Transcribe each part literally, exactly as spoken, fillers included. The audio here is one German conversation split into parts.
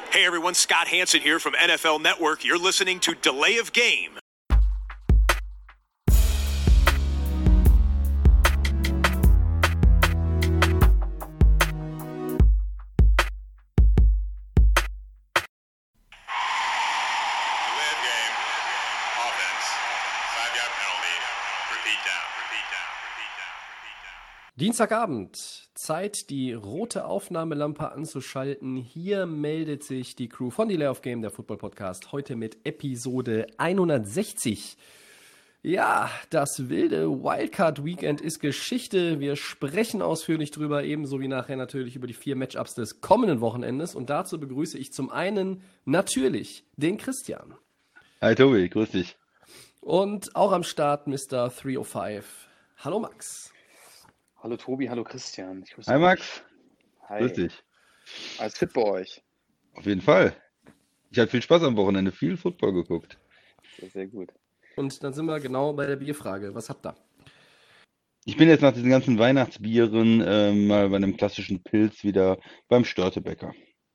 Hey everyone, Scott Hansen here from N F L Network. You're listening to Delay of Game. Dienstagabend, Zeit, die rote Aufnahmelampe anzuschalten. Hier meldet sich die Crew von Delay of Game, der Football-Podcast, heute mit Episode hundertsechzig. Ja, das wilde Wildcard-Weekend ist Geschichte. Wir sprechen ausführlich drüber, ebenso wie nachher natürlich über die vier Matchups des kommenden Wochenendes. Und dazu begrüße ich zum einen natürlich den Christian. Hi Tobi, grüß dich. Und auch am Start Mister dreihundertfünf. Hallo Max. Hallo Tobi, hallo Christian. Ich Hi Max. Hi. Grüß dich. Alles fit bei euch? Auf jeden Fall. Ich hatte viel Spaß am Wochenende, viel Football geguckt. Sehr, sehr gut. Und dann sind wir genau bei der Bierfrage. Was habt ihr? Ich bin jetzt nach diesen ganzen Weihnachtsbieren äh, mal bei einem klassischen Pilz wieder beim Störtebäcker.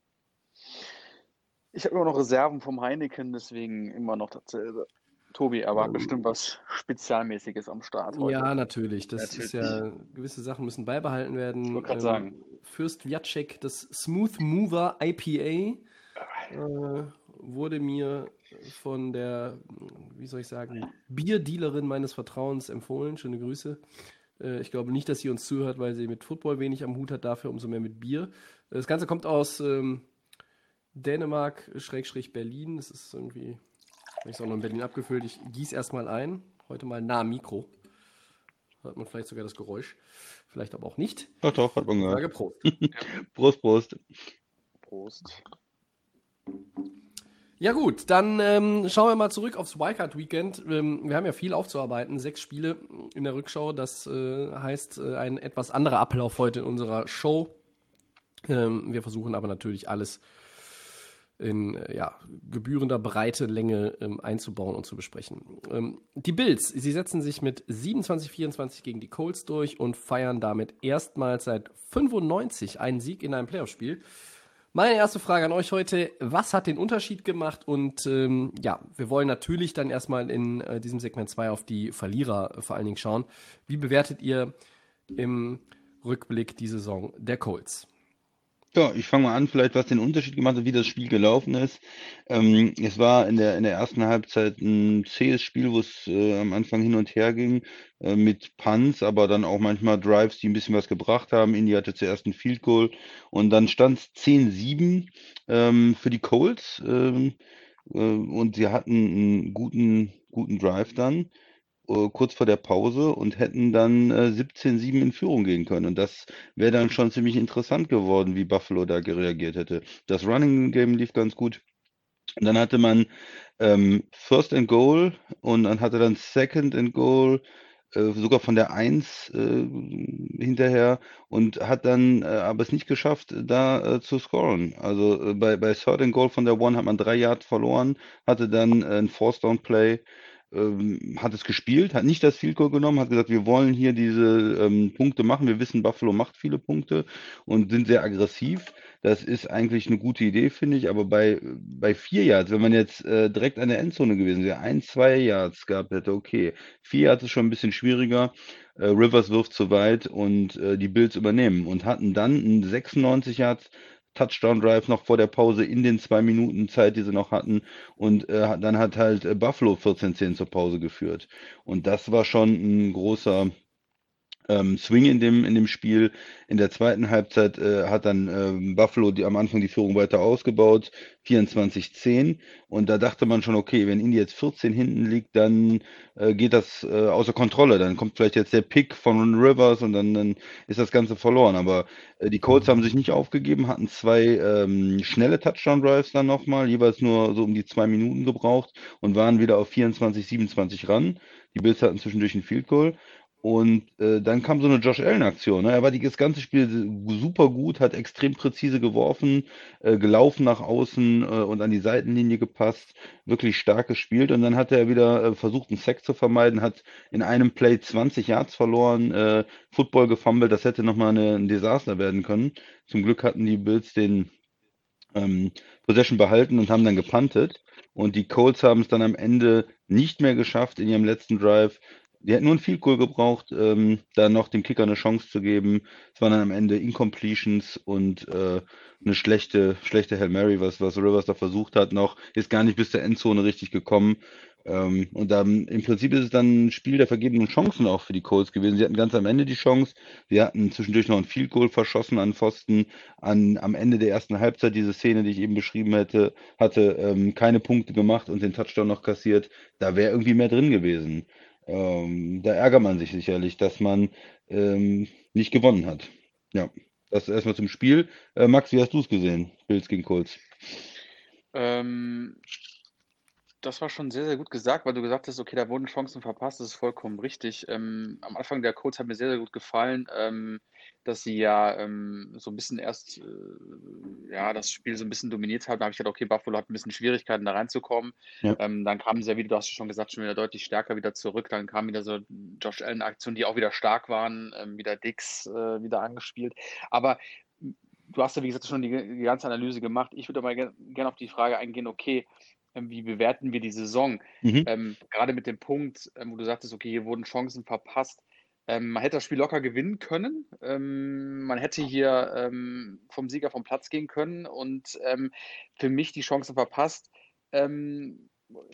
Ich habe immer noch Reserven vom Heineken, deswegen immer noch dasselbe. Tobi, aber bestimmt was Spezialmäßiges am Start heute. Ja, natürlich. Das Natürlich. ist ja, gewisse Sachen müssen beibehalten werden. Ich wollte gerade sagen. Fürst Jacek, das Smooth Mover I P A, äh, wurde mir von der, wie soll ich sagen, Bierdealerin meines Vertrauens empfohlen. Schöne Grüße. Äh, ich glaube nicht, dass sie uns zuhört, weil sie mit Football wenig am Hut hat, dafür umso mehr mit Bier. Das Ganze kommt aus ähm, Dänemark, Schrägstrich Berlin. Das ist irgendwie... Ich habe es auch noch in Berlin abgefüllt. Ich gieße erstmal ein. Heute mal nah am Mikro. Hört man vielleicht sogar das Geräusch. Vielleicht aber auch nicht. Doch, doch, hat man Ich gehört. sage Prost. Prost, Prost. Prost. Ja gut, dann ähm, schauen wir mal zurück aufs Wildcard-Weekend. Ähm, wir haben ja viel aufzuarbeiten. Sechs Spiele in der Rückschau. Das äh, heißt äh, ein etwas anderer Ablauf heute in unserer Show. Ähm, wir versuchen aber natürlich alles in äh, ja, gebührender Breite, Länge ähm, einzubauen und zu besprechen. Ähm, die Bills, sie setzen sich mit siebenundzwanzig vierundzwanzig gegen die Colts durch und feiern damit erstmals seit fünfundneunzig einen Sieg in einem Playoff-Spiel. Meine erste Frage an euch heute, was hat den Unterschied gemacht? Und ähm, ja, wir wollen natürlich dann erstmal in äh, diesem Segment zwei auf die Verlierer äh, vor allen Dingen schauen. Wie bewertet ihr im Rückblick die Saison der Colts? Ja, ich fange mal an, vielleicht was den Unterschied gemacht hat, wie das Spiel gelaufen ist. Ähm, es war in der, in der ersten Halbzeit ein zähes Spiel, wo es äh, am Anfang hin und her ging, äh, mit Punts, aber dann auch manchmal Drives, die ein bisschen was gebracht haben. Indy hatte zuerst ein Field Goal und dann stand es zehn sieben ähm, für die Colts ähm, äh, und sie hatten einen guten, guten Drive dann. äh, kurz vor der Pause und hätten dann äh, siebzehn sieben in Führung gehen können. Und das wäre dann schon ziemlich interessant geworden, wie Buffalo da reagiert hätte. Das Running Game lief ganz gut. Und dann hatte man ähm, First and Goal und dann hatte dann Second and Goal, äh, sogar von der eins äh, hinterher und hat dann äh, aber es nicht geschafft, da äh, zu scoren. Also äh, bei, bei Third and Goal von der One hat man drei Yards verloren, hatte dann äh, ein Fourth Down Play, ähm, hat es gespielt, hat nicht das Field Goal genommen, hat gesagt, wir wollen hier diese ähm, Punkte machen. Wir wissen, Buffalo macht viele Punkte und sind sehr aggressiv. Das ist eigentlich eine gute Idee, finde ich. Aber bei, bei vier Yards, wenn man jetzt äh, direkt an der Endzone gewesen wäre, ein, zwei Yards gehabt hätte, okay. Vier Yards ist schon ein bisschen schwieriger. Äh, Rivers wirft zu weit und äh, die Bills übernehmen und hatten dann einen sechsundneunzig Yards Touchdown Drive noch vor der Pause in den zwei Minuten Zeit, die sie noch hatten. Und äh, dann hat halt äh, Buffalo vierzehn zehn zur Pause geführt. Und das war schon ein großer ähm, Swing in dem, in dem Spiel. In der zweiten Halbzeit äh, hat dann ähm, Buffalo die, am Anfang die Führung weiter ausgebaut, vierundzwanzig zehn. Und da dachte man schon, okay, wenn Indy jetzt vierzehn hinten liegt, dann äh, geht das äh, außer Kontrolle. Dann kommt vielleicht jetzt der Pick von Rivers und dann, dann ist das Ganze verloren. Aber äh, die Colts haben sich nicht aufgegeben, hatten zwei ähm, schnelle Touchdown-Drives dann nochmal, jeweils nur so um die zwei Minuten gebraucht und waren wieder auf vierundzwanzig siebenundzwanzig ran. Die Bills hatten zwischendurch ein Field Goal. Und äh, dann kam so eine Josh Allen-Aktion. Ne? Er war die, das ganze Spiel super gut, hat extrem präzise geworfen, äh, gelaufen nach außen äh, und an die Seitenlinie gepasst, wirklich stark gespielt. Und dann hat er wieder äh, versucht, einen Sack zu vermeiden, hat in einem Play zwanzig Yards verloren, äh, Football gefummelt, das hätte nochmal eine, ein Desaster werden können. Zum Glück hatten die Bills den ähm, Possession behalten und haben dann gepuntet. Und die Colts haben es dann am Ende nicht mehr geschafft in ihrem letzten Drive. Die hätten nur ein Field Goal gebraucht, ähm, da noch dem Kicker eine Chance zu geben. Es waren dann am Ende Incompletions und äh, eine schlechte, schlechte Hail Mary, was, was Rivers da versucht hat noch, ist gar nicht bis zur Endzone richtig gekommen. Ähm, und dann im Prinzip ist es dann ein Spiel der vergebenen Chancen auch für die Colts gewesen. Sie hatten ganz am Ende die Chance. Sie hatten zwischendurch noch ein Field Goal verschossen an Pfosten. An, am Ende der ersten Halbzeit, diese Szene, die ich eben beschrieben hätte, hatte, ähm, keine Punkte gemacht und den Touchdown noch kassiert. Da wäre irgendwie mehr drin gewesen. Ähm, da ärgert man sich sicherlich, dass man ähm, nicht gewonnen hat. Ja, das erstmal zum Spiel. Äh, Max, wie hast du es gesehen? Bills gegen Colts. Ähm, Das war schon sehr, sehr gut gesagt, weil du gesagt hast, okay, da wurden Chancen verpasst, das ist vollkommen richtig. Ähm, am Anfang der Colts hat mir sehr, sehr gut gefallen, ähm, dass sie ja ähm, so ein bisschen erst äh, ja, das Spiel so ein bisschen dominiert haben. Da habe ich gedacht, okay, Buffalo hat ein bisschen Schwierigkeiten, da reinzukommen. Ja. Ähm, dann kamen sie ja wieder, du hast schon gesagt, schon wieder deutlich stärker wieder zurück. Dann kamen wieder so Josh Allen-Aktionen, die auch wieder stark waren, ähm, wieder Dix äh, wieder angespielt. Aber du hast ja, wie gesagt, schon die, die ganze Analyse gemacht. Ich würde aber gerne gern auf die Frage eingehen, okay, ähm, wie bewerten wir die Saison? Mhm. Ähm, gerade mit dem Punkt, ähm, wo du sagtest, okay, hier wurden Chancen verpasst. Ähm, man hätte das Spiel locker gewinnen können. Ähm, man hätte hier ähm, vom Sieger vom Platz gehen können und ähm, für mich die Chancen verpasst. Ähm,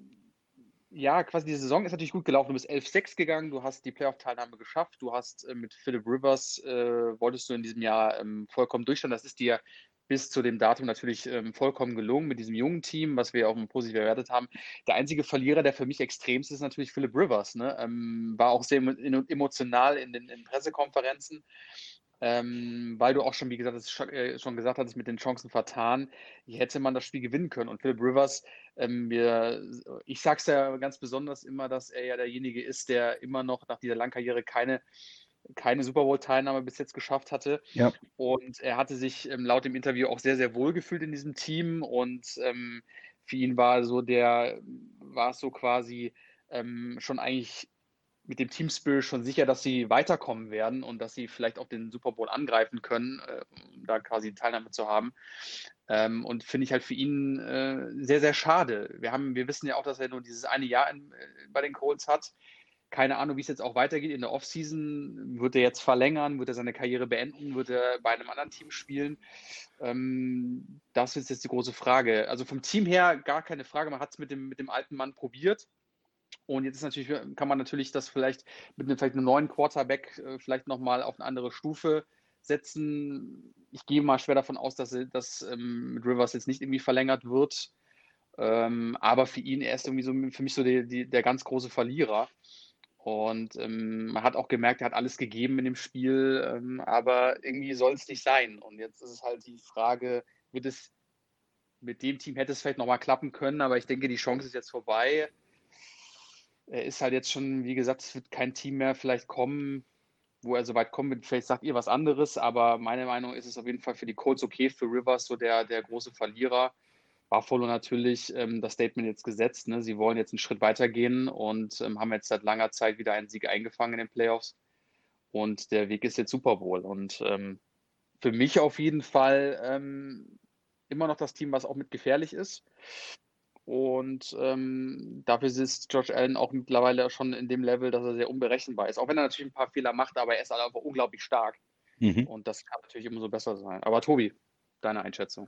ja, quasi die Saison ist natürlich gut gelaufen. Du bist elf sechs gegangen, du hast die Playoff-Teilnahme geschafft, du hast äh, mit Philip Rivers, äh, wolltest du in diesem Jahr ähm, vollkommen durchstarten. Das ist dir bis zu dem Datum natürlich ähm, vollkommen gelungen mit diesem jungen Team, was wir auch positiv bewertet haben. Der einzige Verlierer, der für mich extremst ist, ist natürlich Philip Rivers. Ne? Ähm, war auch sehr emotional in den in Pressekonferenzen. Ähm, weil du auch schon, wie gesagt, das schon, äh, schon gesagt hattest, mit den Chancen vertan, hier hätte man das Spiel gewinnen können. Und Philip Rivers, ähm, wir, ich sage es ja ganz besonders immer, dass er ja derjenige ist, der immer noch nach dieser langen Karriere keine, keine Super Bowl-Teilnahme bis jetzt geschafft hatte. Ja. Und er hatte sich ähm, laut dem Interview auch sehr, sehr wohl gefühlt in diesem Team. Und ähm, für ihn war so der, war es so quasi ähm, schon eigentlich mit dem Team Spirit schon sicher, dass sie weiterkommen werden und dass sie vielleicht auch den Super Bowl angreifen können, äh, um da quasi Teilnahme zu haben. Ähm, und finde ich halt für ihn äh, sehr, sehr schade. Wir haben, wir wissen ja auch, dass er nur dieses eine Jahr in, äh, bei den Colts hat. Keine Ahnung, wie es jetzt auch weitergeht in der Offseason. Wird er jetzt verlängern? Wird er seine Karriere beenden? Wird er bei einem anderen Team spielen? Ähm, das ist jetzt die große Frage. Also vom Team her gar keine Frage. Man hat es mit dem, mit dem alten Mann probiert. Und jetzt ist natürlich, kann man natürlich das vielleicht mit einem, vielleicht einem neuen Quarterback äh, vielleicht nochmal auf eine andere Stufe setzen. Ich gehe mal schwer davon aus, dass das ähm, mit Rivers jetzt nicht irgendwie verlängert wird. Ähm, aber für ihn, er ist irgendwie so für mich so die, die, der ganz große Verlierer. Und ähm, man hat auch gemerkt, er hat alles gegeben in dem Spiel, ähm, aber irgendwie soll es nicht sein. Und jetzt ist es halt die Frage, wird es mit dem Team hätte es vielleicht nochmal klappen können, aber ich denke, die Chance ist jetzt vorbei. Er ist halt jetzt schon, wie gesagt, es wird kein Team mehr vielleicht kommen, wo er so weit kommen wird. Vielleicht sagt ihr was anderes, aber meine Meinung ist es auf jeden Fall für die Colts okay, für Rivers so der, der große Verlierer. Buffalo natürlich ähm, das Statement jetzt gesetzt. Ne? Sie wollen jetzt einen Schritt weitergehen und ähm, haben jetzt seit langer Zeit wieder einen Sieg eingefangen in den Playoffs. Und der Weg ist jetzt Super Bowl. Und ähm, für mich auf jeden Fall ähm, immer noch das Team, was auch mit gefährlich ist. Und ähm, dafür ist Josh Allen auch mittlerweile schon in dem Level, dass er sehr unberechenbar ist. Auch wenn er natürlich ein paar Fehler macht, aber er ist halt einfach unglaublich stark. Mhm. Und das kann natürlich umso besser sein. Aber Tobi, deine Einschätzung.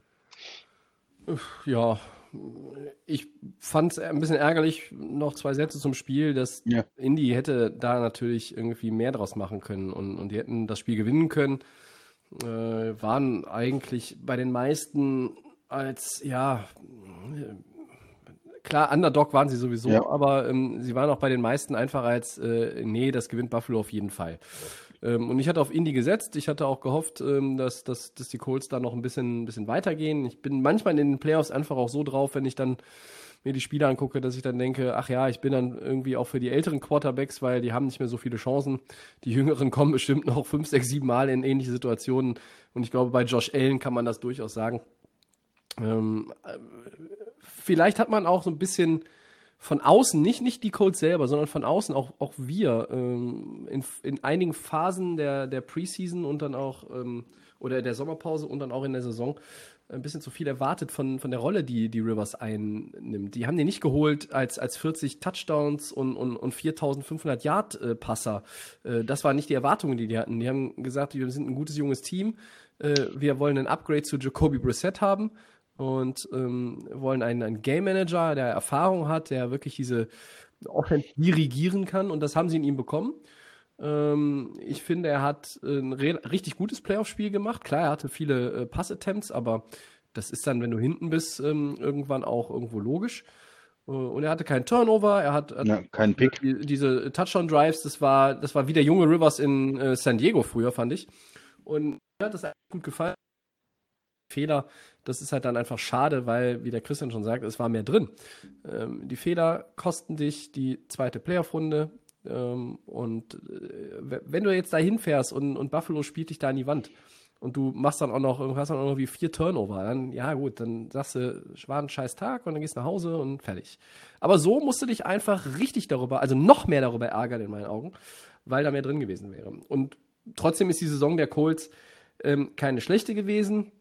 Ja, ich fand es ein bisschen ärgerlich, noch zwei Sätze zum Spiel, dass Ja. Indy hätte da natürlich irgendwie mehr draus machen können und, und die hätten das Spiel gewinnen können. Äh, waren eigentlich bei den meisten als, ja, klar, Underdog waren sie sowieso, Ja. aber ähm, sie waren auch bei den meisten einfach als, äh, nee, das gewinnt Buffalo auf jeden Fall. Ähm, und ich hatte auf Indy gesetzt. Ich hatte auch gehofft, ähm, dass, dass, dass die Colts da noch ein bisschen, ein bisschen weitergehen. Ich bin manchmal in den Playoffs einfach auch so drauf, wenn ich dann mir die Spiele angucke, dass ich dann denke, ach ja, ich bin dann irgendwie auch für die älteren Quarterbacks, weil die haben nicht mehr so viele Chancen. Die Jüngeren kommen bestimmt noch fünf, sechs, sieben Mal in ähnliche Situationen. Und ich glaube, bei Josh Allen kann man das durchaus sagen. Ähm, äh, vielleicht hat man auch so ein bisschen von außen, nicht, nicht die Colts selber, sondern von außen auch, auch wir ähm, in, in einigen Phasen der, der Preseason und dann auch, ähm, oder der Sommerpause und dann auch in der Saison, ein bisschen zu viel erwartet von, von der Rolle, die, die Rivers einnimmt. Die haben den nicht geholt als, als vierzig Touchdowns und, und, und viertausendfünfhundert Yard-Passer. Äh, das waren nicht die Erwartungen, die die hatten. Die haben gesagt, wir sind ein gutes, junges Team. Äh, wir wollen ein Upgrade zu Jacoby Brissett haben und ähm, wollen einen, einen Game-Manager, der Erfahrung hat, der wirklich diese Offense dirigieren kann. Und das haben sie in ihm bekommen. Ähm, ich finde, er hat ein re- richtig gutes Playoff-Spiel gemacht. Klar, er hatte viele äh, Pass-Attempts, aber das ist dann, wenn du hinten bist, ähm, irgendwann auch irgendwo logisch. Äh, und er hatte keinen Turnover, er hat, hat Ja, kein Pick. die, diese Touchdown-Drives, das war, das war wie der junge Rivers in äh, San Diego früher, fand ich. Und mir hat das eigentlich gut gefallen. Fehler, das ist halt dann einfach schade, weil, wie der Christian schon sagt, es war mehr drin. Ähm, die Fehler kosten dich die zweite Playoff-Runde. Ähm, und äh, wenn du jetzt da hinfährst und, und Buffalo spielt dich da an die Wand und du machst dann auch noch, hast dann auch noch wie vier Turnover, dann, ja gut, dann sagst du, war ein scheiß Tag und dann gehst du nach Hause und fertig. Aber so musst du dich einfach richtig darüber, also noch mehr darüber ärgern in meinen Augen, weil da mehr drin gewesen wäre. Und trotzdem ist die Saison der Colts ähm, keine schlechte gewesen.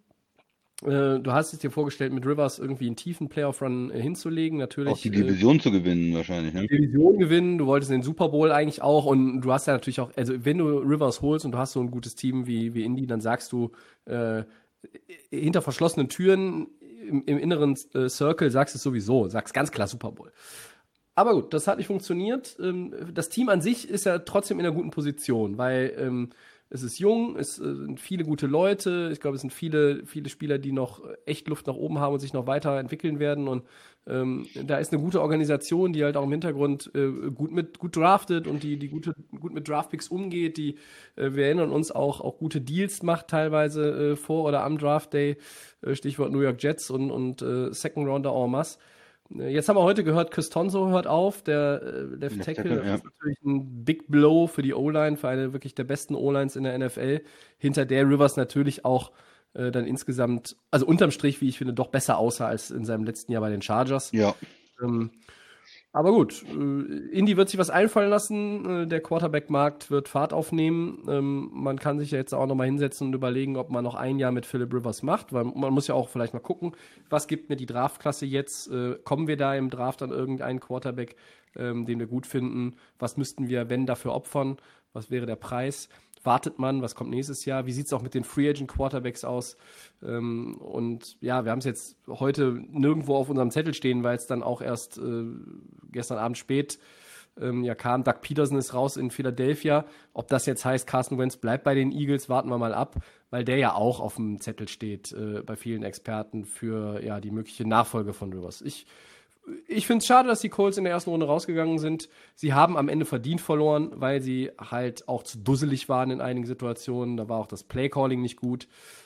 Du hast es dir vorgestellt, mit Rivers irgendwie einen tiefen Playoff-Run äh, hinzulegen. Natürlich. Auch die Division äh, zu gewinnen wahrscheinlich, ne? Die Division gewinnen, du wolltest den Super Bowl eigentlich auch und du hast ja natürlich auch, also wenn du Rivers holst und du hast so ein gutes Team wie, wie Indy, dann sagst du äh, hinter verschlossenen Türen im, im inneren äh, Circle sagst du es sowieso, sagst ganz klar Super Bowl. Aber gut, das hat nicht funktioniert. Ähm, das Team an sich ist ja trotzdem in einer guten Position, weil ähm, es ist jung, es sind viele gute Leute. Ich glaube, es sind viele, viele Spieler, die noch echt Luft nach oben haben und sich noch weiterentwickeln werden. Und ähm, da ist eine gute Organisation, die halt auch im Hintergrund äh, gut mit gut draftet und die, die gute, gut mit Draftpicks umgeht, die, äh, wir erinnern uns, auch, auch gute Deals macht teilweise äh, vor oder am Draft Day. Äh, Stichwort New York Jets und, und äh, Second Rounder en masse. Jetzt haben wir heute gehört, Costanzo hört auf, der äh, Left Left Tackle. Tackle, Das ja. ist natürlich ein Big Blow für die O-Line, für eine wirklich der besten O-Lines in der N F L, hinter der Rivers natürlich auch äh, dann insgesamt, also unterm Strich, wie ich finde, doch besser aussah als in seinem letzten Jahr bei den Chargers. Ja. Ähm, aber gut, äh, Indy wird sich was einfallen lassen, äh, der Quarterback-Markt wird Fahrt aufnehmen. Ähm, man kann sich ja jetzt auch nochmal hinsetzen und überlegen, ob man noch ein Jahr mit Philip Rivers macht, weil man muss ja auch vielleicht mal gucken, was gibt mir die Draftklasse jetzt, äh, kommen wir da im Draft an irgendeinen Quarterback, ähm, den wir gut finden, was müssten wir, wenn, dafür opfern, was wäre der Preis? Wartet man, was kommt nächstes Jahr? Wie sieht es auch mit den Free Agent Quarterbacks aus? Ähm, und ja, wir haben es jetzt heute nirgendwo auf unserem Zettel stehen, weil es dann auch erst äh, gestern Abend spät ähm, ja, kam. Doug Peterson ist raus in Philadelphia. Ob das jetzt heißt, Carson Wentz bleibt bei den Eagles, warten wir mal ab, weil der ja auch auf dem Zettel steht äh, bei vielen Experten für ja, die mögliche Nachfolge von Rivers. Ich Ich finde es schade, dass die Colts in der ersten Runde rausgegangen sind. Sie haben am Ende verdient verloren, weil sie halt auch zu dusselig waren in einigen Situationen. Da war auch das Playcalling nicht gut.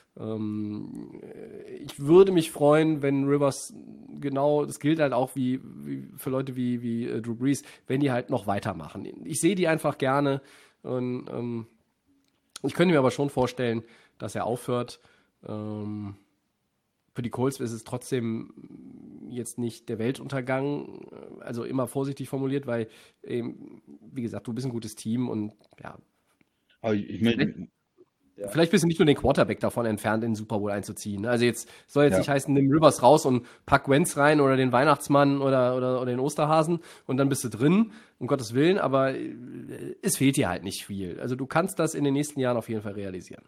Ähm, ich würde mich freuen, wenn Rivers genau, das gilt halt auch wie, wie für Leute wie, wie äh, Drew Brees, wenn die halt noch weitermachen. Ich sehe die einfach gerne und ähm, ich könnte mir aber schon vorstellen, dass er aufhört. Ähm, Für die Colts ist es trotzdem jetzt nicht der Weltuntergang, also immer vorsichtig formuliert, weil, eben, wie gesagt, du bist ein gutes Team und ja. Aber ich, ich meine, Ja. Vielleicht bist du nicht nur den Quarterback davon entfernt, in den Super Bowl einzuziehen. Also jetzt soll jetzt Ja. nicht heißen, nimm Rivers raus und pack Wentz rein oder den Weihnachtsmann oder, oder, oder den Osterhasen und dann bist du drin, um Gottes Willen, aber äh, es fehlt dir halt nicht viel. Also du kannst das in den nächsten Jahren auf jeden Fall realisieren.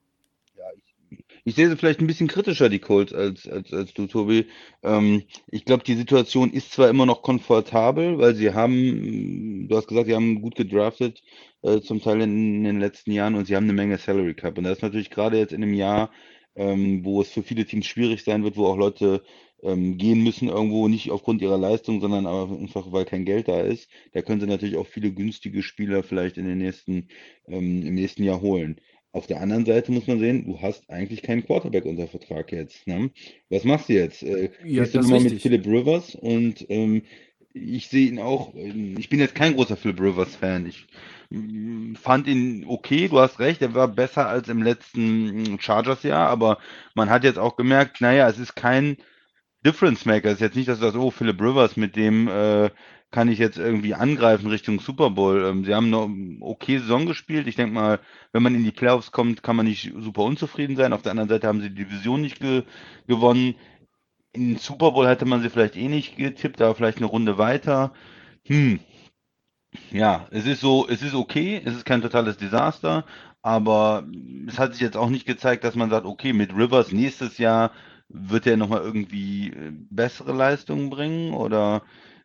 Ich sehe sie vielleicht ein bisschen kritischer, die Colts, als, als, als du, Tobi. Ähm, ich glaube, die Situation ist zwar immer noch komfortabel, weil sie haben, du hast gesagt, sie haben gut gedraftet, äh, zum Teil in, in den letzten Jahren und sie haben eine Menge Salary Cap. Und das ist natürlich gerade jetzt in einem Jahr, ähm, wo es für viele Teams schwierig sein wird, wo auch Leute ähm, gehen müssen irgendwo, nicht aufgrund ihrer Leistung, sondern einfach, weil kein Geld da ist. Da können sie natürlich auch viele günstige Spieler vielleicht in den nächsten, ähm, im nächsten Jahr holen. Auf der anderen Seite muss man sehen, du hast eigentlich keinen Quarterback unter Vertrag jetzt. Ne? Was machst du jetzt? Äh, Ja, gehst du das ist nochmal mit richtig. Philip Rivers und ähm, ich sehe ihn auch, ähm, ich bin jetzt kein großer Philip Rivers-Fan. Ich mm, fand ihn okay, du hast recht, er war besser als im letzten mm, Chargers-Jahr, aber man hat jetzt auch gemerkt, naja, es ist kein Difference Maker. Es ist jetzt nicht, dass du sagst, oh, Philip Rivers, mit dem äh, kann ich jetzt irgendwie angreifen Richtung Super Bowl. Ähm, sie haben eine okay Saison gespielt. Ich denke mal, wenn man in die Playoffs kommt, kann man nicht super unzufrieden sein. Auf der anderen Seite haben sie die Division nicht ge gewonnen. In den Super Bowl hätte man sie vielleicht eh nicht getippt, aber vielleicht eine Runde weiter. Hm, ja, es ist so, es ist okay, es ist kein totales Desaster, aber es hat sich jetzt auch nicht gezeigt, dass man sagt, okay, mit Rivers nächstes Jahr wird er nochmal irgendwie äh, bessere Leistungen bringen oder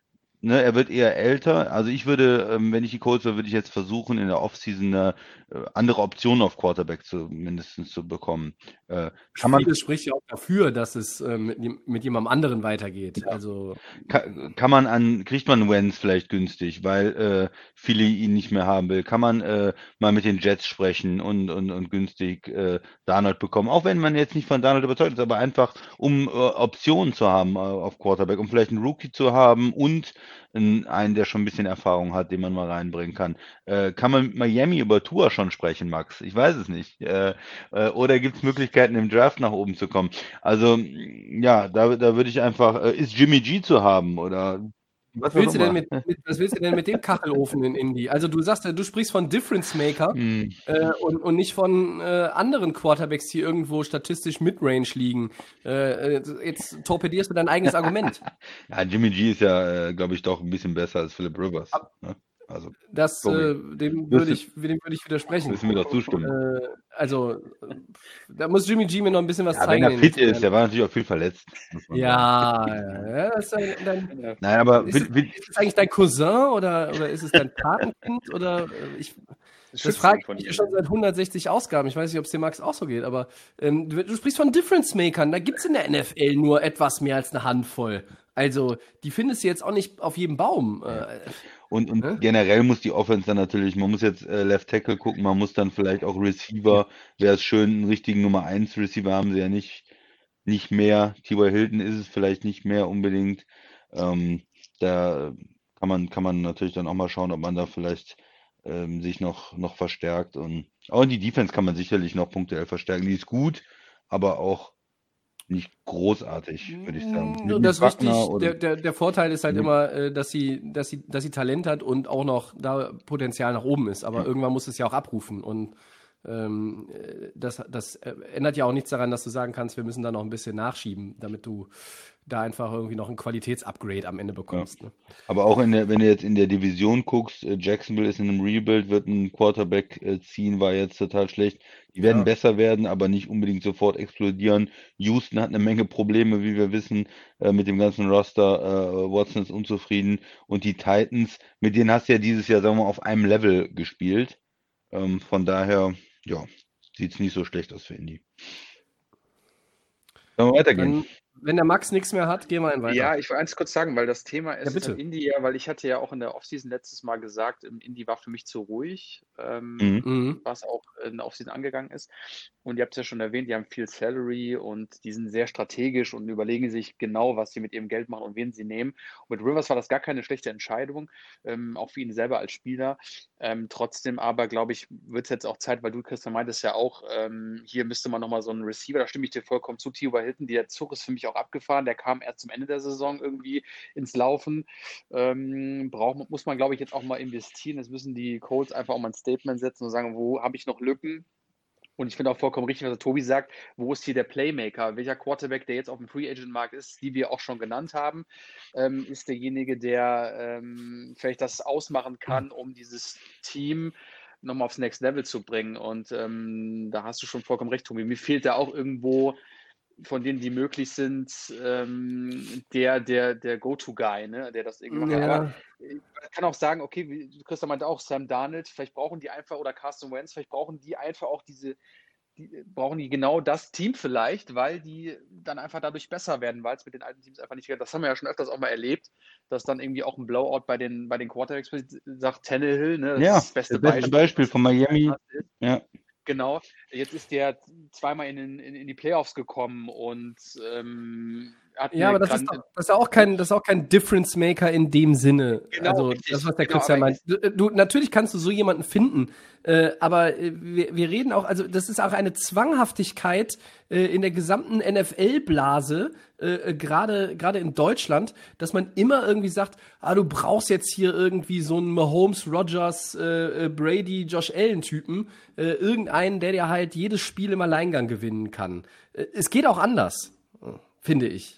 ne, er wird eher älter. Also ich würde, ähm, wenn ich die Colts wäre, würde ich jetzt versuchen, in der Offseason eine äh, andere Option auf Quarterback zu mindestens zu bekommen. Äh, kann man Vieles spricht ja auch dafür, dass es äh, mit, jem- mit jemandem anderen weitergeht. Also Kann, kann man an, kriegt man Wentz vielleicht günstig, weil äh, Philly ihn nicht mehr haben will? Kann man äh, mal mit den Jets sprechen und, und, und günstig äh, Darnold bekommen? Auch wenn man jetzt nicht von Darnold überzeugt ist, aber einfach um äh, Optionen zu haben äh, auf Quarterback, um vielleicht einen Rookie zu haben und einen, einen, der schon ein bisschen Erfahrung hat, den man mal reinbringen kann. Äh, kann man mit Miami über Tua schon sprechen, Max? Ich weiß es nicht. Äh, äh, oder gibt es Möglichkeiten, im Draft nach oben zu kommen? Also, ja, da, da würde ich einfach, äh, ist Jimmy G zu haben oder was was auch willst du denn immer. mit, mit, was willst du denn mit dem Kachelofen in Indy? Also du sagst, ja, du sprichst von Difference Maker Hm. äh, und, und nicht von äh, anderen Quarterbacks, die irgendwo statistisch Midrange liegen. Äh, äh, jetzt torpedierst du dein eigenes Argument. Ja, Jimmy G ist ja, äh, glaube ich, doch ein bisschen besser als Philip Rivers. Ne? Also, Das, sorry. äh, dem Wirst würde du, ich, dem würde ich widersprechen. wirst du mir doch zustimmen. Äh, also, äh, da muss Jimmy G mir noch ein bisschen was Ja, wenn zeigen. er in den fit nächsten ist, Jahren. der war natürlich auch viel verletzt, muss man sagen. Ja, ja, ja, das ist dann, dann, Ja. Nein, aber ist, es, will, will, ist es eigentlich dein Cousin oder, oder ist es dein Patenkind? Oder äh, ich, das Schützling frage ich von mich ihm. schon seit hundertsechzig Ausgaben. Ich weiß nicht, ob es dem Max auch so geht, aber ähm, du, du sprichst von Difference-Makern. Da gibt es in der N F L nur etwas mehr als eine Handvoll. Also, die findest du jetzt auch nicht auf jedem Baum. Äh, und, und ne? generell muss die Offense dann natürlich, man muss jetzt äh, Left Tackle gucken, man muss dann vielleicht auch Receiver, wäre es schön, einen richtigen Nummer eins Receiver haben sie ja nicht, nicht mehr. T Y. Hilton ist es vielleicht nicht mehr unbedingt. Ähm, da kann man, kann man natürlich dann auch mal schauen, ob man da vielleicht ähm, sich noch, noch verstärkt. Und auch die Defense kann man sicherlich noch punktuell verstärken. Die ist gut, aber auch nicht großartig, würde ich sagen. Mit, Mm, mit Das ist richtig. Wagner oder Der, der, der Vorteil ist halt mit, immer, äh, dass sie, dass sie, dass sie Talent hat und auch noch da Potenzial nach oben ist. Aber ja. irgendwann muss es ja auch abrufen. Und ähm, äh, das, das äh, ändert ja auch nichts daran, dass du sagen kannst, wir müssen da noch ein bisschen nachschieben, damit du da einfach irgendwie noch ein Qualitätsupgrade am Ende Ja. bekommst. Ne? Aber auch in der, wenn du jetzt in der Division guckst, äh, Jacksonville ist in einem Rebuild, wird ein Quarterback äh, ziehen, war jetzt total schlecht. Die werden Ja. besser werden, aber nicht unbedingt sofort explodieren. Houston hat eine Menge Probleme, wie wir wissen, äh, mit dem ganzen Roster. Äh, Watson ist unzufrieden. Und die Titans, mit denen hast du ja dieses Jahr, sagen wir mal, auf einem Level gespielt. Ähm, von daher, ja, sieht es nicht so schlecht aus für Indy. Sollen wir weitergehen? Dann, wenn der Max nichts mehr hat, gehen wir einen weiter. Ja, ich wollte eins kurz sagen, weil das Thema ist Ja, bitte. halt Indy, ja, weil ich hatte ja auch in der Offseason letztes Mal gesagt, im Indy war für mich zu ruhig, ähm, Mhm. Mhm. was auch in der Offseason angegangen ist. Und ihr habt es ja schon erwähnt, die haben viel Salary und die sind sehr strategisch und überlegen sich genau, was sie mit ihrem Geld machen und wen sie nehmen. Und mit Rivers war das gar keine schlechte Entscheidung, ähm, auch für ihn selber als Spieler. Ähm, trotzdem aber, glaube ich, wird es jetzt auch Zeit, weil du, Christian, meintest ja auch, ähm, hier müsste man nochmal so einen Receiver, da stimme ich dir vollkommen zu, T Y. Hilton, der Zug ist für mich auch abgefahren, der kam erst zum Ende der Saison irgendwie ins Laufen. Ähm, braucht, muss man, glaube ich, jetzt auch mal investieren. Jetzt müssen die Colts einfach auch mal ein Statement setzen und sagen, wo habe ich noch Lücken? Und ich finde auch vollkommen richtig, was der Tobi sagt, wo ist hier der Playmaker? Welcher Quarterback, der jetzt auf dem Free-Agent-Markt ist, die wir auch schon genannt haben, ähm, ist derjenige, der ähm, vielleicht das ausmachen kann, um dieses Team nochmal aufs Next Level zu bringen. Und ähm, da hast du schon vollkommen recht, Tobi. Mir fehlt da auch irgendwo von denen, die möglich sind, ähm, der, der, der Go-To-Guy, ne, der das irgendwie macht. Ja. Aber ich kann auch sagen, okay, wie Christian meinte auch, Sam Darnold, vielleicht brauchen die einfach, oder Carson Wentz, vielleicht brauchen die einfach auch diese, die, brauchen die genau das Team vielleicht, weil die dann einfach dadurch besser werden, weil es mit den alten Teams einfach nicht geht. Das haben wir ja schon öfters auch mal erlebt, dass dann irgendwie auch ein Blowout bei den, bei den Quarterbacks sagt, Tannehill, ne, das Ja, ist das beste das beste Beispiel. Beispiel von Miami. Ja. Genau, jetzt ist der zweimal in, in, in die Playoffs gekommen und ähm, hat Ja, aber das ist, doch, das ist auch kein, das ist auch kein Difference Maker in dem Sinne. Genau, also richtig, das, was der genau, Christian aber meint. Du, du, natürlich kannst du so jemanden finden, äh, aber äh, wir, wir reden auch, also das ist auch eine Zwanghaftigkeit äh, in der gesamten N F L-Blase, äh, gerade gerade in Deutschland, dass man immer irgendwie sagt, ah, du brauchst jetzt hier irgendwie so einen Mahomes, Rodgers, äh, Brady, Josh Allen-Typen, äh, irgendeinen, der dir halt jedes Spiel im Alleingang gewinnen kann. Äh, es geht auch anders, finde ich.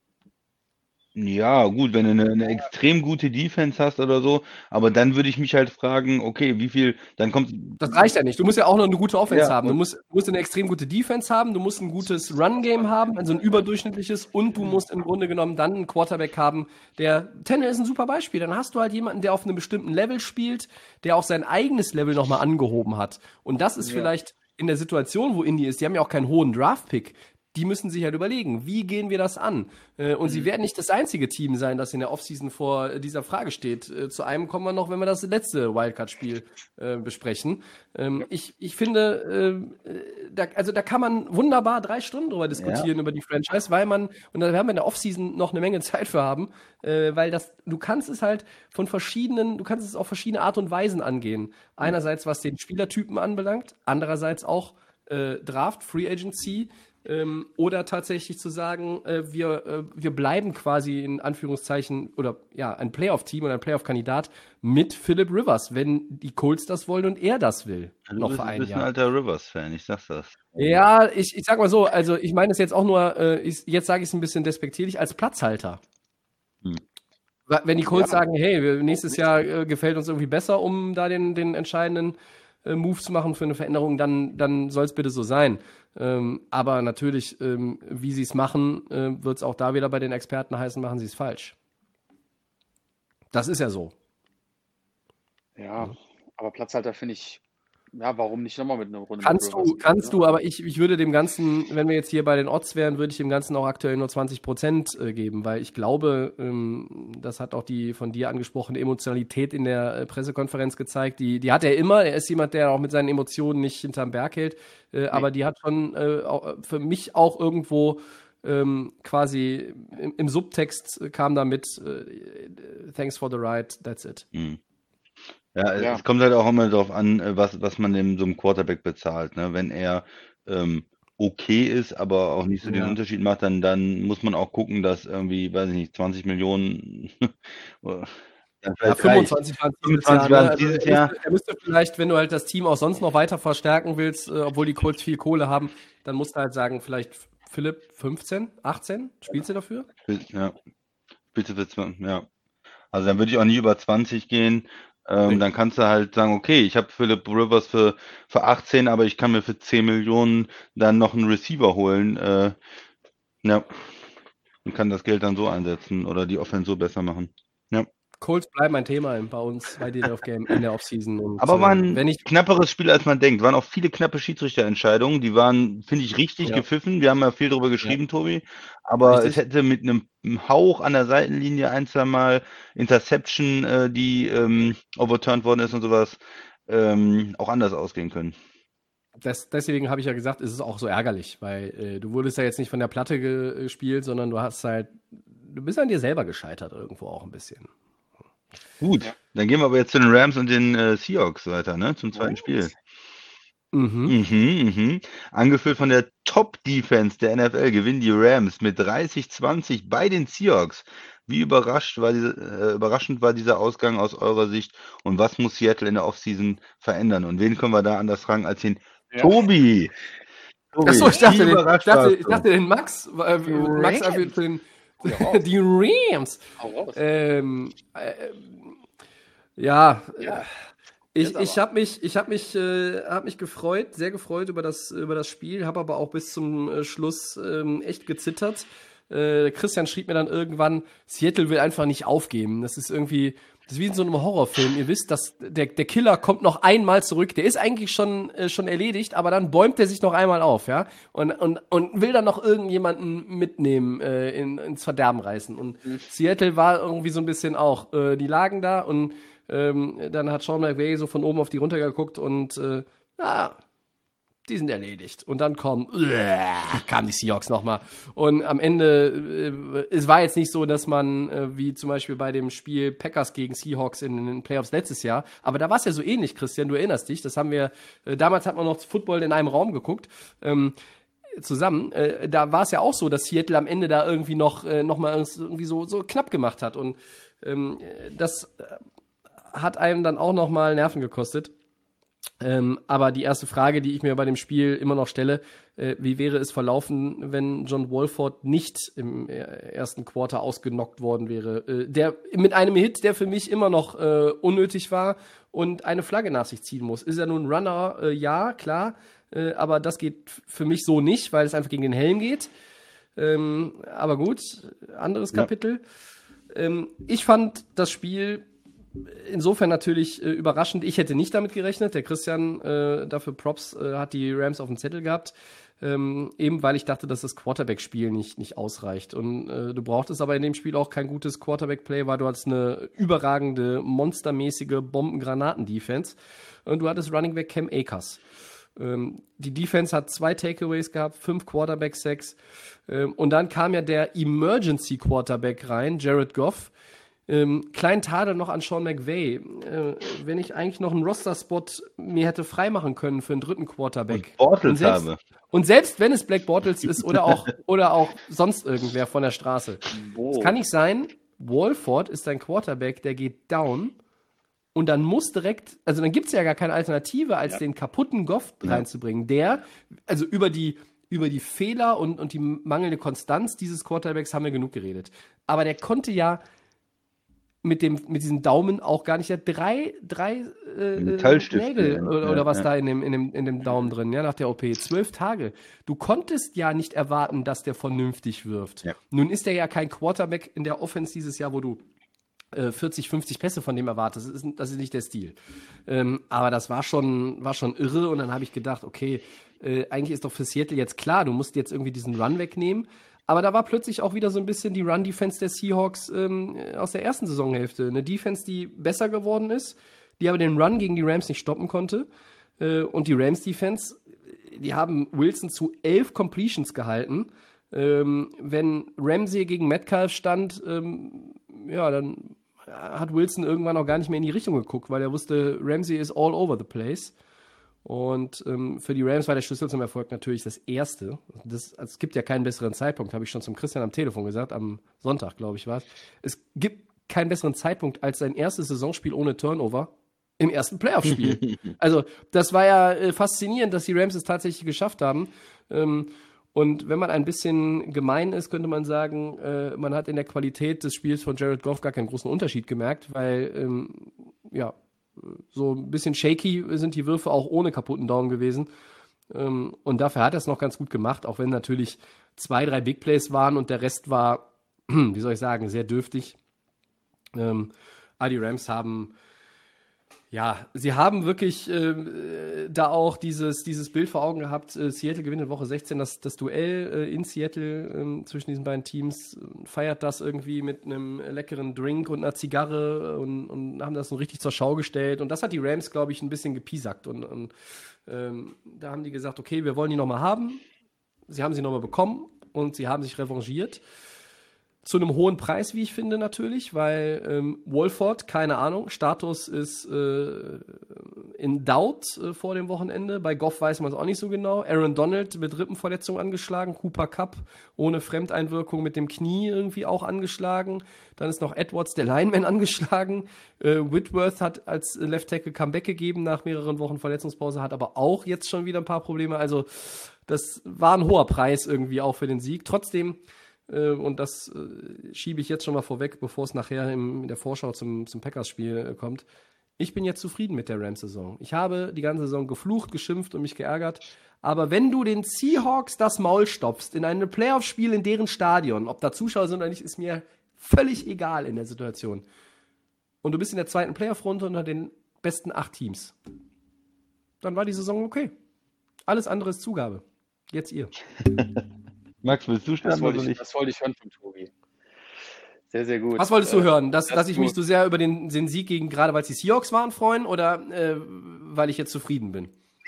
Ja, gut, wenn du eine, eine extrem gute Defense hast oder so, aber dann würde ich mich halt fragen, okay, wie viel, dann kommt. Das reicht ja nicht. Du musst ja auch noch eine gute Offense Ja, haben. Du musst, du musst eine extrem gute Defense haben, du musst ein gutes Run-Game haben, also ein überdurchschnittliches, und du musst im Grunde genommen dann einen Quarterback haben, der, Tannehill ist ein super Beispiel, dann hast du halt jemanden, der auf einem bestimmten Level spielt, der auch sein eigenes Level nochmal angehoben hat. Und das ist ja. vielleicht in der Situation, wo Indy ist, die haben ja auch keinen hohen Draft-Pick. Die müssen sich halt überlegen, wie gehen wir das an? Und mhm. sie werden nicht das einzige Team sein, das in der Offseason vor dieser Frage steht. Zu einem kommen wir noch, wenn wir das letzte Wildcard-Spiel äh, besprechen. Ähm, ja. ich, ich finde, äh, da, also da kann man wunderbar drei Stunden drüber diskutieren, ja. über die Franchise, weil man, und da werden wir in der Offseason noch eine Menge Zeit für haben, äh, weil das, du kannst es halt von verschiedenen, du kannst es auf verschiedene Art und Weisen angehen. Einerseits, was den Spielertypen anbelangt, andererseits auch äh, Draft, Free Agency, Ähm, oder tatsächlich zu sagen, äh, wir, äh, wir bleiben quasi in Anführungszeichen oder ja, ein Playoff-Team oder ein Playoff-Kandidat mit Philip Rivers, wenn die Colts das wollen und er das will. Du noch bist, für ein bist Jahr. ein alter Rivers-Fan, ich sag's das. Ja, ich, ich sag mal so, also ich meine es jetzt auch nur, äh, ich, jetzt sage ich es ein bisschen despektierlich, als Platzhalter. Hm. Wenn die Colts ja. sagen, hey, nächstes Jahr äh, gefällt uns irgendwie besser, um da den, den entscheidenden äh, Move zu machen für eine Veränderung, dann, dann soll es bitte so sein. Ähm, aber natürlich, ähm, wie sie es machen, äh, wird es auch da wieder bei den Experten heißen, machen sie es falsch. Das ist ja so. Ja, aber Platzhalter finde ich, ja, warum nicht nochmal mit einer Runde? Kannst du, kannst du, aber ich, ich würde dem Ganzen, wenn wir jetzt hier bei den Odds wären, würde ich dem Ganzen auch aktuell nur zwanzig Prozent äh, geben, weil ich glaube, ähm, das hat auch die von dir angesprochene Emotionalität in der äh, Pressekonferenz gezeigt. Die, die hat er immer. Er ist jemand, der auch mit seinen Emotionen nicht hinterm Berg hält. Äh, nee. Aber die hat schon äh, auch, für mich auch irgendwo ähm, quasi im, im Subtext kam damit äh, Thanks for the ride, that's it. Mhm. Ja, ja, es kommt halt auch immer darauf an, was, was man dem so einem Quarterback bezahlt. Ne? Wenn er ähm, okay ist, aber auch nicht so ja. den Unterschied macht, dann, dann muss man auch gucken, dass irgendwie, weiß ich nicht, zwanzig Millionen dann ja, fünfundzwanzig waren dieses Jahr. Ne? Also dieses Jahr. Er, müsste, er müsste vielleicht, wenn du halt das Team auch sonst noch weiter verstärken willst, äh, obwohl die Colts viel Kohle haben, dann musst du halt sagen, vielleicht Philipp fünfzehn, achtzehn, spielst du dafür? Ja, bitte für zwanzig, ja. Also dann würde ich auch nie über zwanzig gehen. Ähm, dann kannst du halt sagen, okay, ich habe Philip Rivers für, für achtzehn, aber ich kann mir für zehn Millionen dann noch einen Receiver holen. Äh, ja. Und kann das Geld dann so einsetzen oder die Offense so besser machen. Ja. Colts bleiben ein Thema bei uns bei D D F Game in der Offseason. Und, aber war ein äh, wenn ich knapperes Spiel, als man denkt. Waren auch viele knappe Schiedsrichterentscheidungen. Die waren, finde ich, richtig ja. gepfiffen. Wir haben ja viel darüber geschrieben, ja. Tobi. Aber richtig. Es hätte mit einem Hauch an der Seitenlinie ein, zwei Mal Interception, äh, die ähm, overturned worden ist und sowas, ähm, auch anders ausgehen können. Das, deswegen habe ich ja gesagt, ist es auch so ärgerlich, weil äh, du wurdest ja jetzt nicht von der Platte gespielt, sondern du hast halt, du bist an dir selber gescheitert irgendwo auch ein bisschen. Gut, ja. Dann gehen wir aber jetzt zu den Rams und den äh, Seahawks weiter, ne? Zum zweiten Spiel. Mhm. Mhm, mhm. Angeführt von der Top-Defense der N F L gewinnen die Rams mit dreißig zwanzig bei den Seahawks. Wie überrascht war diese, äh, überraschend war dieser Ausgang aus eurer Sicht und was muss Seattle in der Offseason verändern? Und wen können wir da anders fragen als den ja. Tobi? Tobi? Achso, ich dachte, den, ich, dachte, ich dachte den Max. Äh, Max für den, die Rams. Ähm, äh, ja, ja. Ich, ich habe mich, ich habe mich, äh, hab mich gefreut, sehr gefreut über das, über das Spiel, habe aber auch bis zum äh, Schluss ähm, echt gezittert. Äh, Christian schrieb mir dann irgendwann, Seattle will einfach nicht aufgeben. Das ist irgendwie, das ist wie in so einem Horrorfilm. Ihr wisst, dass der, der Killer kommt noch einmal zurück. Der ist eigentlich schon, äh, schon erledigt, aber dann bäumt er sich noch einmal auf, ja, und und und will dann noch irgendjemanden mitnehmen, äh, in, ins Verderben reißen. Und mhm. Seattle war irgendwie so ein bisschen auch. Äh, die lagen da und Ähm, dann hat Sean McVay so von oben auf die runter geguckt und äh, na, die sind erledigt. Und dann kommen, uh, kamen die Seahawks nochmal. Und am Ende, äh, es war jetzt nicht so, dass man, äh, wie zum Beispiel bei dem Spiel Packers gegen Seahawks in den Playoffs letztes Jahr, aber da war es ja so ähnlich, Christian, du erinnerst dich, das haben wir, äh, damals hat man noch Football in einem Raum geguckt, ähm, zusammen, äh, da war es ja auch so, dass Seattle am Ende da irgendwie noch, äh, noch mal irgendwie so, so knapp gemacht hat. Und ähm, das hat einem dann auch noch mal Nerven gekostet. Ähm, aber die erste Frage, die ich mir bei dem Spiel immer noch stelle, äh, wie wäre es verlaufen, wenn John Wolford nicht im ersten Quarter ausgenockt worden wäre? Äh, der mit einem Hit, der für mich immer noch äh, unnötig war und eine Flagge nach sich ziehen muss. Ist er nun Runner? Äh, ja, klar. Äh, aber das geht für mich so nicht, weil es einfach gegen den Helm geht. Ähm, aber gut, anderes Kapitel. Ja. Ähm, ich fand das Spiel insofern natürlich äh, überraschend. Ich hätte nicht damit gerechnet. Der Christian, äh, dafür Props, äh, hat die Rams auf dem Zettel gehabt. Ähm, eben weil ich dachte, dass das Quarterback-Spiel nicht, nicht ausreicht. Und äh, du brauchtest aber in dem Spiel auch kein gutes Quarterback-Play, weil du hattest eine überragende, monstermäßige Bomben-Granaten-Defense. Und du hattest Running Back Cam Akers. Ähm, die Defense hat zwei Takeaways gehabt, fünf Quarterback-Sacks. Ähm, und dann kam ja der Emergency-Quarterback rein, Jared Goff. Ähm, kleinen Tadel noch an Sean McVay. Äh, wenn ich eigentlich noch einen Roster-Spot mir hätte freimachen können für einen dritten Quarterback. Und Bortles und selbst, habe. Und selbst wenn es Black Bortles ist oder auch, oder auch sonst irgendwer von der Straße. Es kann nicht sein, Wolford ist ein Quarterback, der geht down und dann muss direkt, also dann gibt es ja gar keine Alternative, als ja. den kaputten Goff ja. reinzubringen. Der, also über die über die Fehler und, und die mangelnde Konstanz dieses Quarterbacks haben wir genug geredet. Aber der konnte ja mit dem mit diesem Daumen auch gar nicht, ja drei drei äh, Nägel oder, ja, oder was ja. da in dem in dem in dem Daumen drin, ja, nach der O P, zwölf Tage. Du konntest ja nicht erwarten, dass der vernünftig wirft. Ja. Nun ist er ja kein Quarterback in der Offense dieses Jahr, wo du äh, vierzig, fünfzig Pässe von dem erwartest. Das ist, das ist nicht der Stil. Ähm, aber das war schon war schon irre und dann habe ich gedacht, okay, äh, eigentlich ist doch für Seattle jetzt klar, du musst jetzt irgendwie diesen Run wegnehmen. Aber da war plötzlich auch wieder so ein bisschen die Run-Defense der Seahawks ähm, aus der ersten Saisonhälfte. Eine Defense, die besser geworden ist, die aber den Run gegen die Rams nicht stoppen konnte. Äh, und die Rams-Defense, die haben Wilson zu elf Completions gehalten. Ähm, wenn Ramsey gegen Metcalf stand, ähm, ja, dann hat Wilson irgendwann auch gar nicht mehr in die Richtung geguckt, weil er wusste, Ramsey is all over the place. Und ähm, für die Rams war der Schlüssel zum Erfolg natürlich das Erste. Das, also es gibt ja keinen besseren Zeitpunkt, habe ich schon zum Christian am Telefon gesagt, am Sonntag, glaube ich, war es. Es gibt keinen besseren Zeitpunkt als sein erstes Saisonspiel ohne Turnover im ersten Playoff-Spiel. Also das war ja äh, faszinierend, dass die Rams es tatsächlich geschafft haben. Ähm, und wenn man ein bisschen gemein ist, könnte man sagen, äh, man hat in der Qualität des Spiels von Jared Goff gar keinen großen Unterschied gemerkt, weil, ähm, ja, so ein bisschen shaky sind die Würfe auch ohne kaputten Daumen gewesen. Und dafür hat er es noch ganz gut gemacht, auch wenn natürlich zwei, drei Big Plays waren und der Rest war, wie soll ich sagen, sehr dürftig. Aber die Rams haben, ja, sie haben wirklich äh, da auch dieses, dieses Bild vor Augen gehabt. Äh, Seattle gewinnt in Woche sechzehn das, das Duell äh, in Seattle äh, zwischen diesen beiden Teams, feiert das irgendwie mit einem leckeren Drink und einer Zigarre und, und haben das so richtig zur Schau gestellt. Und das hat die Rams, glaube ich, ein bisschen gepiesackt. Und, und ähm, da haben die gesagt, okay, wir wollen die nochmal haben. Sie haben sie nochmal bekommen und sie haben sich revanchiert. Zu einem hohen Preis, wie ich finde, natürlich, weil ähm, Wolford, keine Ahnung, Status ist äh, in Doubt äh, vor dem Wochenende. Bei Goff weiß man es auch nicht so genau. Aaron Donald mit Rippenverletzung angeschlagen. Cooper Kupp ohne Fremdeinwirkung mit dem Knie irgendwie auch angeschlagen. Dann ist noch Edwards, der Lineman, angeschlagen. Äh, Whitworth hat als Left Tackle Comeback gegeben nach mehreren Wochen Verletzungspause, hat aber auch jetzt schon wieder ein paar Probleme. Also das war ein hoher Preis irgendwie auch für den Sieg. Trotzdem, und das äh, schiebe ich jetzt schon mal vorweg, bevor es nachher im, in der Vorschau zum, zum Packers-Spiel äh, kommt. Ich bin jetzt zufrieden mit der Rams-Saison. Ich habe die ganze Saison geflucht, geschimpft und mich geärgert. Aber wenn du den Seahawks das Maul stopfst in einem Playoff-Spiel in deren Stadion, ob da Zuschauer sind oder nicht, ist mir völlig egal in der Situation. Und du bist in der zweiten Playoff-Runde unter den besten acht Teams, dann war die Saison okay. Alles andere ist Zugabe. Jetzt ihr. Max, willst du starten oder nicht? Das wollte ich hören von Tobi. Sehr, sehr gut. Was wolltest du äh, hören? Dass, das dass ich gut. mich so sehr über den, den Sieg gegen, gerade weil es die Seahawks waren, freuen oder äh, weil ich jetzt zufrieden bin? Nee,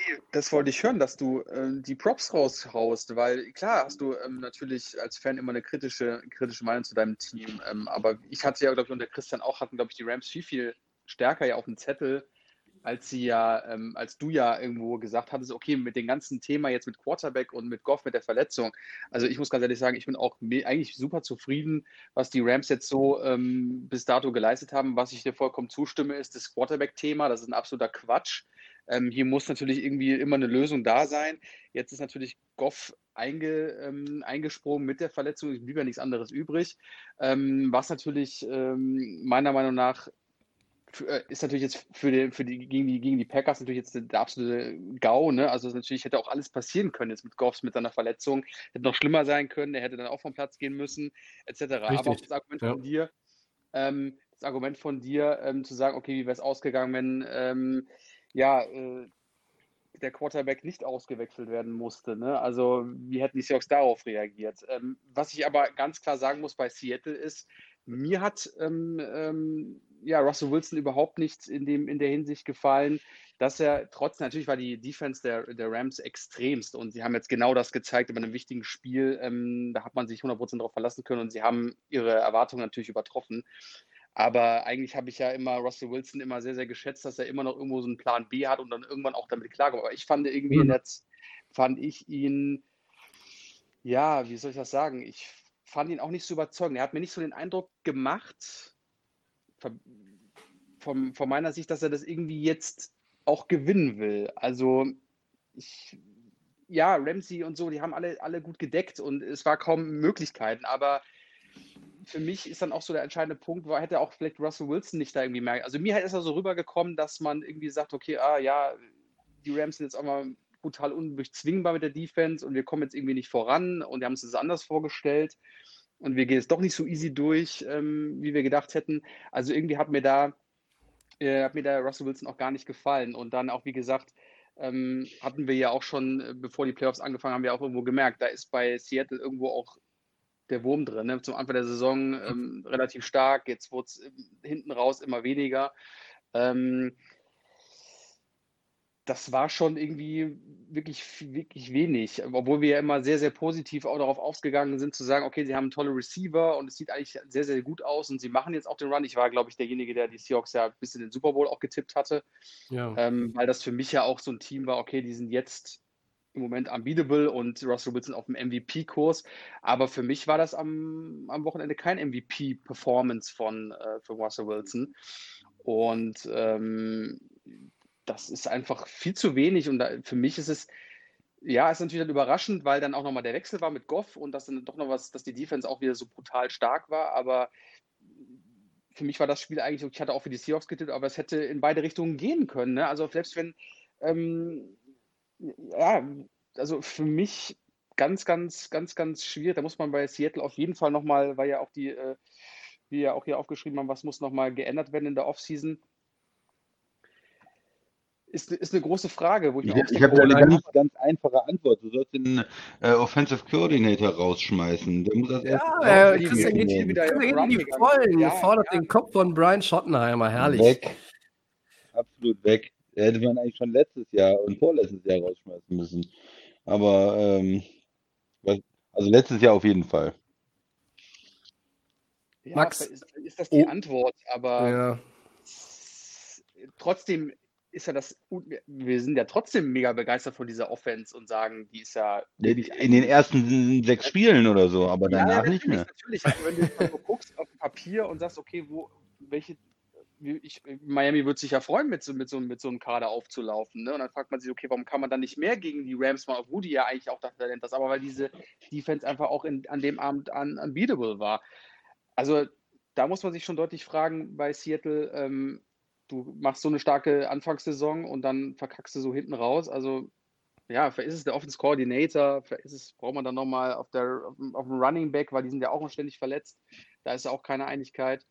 Das wollte ich hören, dass du ähm, die Props raushaust, weil klar hast du ähm, natürlich als Fan immer eine kritische, kritische Meinung zu deinem Team, ähm, aber ich hatte ja, glaube ich, und der Christian auch, hatten, glaube ich, die Rams viel, viel stärker ja auf dem Zettel, als sie ja, ähm, als du ja irgendwo gesagt hattest, okay, mit dem ganzen Thema jetzt mit Quarterback und mit Goff, mit der Verletzung. Also ich muss ganz ehrlich sagen, ich bin auch me- eigentlich super zufrieden, was die Rams jetzt so ähm, bis dato geleistet haben. Was ich dir vollkommen zustimme, ist das Quarterback-Thema. Das ist ein absoluter Quatsch. Ähm, hier muss natürlich irgendwie immer eine Lösung da sein. Jetzt ist natürlich Goff einge, ähm, eingesprungen mit der Verletzung. Es blieb ja nichts anderes übrig. Ähm, was natürlich ähm, meiner Meinung nach für, ist natürlich jetzt für die, für die, gegen die, gegen die Packers natürlich jetzt der, der absolute GAU, ne? Also natürlich hätte auch alles passieren können jetzt mit Goffs, mit seiner Verletzung. Hätte noch schlimmer sein können, er hätte dann auch vom Platz gehen müssen, et cetera. Aber auch Richtig. das Argument Ja. von dir, ähm, das Argument von dir, ähm, zu sagen, okay, wie wäre es ausgegangen, wenn ähm, ja, äh, der Quarterback nicht ausgewechselt werden musste. Ne? Also wie hätten die Seahawks darauf reagiert? Ähm, was ich aber ganz klar sagen muss bei Seattle ist, mir hat ähm, ähm, ja, Russell Wilson überhaupt nicht in, dem, in der Hinsicht gefallen, dass er trotzdem, natürlich war die Defense der, der Rams extremst und sie haben jetzt genau das gezeigt in einem wichtigen Spiel. Ähm, da hat man sich hundert Prozent darauf verlassen können und sie haben ihre Erwartungen natürlich übertroffen. Aber eigentlich habe ich ja immer Russell Wilson immer sehr, sehr geschätzt, dass er immer noch irgendwo so einen Plan B hat und dann irgendwann auch damit klarkommt. Aber ich fand irgendwie in Mhm. der, Z- fand ich ihn, ja, wie soll ich das sagen? Ich fand ihn auch nicht so überzeugend. Er hat mir nicht so den Eindruck gemacht, von, von, von meiner Sicht, dass er das irgendwie jetzt auch gewinnen will. Also ich, ja, Ramsey und so, die haben alle, alle gut gedeckt und es war kaum Möglichkeiten, aber für mich ist dann auch so der entscheidende Punkt, war, hätte auch vielleicht Russell Wilson nicht da irgendwie mehr. Also mir ist er so rübergekommen, dass man irgendwie sagt, okay, ah ja, die Rams sind jetzt auch mal brutal undurchzwingbar mit der Defense und wir kommen jetzt irgendwie nicht voran und wir haben uns das anders vorgestellt und wir gehen jetzt doch nicht so easy durch, ähm, wie wir gedacht hätten. Also irgendwie hat mir da, äh, hat mir da Russell Wilson auch gar nicht gefallen. Und dann auch, wie gesagt, ähm, hatten wir ja auch schon, äh, bevor die Playoffs angefangen haben, wir auch irgendwo gemerkt, da ist bei Seattle irgendwo auch der Wurm drin. Ne? Zum Anfang der Saison ähm, relativ stark, jetzt wurde es hinten raus immer weniger. Ähm, das war schon irgendwie wirklich, wirklich wenig, obwohl wir ja immer sehr, sehr positiv auch darauf ausgegangen sind, zu sagen, okay, sie haben tolle Receiver und es sieht eigentlich sehr, sehr gut aus und sie machen jetzt auch den Run. Ich war, glaube ich, derjenige, der die Seahawks ja bis in den Super Bowl auch getippt hatte, Ja. ähm, weil das für mich ja auch so ein Team war, okay, die sind jetzt im Moment unbeatable und Russell Wilson auf dem M V P-Kurs. Aber für mich war das am, am Wochenende kein M V P-Performance von, äh, von Russell Wilson. Und ähm, das ist einfach viel zu wenig. Und da, für mich ist es, ja, ist natürlich dann überraschend, weil dann auch nochmal der Wechsel war mit Goff und dass dann doch noch was, dass die Defense auch wieder so brutal stark war. Aber für mich war das Spiel eigentlich, ich hatte auch für die Seahawks getippt, aber es hätte in beide Richtungen gehen können. Ne? Also selbst wenn, ähm, ja, also für mich ganz, ganz, ganz, ganz schwierig. Da muss man bei Seattle auf jeden Fall nochmal, weil ja auch die, äh, wie ja auch hier aufgeschrieben haben, was muss nochmal geändert werden in der Offseason. Ist, ist eine große Frage, wo ich Ich, mir auch ich denke, habe da oh, eine Nein. ganz, ganz einfache Antwort. Du sollst den äh, Offensive Coordinator rausschmeißen. Der muss als Ja, erstes äh, die Christian rausgeschmissen geht, hier werden. wieder Christian geht in Run die gegangen. Vollen, Ja, fordert ja, den Kopf von Brian Schottenheimer, herrlich. Weg. Absolut weg. Der hätte man eigentlich schon letztes Jahr und vorletztes Jahr rausschmeißen müssen. Aber, ähm, was, also letztes Jahr auf jeden Fall. ja, Max, ist, ist das die oh, Antwort, aber ja, trotzdem ist ja das, wir sind ja trotzdem mega begeistert von dieser Offense und sagen, die ist ja wirklich In den ein, ersten sechs Spielen oder so, aber ja, ja, danach nicht natürlich, mehr. natürlich. Aber wenn du jetzt mal so guckst auf dem Papier und sagst, okay, wo, welche, wie- ich, Miami wird sich ja freuen, mit so, mit so, mit so einem Kader aufzulaufen. Ne? Und dann fragt man sich, okay, warum kann man dann nicht mehr gegen die Rams machen, obwohl die ja eigentlich auch das Talent hast, aber weil diese Defense einfach auch in, an dem Abend un, unbeatable war. Also da muss man sich schon deutlich fragen bei Seattle, ähm, du machst so eine starke Anfangssaison und dann verkackst du so hinten raus. Also ja, vielleicht ist es der Offense Coordinator, vielleicht ist es, braucht man dann nochmal auf der auf dem, auf dem Running Back, weil die sind ja auch noch ständig verletzt. Da ist ja auch keine Einigkeit.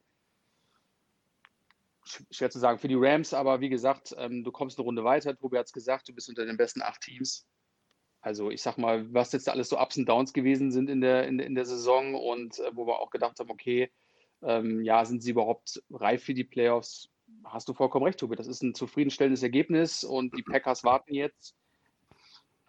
Sch- Schwer zu sagen für die Rams, aber wie gesagt, ähm, du kommst eine Runde weiter. Tobi hat es gesagt, du bist unter den besten acht Teams. Also ich sag mal, was jetzt da alles so Ups und Downs gewesen sind in der, in der, in der Saison und äh, wo wir auch gedacht haben, okay, ähm, ja, sind sie überhaupt reif für die Playoffs? Hast du vollkommen recht, Tobi. Das ist ein zufriedenstellendes Ergebnis und die Packers warten jetzt.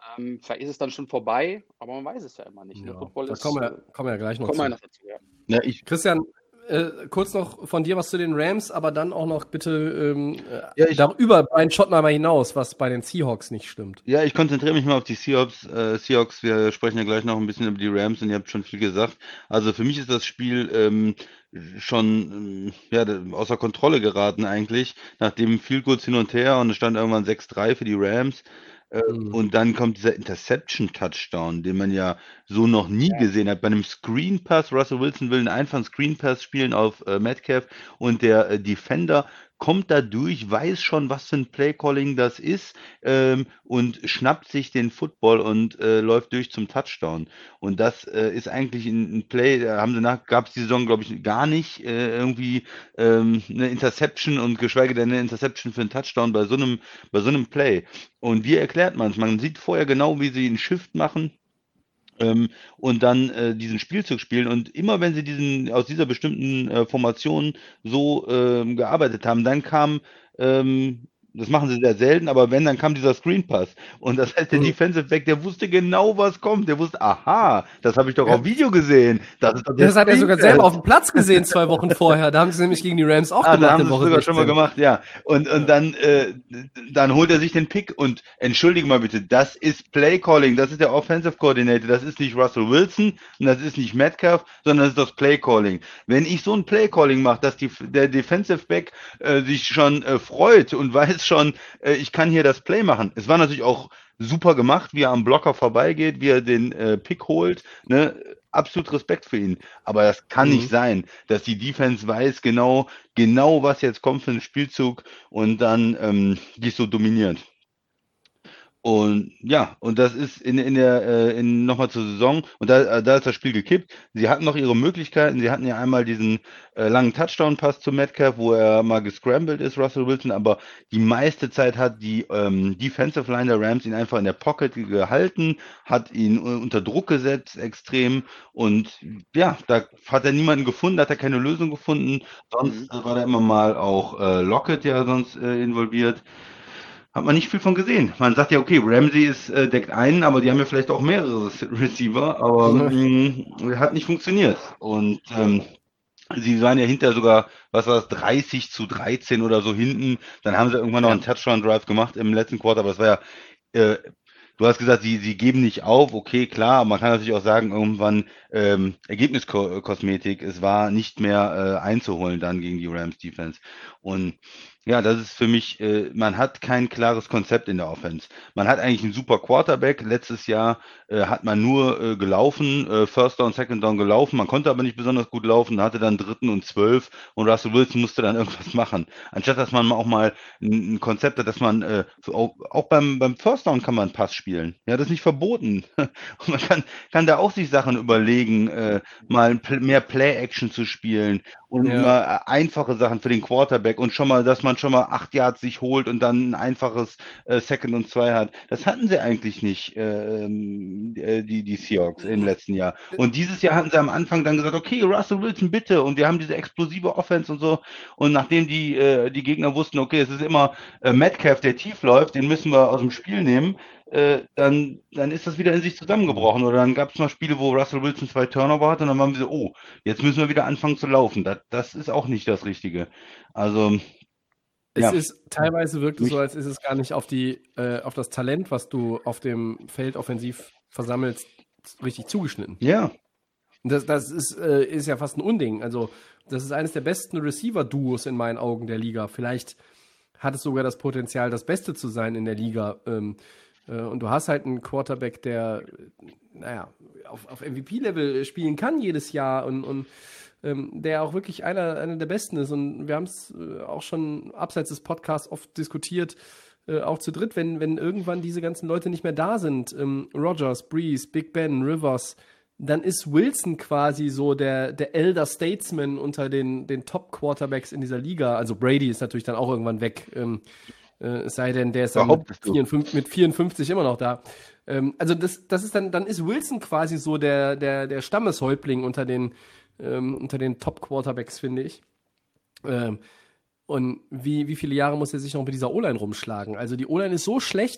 Ähm, vielleicht ist es dann schon vorbei, aber man weiß es ja immer nicht. Ne? Ja, Football da ist, kommen äh, wir, kommen wir ja gleich noch kommen wir zu. noch dazu, ja. Ja, ich, Christian, äh, kurz noch von dir was zu den Rams, aber dann auch noch bitte ähm, Ja, äh, ich- darüber Brian Schottenheimer hinaus, was bei den Seahawks nicht stimmt. ja, ich konzentriere mich mal auf die Seahawks. Äh, Seahawks, wir sprechen ja gleich noch ein bisschen über die Rams und ihr habt schon viel gesagt. Also für mich ist das Spiel ähm, schon ähm, ja, de- außer Kontrolle geraten eigentlich, nachdem viel kurz hin und her und es stand irgendwann sechs drei für die Rams. Äh, Mhm. Und dann kommt dieser Interception-Touchdown, den man ja so noch nie Ja. gesehen hat. Bei einem Screen Pass, Russell Wilson will einen einfachen Screen Pass spielen auf äh, Metcalf und der äh, Defender kommt da durch, weiß schon, was für ein Play-Calling das ist ähm, und schnappt sich den Football und äh, läuft durch zum Touchdown. Und das äh, ist eigentlich ein, ein Play, da haben sie nach, gab es die Saison, glaube ich, gar nicht äh, irgendwie ähm, eine Interception und geschweige denn eine Interception für einen Touchdown bei so einem, bei so einem Play. Und wie erklärt man es? Man sieht vorher genau, wie sie einen Shift machen ähm, und dann äh, diesen Spielzug spielen. Und immer wenn sie diesen aus dieser bestimmten äh, Formation so ähm, gearbeitet haben, dann kam, ähm, das machen sie sehr selten, aber wenn, dann kam dieser Screen Pass. Und das heißt, der Mhm. Defensive Back, der wusste genau, was kommt. Der wusste, aha, das habe ich doch Ja. auf Video gesehen. Das ist doch der Das hat er Screen sogar Pass. selber auf dem Platz gesehen, zwei Wochen vorher. Da haben sie nämlich gegen die Rams auch Ah, da gemacht haben in sie es Woche sogar schon mal sechzehn. gemacht, ja. Und, und dann, äh, dann holt er sich den Pick und entschuldige mal bitte, das ist Play Calling, das ist der Offensive Coordinator, das ist nicht Russell Wilson und das ist nicht Metcalf, sondern das ist das Play Calling. Wenn ich so ein Play Calling mache, dass die, der Defensive Back äh, sich schon äh, freut und weiß schon, äh, ich kann hier das Play machen. Es war natürlich auch super gemacht, wie er am Blocker vorbeigeht, wie er den äh, Pick holt, ne? Absolut Respekt für ihn. Aber das kann Mhm. nicht sein, dass die Defense weiß genau, genau was jetzt kommt für einen Spielzug und dann ähm, die so dominiert. Und ja, und das ist in, in der, äh, in, nochmal zur Saison, und da, äh, da ist das Spiel gekippt. Sie hatten noch ihre Möglichkeiten. Sie hatten ja einmal diesen äh, langen Touchdown-Pass zu Metcalf, wo er mal gescrambled ist, Russell Wilson, aber die meiste Zeit hat die ähm, Defensive Line der Rams ihn einfach in der Pocket gehalten, hat ihn äh, unter Druck gesetzt, extrem. Und ja, da hat er niemanden gefunden, da hat er keine Lösung gefunden. Sonst Mhm. äh, war da immer mal auch äh, Lockett ja sonst äh, involviert. Hat man nicht viel von gesehen. Man sagt ja, okay, Ramsey ist, äh, deckt einen, aber die haben ja vielleicht auch mehrere Receiver, aber mh, hat nicht funktioniert. Und ähm, sie waren ja hinter sogar, was war das, dreißig zu dreizehn oder so hinten. Dann haben sie irgendwann noch Ja. einen Touchdown-Drive gemacht im letzten Quarter, aber das war ja, äh, du hast gesagt, sie, sie geben nicht auf, okay, klar, man kann natürlich auch sagen, irgendwann ähm, Ergebniskosmetik, es war nicht mehr äh, einzuholen dann gegen die Rams Defense. Und ja, das ist für mich, äh, man hat kein klares Konzept in der Offense. Man hat eigentlich einen super Quarterback. Letztes Jahr äh, hat man nur äh, gelaufen, äh, First Down, Second Down gelaufen. Man konnte aber nicht besonders gut laufen, hatte dann dritten und zwölf und Russell Wilson musste dann irgendwas machen. Anstatt dass man auch mal ein, ein Konzept hat, dass man äh, auch, auch beim, beim First Down kann man Pass spielen. Ja, das ist nicht verboten. Und man kann, kann da auch sich Sachen überlegen, äh, mal ein Pl- mehr Play-Action zu spielen und Ja. mal äh, einfache Sachen für den Quarterback und schon mal, dass man schon mal acht Yards sich holt und dann ein einfaches äh, Second und zwei hat. Das hatten sie eigentlich nicht, ähm, äh, die, die Seahawks im letzten Jahr. Und dieses Jahr hatten sie am Anfang dann gesagt, okay, Russell Wilson, bitte. Und wir haben diese explosive Offense und so. Und nachdem die, äh, die Gegner wussten, okay, es ist immer äh, Metcalf, der tief läuft, den müssen wir aus dem Spiel nehmen, äh, dann, dann ist das wieder in sich zusammengebrochen. Oder dann gab es mal Spiele, wo Russell Wilson zwei Turnover hatte und dann waren wir so, oh, jetzt müssen wir wieder anfangen zu laufen. Das, das ist auch nicht das Richtige. Also, Es ja, ist teilweise wirkt es so, Mich- als ist es gar nicht auf die, äh, auf das Talent, was du auf dem Feld offensiv versammelst, richtig zugeschnitten. ja, Und Das, das ist, äh, ist ja fast ein Unding. Also, das ist eines der besten Receiver-Duos in meinen Augen der Liga. Vielleicht hat es sogar das Potenzial, das Beste zu sein in der Liga. Ähm, äh, und du hast halt einen Quarterback, der, äh, naja, auf, auf M V P-Level spielen kann jedes Jahr und, und ähm, der auch wirklich einer, einer der Besten ist. Und wir haben es äh, auch schon abseits des Podcasts oft diskutiert, äh, auch zu dritt, wenn, wenn irgendwann diese ganzen Leute nicht mehr da sind, ähm, Rodgers, Breeze, Big Ben, Rivers, dann ist Wilson quasi so der, der Elder Statesman unter den, den Top-Quarterbacks in dieser Liga. Also Brady ist natürlich dann auch irgendwann weg, ähm, äh, es sei denn, der ist dann mit Behauptest du? vierundfünfzig, mit vierundfünfzig immer noch da. Ähm, also das, das ist dann, dann ist Wilson quasi so der, der, der Stammeshäuptling unter den, ähm, unter den Top-Quarterbacks, finde ich. Ähm, und wie, wie viele Jahre muss er sich noch mit dieser O-Line rumschlagen? Also die O-Line ist so schlecht,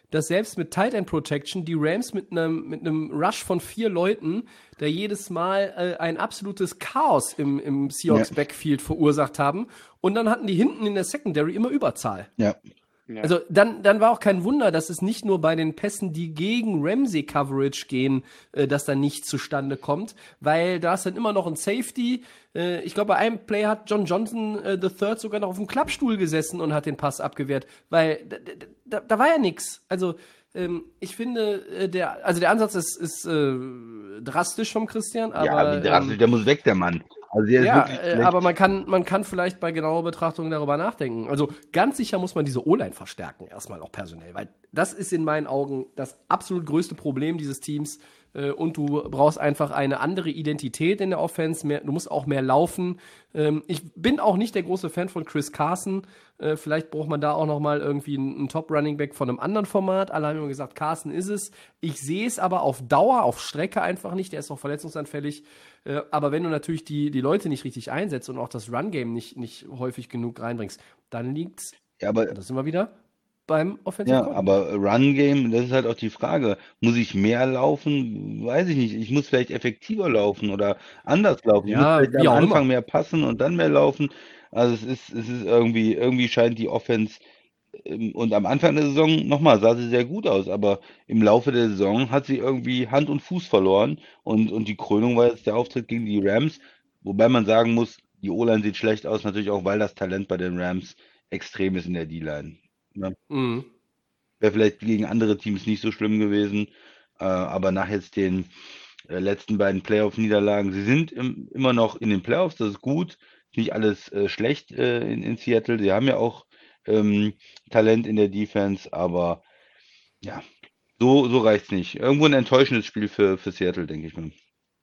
dass selbst mit Tight End Protection die Rams mit einem mit einem Rush von vier Leuten, der jedes Mal äh, ein absolutes Chaos im, im Seahawks Ja. Backfield verursacht haben. Und dann hatten die hinten in der Secondary immer Überzahl. Ja. Ja. Also dann, dann war auch kein Wunder, dass es nicht nur bei den Pässen, die gegen Ramsey-Coverage gehen, äh, dass da nichts zustande kommt, weil da ist dann immer noch ein Safety. Äh, ich glaube, bei einem Play hat John Johnson äh, the Third sogar noch auf dem Klappstuhl gesessen und hat den Pass abgewehrt, weil da, da, da war ja nichts. Also ähm, ich finde, äh, der, also der Ansatz ist, ist äh, drastisch vom Christian, aber ja, wie drastisch, ähm, der muss weg, der Mann. Also der ja, ist wirklich äh, schlecht. aber man kann, man kann vielleicht bei genauer Betrachtung darüber nachdenken. Also ganz sicher muss man diese O-Line verstärken, erstmal auch personell, weil das ist in meinen Augen das absolut größte Problem dieses Teams. Äh, und du brauchst einfach eine andere Identität in der Offense. Mehr, du musst auch mehr laufen. Ähm, ich bin auch nicht der große Fan von Chris Carson. Äh, vielleicht braucht man da auch noch mal irgendwie einen, einen Top-Running-Back von einem anderen Format. Alle haben immer gesagt, Carson ist es. Ich sehe es aber auf Dauer, auf Strecke einfach nicht. Der ist auch verletzungsanfällig. Äh, aber wenn du natürlich die, die Leute nicht richtig einsetzt und auch das Run-Game nicht, nicht häufig genug reinbringst, dann liegt's, Ja, aber das sind wir wieder, beim Offensive Ja, Coordinator. aber Run Game, das ist halt auch die Frage. Muss ich mehr laufen? Weiß ich nicht. Ich muss vielleicht effektiver laufen oder anders laufen. Ich muss Ja, vielleicht wie am auch Anfang immer. mehr passen und dann mehr laufen. Also es ist, es ist irgendwie, irgendwie scheint die Offense, ähm, und am Anfang der Saison, nochmal, sah sie sehr gut aus, aber im Laufe der Saison hat sie irgendwie Hand und Fuß verloren und, und die Krönung war jetzt der Auftritt gegen die Rams, wobei man sagen muss, die O-Line sieht schlecht aus, natürlich auch, weil das Talent bei den Rams extrem ist in der D-Line. Ne? Mhm. Wäre vielleicht gegen andere Teams nicht so schlimm gewesen, äh, aber nach jetzt den äh, letzten beiden Playoff-Niederlagen, sie sind im, immer noch in den Playoffs, das ist gut, nicht alles äh, schlecht äh, in, in Seattle, sie haben ja auch ähm, Talent in der Defense, aber ja, so, so reicht's nicht. Irgendwo ein enttäuschendes Spiel für, für Seattle, denke ich mal.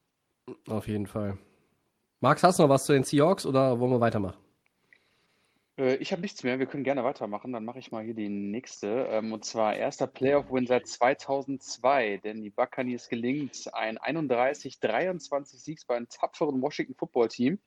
Auf jeden Fall. Max, hast du noch was zu den Seahawks oder wollen wir weitermachen? Äh, Ich habe nichts mehr. Wir können gerne weitermachen. Dann mache ich mal hier die nächste. Ähm, Und zwar erster Playoff-Win seit zweitausendzwei. Denn die Buccaneers gelingt ein einunddreißig dreiundzwanzig Sieg bei einem tapferen Washington Football Team.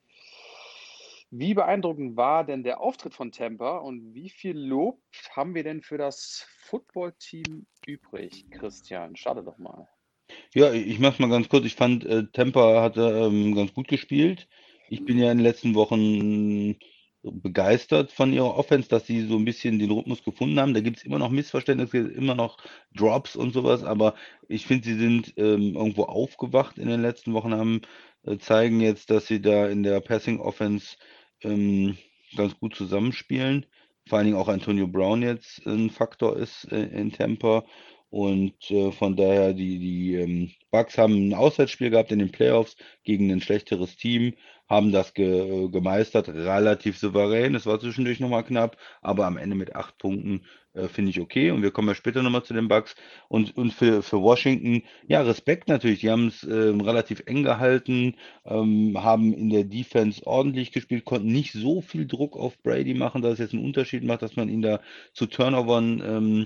Wie beeindruckend war denn der Auftritt von Tampa und wie viel Lob haben wir denn für das Football-Team übrig, Christian? Schade doch mal. Ja, ich mach's mal ganz kurz. Ich fand, äh, Tampa hatte ähm, ganz gut gespielt. Ich bin ja in den letzten Wochen begeistert von ihrer Offense, dass sie so ein bisschen den Rhythmus gefunden haben. Da gibt's immer noch Missverständnisse, immer noch Drops und sowas, aber ich finde, sie sind ähm, irgendwo aufgewacht in den letzten Wochen, haben äh, zeigen jetzt, dass sie da in der Passing Offense ähm, ganz gut zusammenspielen. Vor allen Dingen auch Antonio Brown jetzt ein Faktor ist äh, in Tampa. Und äh, von daher, die, die ähm, Bucks haben ein Auswärtsspiel gehabt in den Playoffs gegen ein schlechteres Team, haben das ge, äh, gemeistert, relativ souverän. Es war zwischendurch nochmal knapp, aber am Ende mit acht Punkten äh, finde ich okay. Und wir kommen ja später nochmal zu den Bucks. Und, und für, für Washington, ja, Respekt natürlich. Die haben es ähm, relativ eng gehalten, ähm, haben in der Defense ordentlich gespielt, konnten nicht so viel Druck auf Brady machen, dass es jetzt einen Unterschied macht, dass man ihn da zu Turnovern ähm,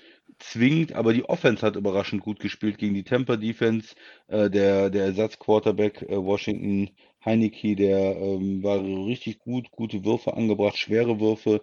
zwingt, aber die Offense hat überraschend gut gespielt gegen die Tampa Defense. Äh, der, der Ersatzquarterback äh, Washington, Heinicke, der ähm, war richtig gut, gute Würfe angebracht, schwere Würfe,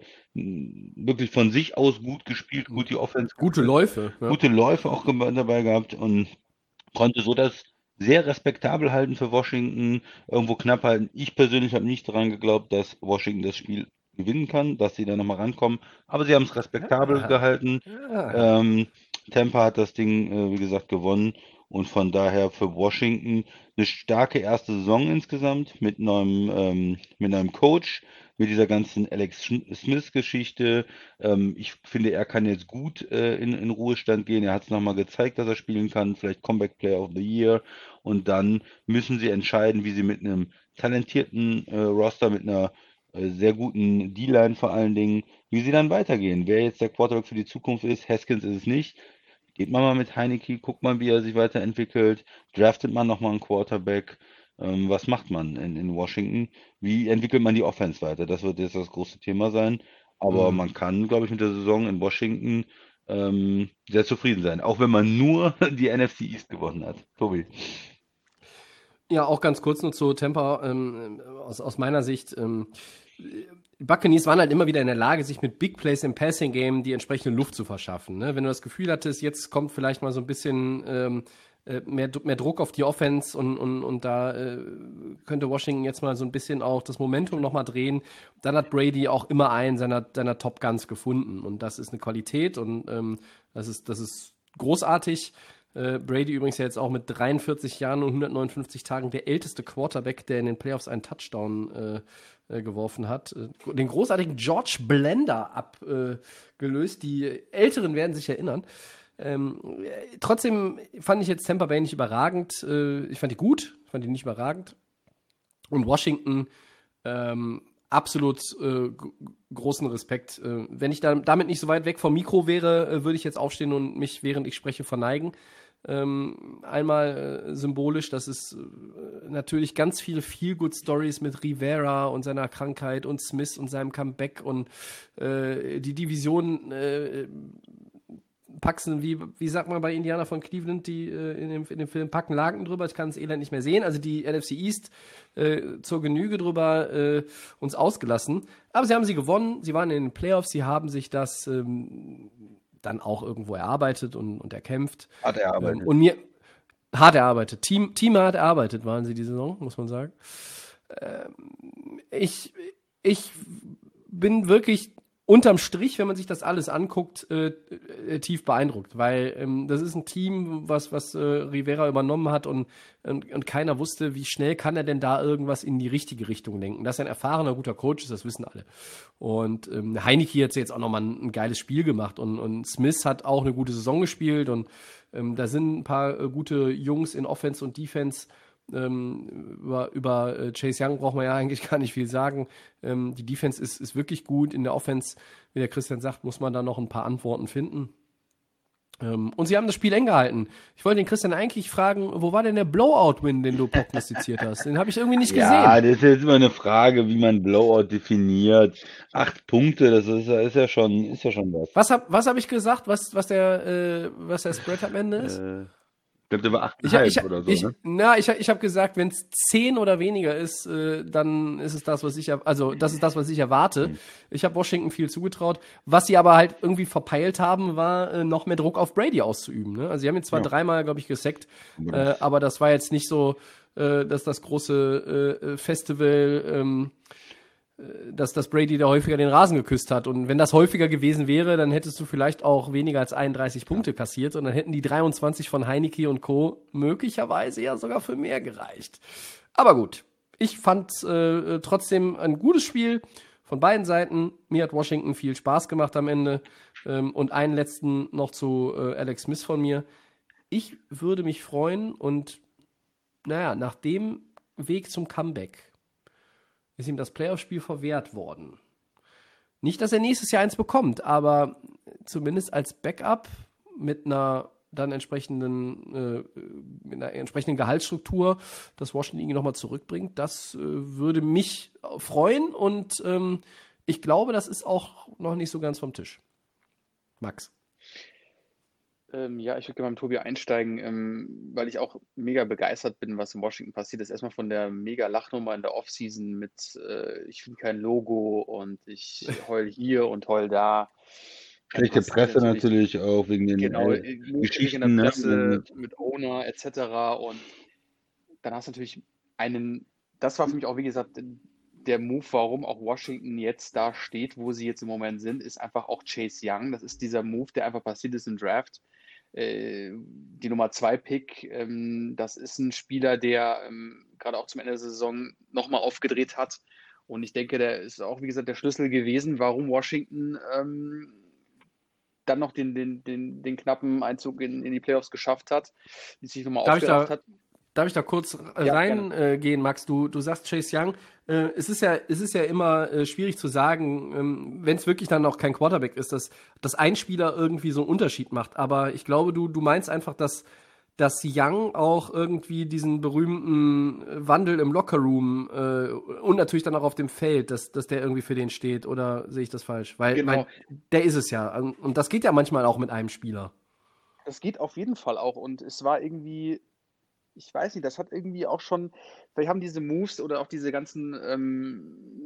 m, wirklich von sich aus gut gespielt, gut die Offense Gute geführt, Läufe. Ja. gute Läufe auch ge- dabei gehabt und konnte so das sehr respektabel halten für Washington, irgendwo knapp halten. Ich persönlich habe nicht daran geglaubt, dass Washington das Spiel gewinnen kann, dass sie da nochmal rankommen, aber sie haben es respektabel Ja. gehalten. Ja. Ähm, Tampa hat das Ding, äh, wie gesagt, gewonnen und von daher für Washington eine starke erste Saison insgesamt mit neuem, ähm, mit einem Coach, mit dieser ganzen Alex Sch- Smith-Geschichte. Ähm, ich finde, er kann jetzt gut äh, in, in Ruhestand gehen. Er hat es nochmal gezeigt, dass er spielen kann, vielleicht Comeback Player of the Year. Und dann müssen sie entscheiden, wie sie mit einem talentierten äh, Roster, mit einer äh, sehr guten D-Line vor allen Dingen, wie sie dann weitergehen. Wer jetzt der Quarterback für die Zukunft ist, Haskins ist es nicht. Geht man mal mit Heinicke, guckt man, wie er sich weiterentwickelt, draftet man nochmal einen Quarterback. Ähm, was macht man in, in Washington? Wie entwickelt man die Offense weiter? Das wird jetzt das große Thema sein. Aber Mhm. man kann, glaube ich, mit der Saison in Washington ähm, sehr zufrieden sein. Auch wenn man nur die N F C East gewonnen hat. Tobi. Ja, auch ganz kurz nur zu Tampa. Ähm, aus, aus meiner Sicht, ähm, die Buccaneers waren halt immer wieder in der Lage, sich mit Big Plays im Passing Game die entsprechende Luft zu verschaffen. Ne? Wenn du das Gefühl hattest, jetzt kommt vielleicht mal so ein bisschen ähm, mehr, mehr Druck auf die Offense und, und, und da äh, könnte Washington jetzt mal so ein bisschen auch das Momentum nochmal drehen, dann hat Brady auch immer einen seiner, seiner Top Guns gefunden. Und das ist eine Qualität und ähm, das ist, das ist großartig. Äh, Brady übrigens ja jetzt auch mit dreiundvierzig Jahren und hundertneunundfünfzig Tagen der älteste Quarterback, der in den Playoffs einen Touchdown äh, äh, geworfen hat. Äh, den großartigen George Blender abgelöst. Äh, die Älteren werden sich erinnern. Ähm, äh, trotzdem fand ich jetzt Tampa Bay nicht überragend. Äh, ich fand die gut, fand die nicht überragend. Und Washington ähm, absolut äh, g- großen Respekt. Äh, wenn ich da, damit nicht so weit weg vom Mikro wäre, äh, würde ich jetzt aufstehen und mich, während ich spreche, verneigen. Ähm, einmal äh, symbolisch, dass es äh, natürlich ganz viele Feel-Good-Stories mit Rivera und seiner Krankheit und Smith und seinem Comeback und äh, die Division äh, packen, wie, wie sagt man bei Indianer von Cleveland, die äh, in, dem, in dem Film packen Laken drüber, ich kann das Elend nicht mehr sehen, also die N F C East äh, zur Genüge drüber äh, uns ausgelassen, aber sie haben sie gewonnen, sie waren in den Playoffs, sie haben sich das ähm, dann auch irgendwo erarbeitet und, und erkämpft. Hat er erarbeitet. Ähm, und mir hart erarbeitet, Team, Team hart erarbeitet waren sie die Saison, muss man sagen. Ähm, ich, ich bin wirklich unterm Strich, wenn man sich das alles anguckt, äh, äh, tief beeindruckt, weil ähm, das ist ein Team, was, was äh, Rivera übernommen hat und, und, und keiner wusste, wie schnell kann er denn da irgendwas in die richtige Richtung lenken. Dass er ein erfahrener, guter Coach ist, das wissen alle. Und ähm, Heineke hat jetzt auch nochmal ein, ein geiles Spiel gemacht und, und Smith hat auch eine gute Saison gespielt und ähm, da sind ein paar äh, gute Jungs in Offense und Defense. Ähm, über über äh, Chase Young braucht man ja eigentlich gar nicht viel sagen. Ähm, die Defense ist, ist wirklich gut. In der Offense, wie der Christian sagt, muss man da noch ein paar Antworten finden. Ähm, und sie haben das Spiel eng gehalten. Ich wollte den Christian eigentlich fragen, wo war denn der Blowout-Win, den du prognostiziert hast? Den habe ich irgendwie nicht gesehen. Ja, das ist jetzt immer eine Frage, wie man Blowout definiert. Acht Punkte, das ist, ja- ist ja schon, ist ja schon was. Was habe was hab ich gesagt, was, was, der, äh, was der Spread am Ende ist? Äh, ich glaube, der war Ich, hab- achteinhalb ich, oder so, ich, ne? na, ich, ich habe gesagt, wenn es zehn oder weniger ist, äh, dann ist es das, was ich, er- also das ist das, was ich erwarte. Hm. Ich habe Washington viel zugetraut. Was sie aber halt irgendwie verpeilt haben, war äh, noch mehr Druck auf Brady auszuüben. Ne? Also sie haben ihn zwar Ja. dreimal, glaube ich, gesackt, Aber äh, das- aber das war jetzt nicht so, äh, dass das große äh, äh, Festival, ähm, äh, dass, dass Brady da häufiger den Rasen geküsst hat. Und wenn das häufiger gewesen wäre, dann hättest du vielleicht auch weniger als einunddreißig Punkte kassiert und dann hätten die dreiundzwanzig von Heineke und Co. möglicherweise ja sogar für mehr gereicht. Aber gut, ich fand äh, trotzdem ein gutes Spiel von beiden Seiten. Mir hat Washington viel Spaß gemacht am Ende. Ähm, und einen letzten noch zu äh, Alex Smith von mir. Ich würde mich freuen und naja, nach dem Weg zum Comeback ist ihm das Playoff-Spiel verwehrt worden. Nicht, dass er nächstes Jahr eins bekommt, aber zumindest als Backup mit einer dann entsprechenden, äh, mit einer entsprechenden Gehaltsstruktur, dass Washington ihn nochmal zurückbringt, das äh, würde mich freuen und ähm, ich glaube, das ist auch noch nicht so ganz vom Tisch. Max. Ähm, ja, ich würde gerne mal mit Tobi einsteigen, ähm, weil ich auch mega begeistert bin, was in Washington passiert ist. Erstmal von der mega Lachnummer in der Offseason mit, äh, ich finde kein Logo und ich heul hier und heul da. Dann Schlechte hast du Presse natürlich auch wegen den Genau, äh, äh, Move in Geschichten, der ne? Presse Mit, mit Owner et cetera. Und dann hast du natürlich einen, das war für mich auch, wie gesagt, der Move, warum auch Washington jetzt da steht, wo sie jetzt im Moment sind, ist einfach auch Chase Young. Das ist dieser Move, der einfach passiert ist im Draft. Äh, die Nummer zwei Pick, ähm, das ist ein Spieler, der ähm, gerade auch zum Ende der Saison nochmal aufgedreht hat. Und ich denke, der ist auch, wie gesagt, der Schlüssel gewesen, warum Washington ähm, dann noch den, den, den, den knappen Einzug in, in die Playoffs geschafft hat, die sich nochmal Darf ich da- aufgerafft hat. Darf ich da kurz äh, Ja, reingehen, äh, gehen, Max? Du, du sagst Chase Young. Äh, es ist ja, es ist ja immer äh, schwierig zu sagen, ähm, wenn es wirklich dann auch kein Quarterback ist, dass, dass ein Spieler irgendwie so einen Unterschied macht. Aber ich glaube, du, du meinst einfach, dass, dass Young auch irgendwie diesen berühmten äh, Wandel im Lockerroom äh, und natürlich dann auch auf dem Feld, dass, dass der irgendwie für den steht. Oder sehe ich das falsch? Weil, Genau. weil der ist es ja. Und das geht ja manchmal auch mit einem Spieler. Das geht auf jeden Fall auch. Und es war irgendwie, ich weiß nicht, das hat irgendwie auch schon, vielleicht haben diese Moves oder auch diese ganzen ähm,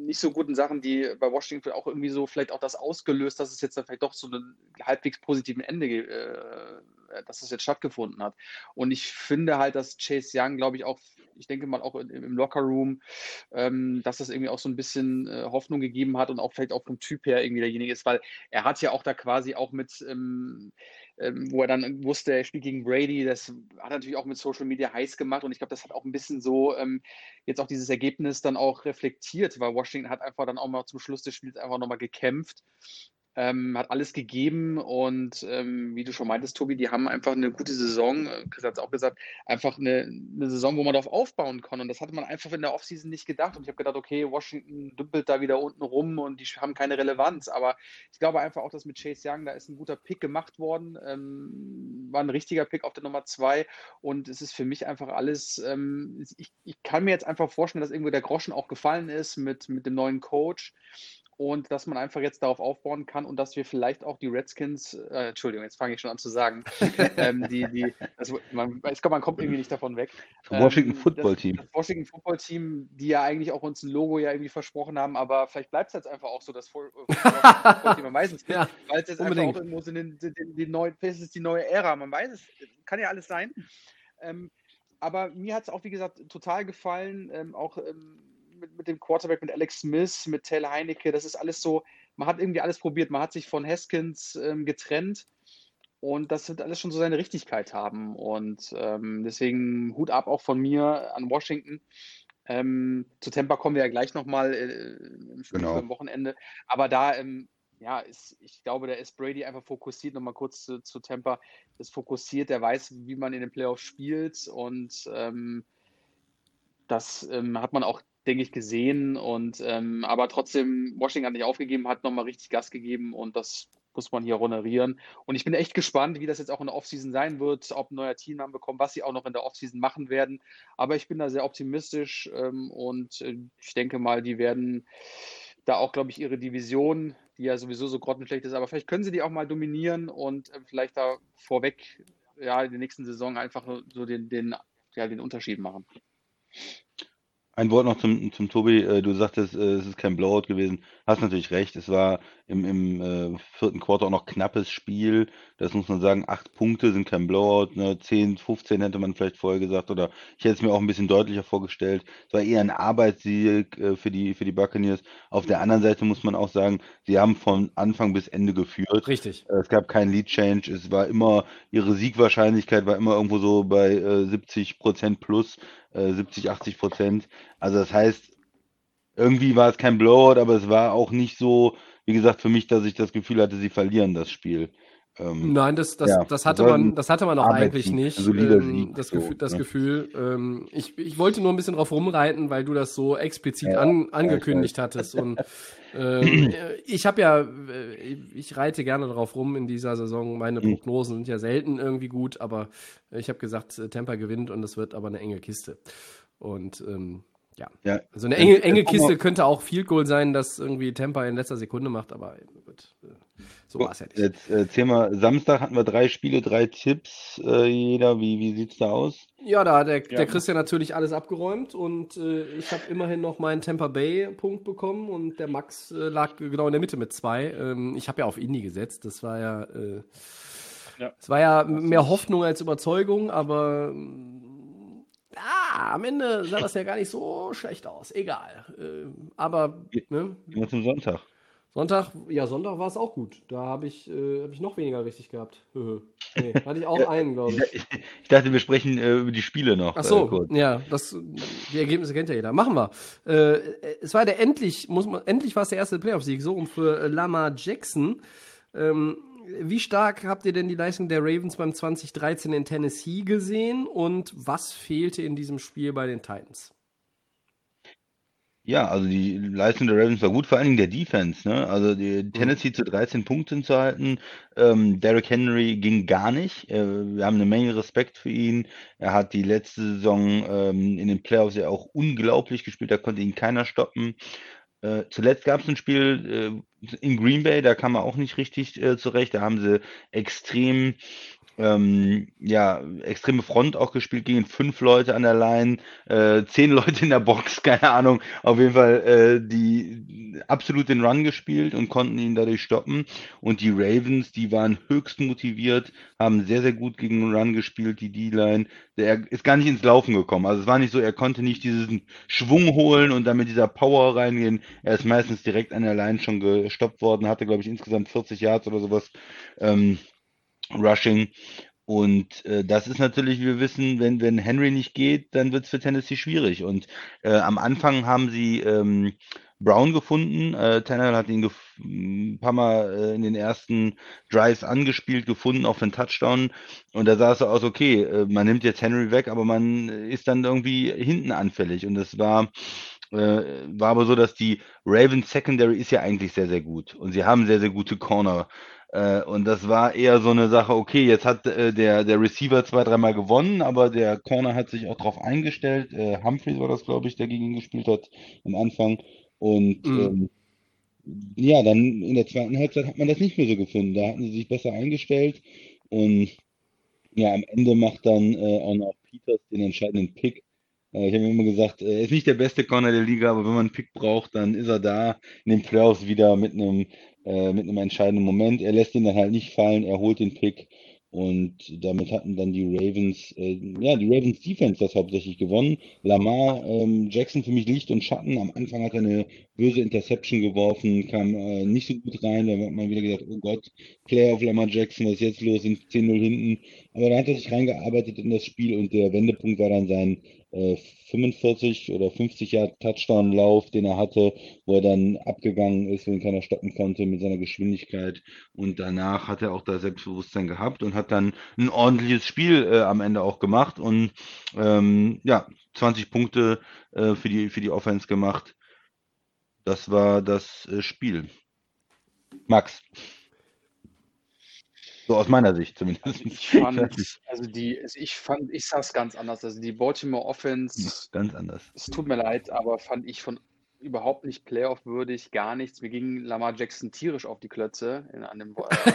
nicht so guten Sachen, die bei Washington auch irgendwie so vielleicht auch das ausgelöst, dass es jetzt dann vielleicht doch so einen halbwegs positiven Ende, äh, dass es jetzt stattgefunden hat. Und ich finde halt, dass Chase Young, glaube ich, auch, ich denke mal auch im Lockerroom, ähm, dass das irgendwie auch so ein bisschen äh, Hoffnung gegeben hat und auch vielleicht auch vom Typ her irgendwie derjenige ist, weil er hat ja auch da quasi auch mit, ähm, ähm, wo er dann wusste, er spielt gegen Brady, das hat er natürlich auch mit Social Media heiß gemacht und ich glaube, das hat auch ein bisschen so ähm, jetzt auch dieses Ergebnis dann auch reflektiert, weil Washington hat einfach dann auch mal zum Schluss des Spiels einfach nochmal gekämpft, ähm, hat alles gegeben und ähm, wie du schon meintest, Tobi, die haben einfach eine gute Saison, Chris hat es auch gesagt, einfach eine, eine Saison, wo man darauf aufbauen kann und das hatte man einfach in der Offseason nicht gedacht und ich habe gedacht, okay, Washington dümpelt da wieder unten rum und die haben keine Relevanz, aber ich glaube einfach auch, dass mit Chase Young, da ist ein guter Pick gemacht worden, ähm, war ein richtiger Pick auf der Nummer zwei und es ist für mich einfach alles, ähm, ich, ich kann mir jetzt einfach vorstellen, dass irgendwo der Groschen auch gefallen ist mit, mit dem neuen Coach und dass man einfach jetzt darauf aufbauen kann und dass wir vielleicht auch die Redskins, äh, Entschuldigung, jetzt fange ich schon an zu sagen, ähm, die, die, das, man, ich glaube, man kommt irgendwie nicht davon weg. Das Washington Ähm, Football Team. Das, das Washington Football Team, die ja eigentlich auch uns ein Logo ja irgendwie versprochen haben, aber vielleicht bleibt es jetzt einfach auch so, das Washington Football Team, man weiß es nicht, Ja, weil es jetzt unbedingt. einfach auch irgendwo so den, den, den neuen, vielleicht ist es die neue Ära, man weiß es, kann ja alles sein. Ähm, aber mir hat es auch, wie gesagt, total gefallen, ähm, auch ähm, mit, mit dem Quarterback, mit Alex Smith, mit Taylor Heinecke, das ist alles so, man hat irgendwie alles probiert, man hat sich von Haskins ähm, getrennt und das wird alles schon so seine Richtigkeit haben und ähm, deswegen Hut ab auch von mir an Washington. Ähm, zu Tampa kommen wir ja gleich nochmal äh, im Spiel Genau. am Wochenende, aber da ähm, ja, ist, ich glaube, da ist Brady einfach fokussiert, nochmal kurz zu, zu Tampa, ist fokussiert, der weiß, wie man in den Playoffs spielt und ähm, das ähm, hat man auch, denke ich, gesehen. Und ähm, aber trotzdem, Washington hat nicht aufgegeben, hat nochmal richtig Gas gegeben und das muss man hier honorieren. Und ich bin echt gespannt, wie das jetzt auch in der Offseason sein wird, ob ein neuer Teamname bekommt, was sie auch noch in der Offseason machen werden. Aber ich bin da sehr optimistisch ähm, und äh, ich denke mal, die werden da auch, glaube ich, ihre Division, die ja sowieso so grottenschlecht ist, aber vielleicht können sie die auch mal dominieren und äh, vielleicht da vorweg, ja, in der nächsten Saison einfach so den, den, ja, den Unterschied machen. Ein Wort noch zum, zum Tobi. Äh, Du sagtest, äh, es ist kein Blowout gewesen. Hast natürlich recht. Es war im, im äh, vierten Quarter auch noch knappes Spiel. Das muss man sagen. Acht Punkte sind kein Blowout. Ne? zehn, fünfzehn hätte man vielleicht vorher gesagt. Oder ich hätte es mir auch ein bisschen deutlicher vorgestellt. Es war eher ein Arbeitssieg äh, für die, für die Buccaneers. Auf der anderen Seite muss man auch sagen, sie haben von Anfang bis Ende geführt. Richtig. Äh, Es gab keinen Lead Change. Es war immer, ihre Siegwahrscheinlichkeit war immer irgendwo so bei äh, siebzig Prozent plus, äh, siebzig, achtzig Prozent. Also das heißt, irgendwie war es kein Blowout, aber es war auch nicht so, wie gesagt, für mich, dass ich das Gefühl hatte, sie verlieren das Spiel. Ähm, Nein, das, das, ja, das das hatte war man, ein das hatte man auch eigentlich Arbeitssieg, ein nicht. solider Ähm, Sieg. das So, Gefühl, das ne? Gefühl ähm, ich, ich wollte nur ein bisschen drauf rumreiten, weil du das so explizit Ja, an, ja, ich angekündigt weiß. hattest. Und ähm, äh, ich habe ja, äh, ich reite gerne drauf rum in dieser Saison. Meine Hm. Prognosen sind ja selten irgendwie gut, aber ich habe gesagt, äh, Tampa gewinnt und es wird aber eine enge Kiste. Und ähm, ja, Ja, also eine jetzt, enge, jetzt enge gucken wir, Kiste könnte auch Field Goal sein, das irgendwie Tampa in letzter Sekunde macht, aber gut, äh, so war es ja nicht. jetzt äh, zählen wir, Samstag hatten wir drei Spiele, drei Tipps, äh, jeder. Wie, wie sieht's da aus? Ja, da hat der, Ja. der Christian natürlich alles abgeräumt und äh, ich habe immerhin noch meinen Tampa Bay-Punkt bekommen und der Max äh, lag genau in der Mitte mit zwei. Ähm, ich habe ja auf Indy gesetzt, das war ja, äh, Ja. es war ja mehr Hoffnung als Überzeugung, aber ähm, ah, am Ende sah das ja gar nicht so schlecht aus. Egal. Äh, aber ne, Gehen wir zum Sonntag. Sonntag, ja, Sonntag war es auch gut. Da habe ich, äh, hab ich noch weniger richtig gehabt. Nee, hatte ich auch Ja, einen, glaube ich, ich. ich dachte, wir sprechen äh, über die Spiele noch Ach äh, so, kurz. ja, das, die Ergebnisse kennt ja jeder. Machen wir. Äh, es war der endlich, muss man, endlich war es der erste Playoff-Sieg, so, und für äh, Lamar Jackson. Ähm, wie stark habt ihr denn die Leistung der Ravens beim zwanzig dreizehn in Tennessee gesehen und was fehlte in diesem Spiel bei den Titans? Ja, also die Leistung der Ravens war gut, vor allen Dingen der Defense, ne? Also die Tennessee zu dreizehn Punkten zu halten. Ähm, Derrick Henry ging gar nicht. Äh, wir haben eine Menge Respekt für ihn. Er hat die letzte Saison ähm, in den Playoffs ja auch unglaublich gespielt, da konnte ihn keiner stoppen. Äh, zuletzt gab es ein Spiel äh, in Green Bay, da kam er auch nicht richtig äh, zurecht. Da haben sie extrem ähm, ja, extreme Front auch gespielt, gegen fünf Leute an der Line, äh, zehn Leute in der Box, keine Ahnung. Auf jeden Fall äh, die absolut den Run gespielt und konnten ihn dadurch stoppen. Und die Ravens, die waren höchst motiviert, haben sehr, sehr gut gegen den Run gespielt, die D-Line. Der ist gar nicht ins Laufen gekommen. Also es war nicht so, er konnte nicht diesen Schwung holen und dann mit dieser Power reingehen. Er ist meistens direkt an der Line schon gestoppt worden, hatte, glaube ich, insgesamt vierzig Yards oder sowas. Ähm, Rushing. Und äh, das ist natürlich, wie wir wissen, wenn, wenn Henry nicht geht, dann wird es für Tennessee schwierig. Und äh, am Anfang haben sie ähm, Brown gefunden. Äh, Tannehill hat ihn gef ein paar Mal äh, in den ersten Drives angespielt, gefunden, auch für einen Touchdown. Und da sah es so aus, okay, äh, man nimmt jetzt Henry weg, aber man ist dann irgendwie hinten anfällig. Und das war, äh, war aber so, dass die Ravens Secondary ist ja eigentlich sehr, sehr gut. Und sie haben sehr, sehr gute Corner. Äh, und das war eher so eine Sache, okay, jetzt hat äh, der, der Receiver zwei, dreimal gewonnen, aber der Corner hat sich auch drauf eingestellt. Äh, Humphreys war das, glaube ich, der gegen ihn gespielt hat am Anfang. Und Mhm. ähm, ja, dann in der zweiten Halbzeit hat man das nicht mehr so gefunden. Da hatten sie sich besser eingestellt. Und ja, am Ende macht dann äh, auch noch Peters den entscheidenden Pick. Äh, ich habe immer gesagt, äh, er ist nicht der beste Corner der Liga, aber wenn man einen Pick braucht, dann ist er da in den Playoffs wieder mit einem äh, mit einem entscheidenden Moment. Er lässt ihn dann halt nicht fallen, er holt den Pick und damit hatten dann die Ravens, äh, ja, die Ravens Defense das hauptsächlich gewonnen. Lamar ähm, Jackson für mich Licht und Schatten. Am Anfang hat er eine böse Interception geworfen, kam äh, nicht so gut rein. Da hat man wieder gedacht, oh Gott, Player auf Lamar Jackson, was ist jetzt los? Sind zehn null hinten. Aber da hat er sich reingearbeitet in das Spiel und der Wendepunkt war dann sein äh, fünfundvierzig oder fünfzig Yard Touchdown-Lauf, den er hatte, wo er dann abgegangen ist, wo ihn keiner stoppen konnte mit seiner Geschwindigkeit. Und danach hat er auch das Selbstbewusstsein gehabt und hat dann ein ordentliches Spiel äh, am Ende auch gemacht und ähm, ja, zwanzig Punkte äh, für die, für die Offense gemacht. Das war das äh, Spiel. Max. So aus meiner Sicht zumindest. Also ich fand, also die, also ich fand, ich sah es ganz anders. Also die Baltimore Offense, Ganz anders. es tut mir leid, aber fand ich von überhaupt nicht Playoff-würdig, gar nichts. Mir ging Lamar Jackson tierisch auf die Klötze in, an dem äh,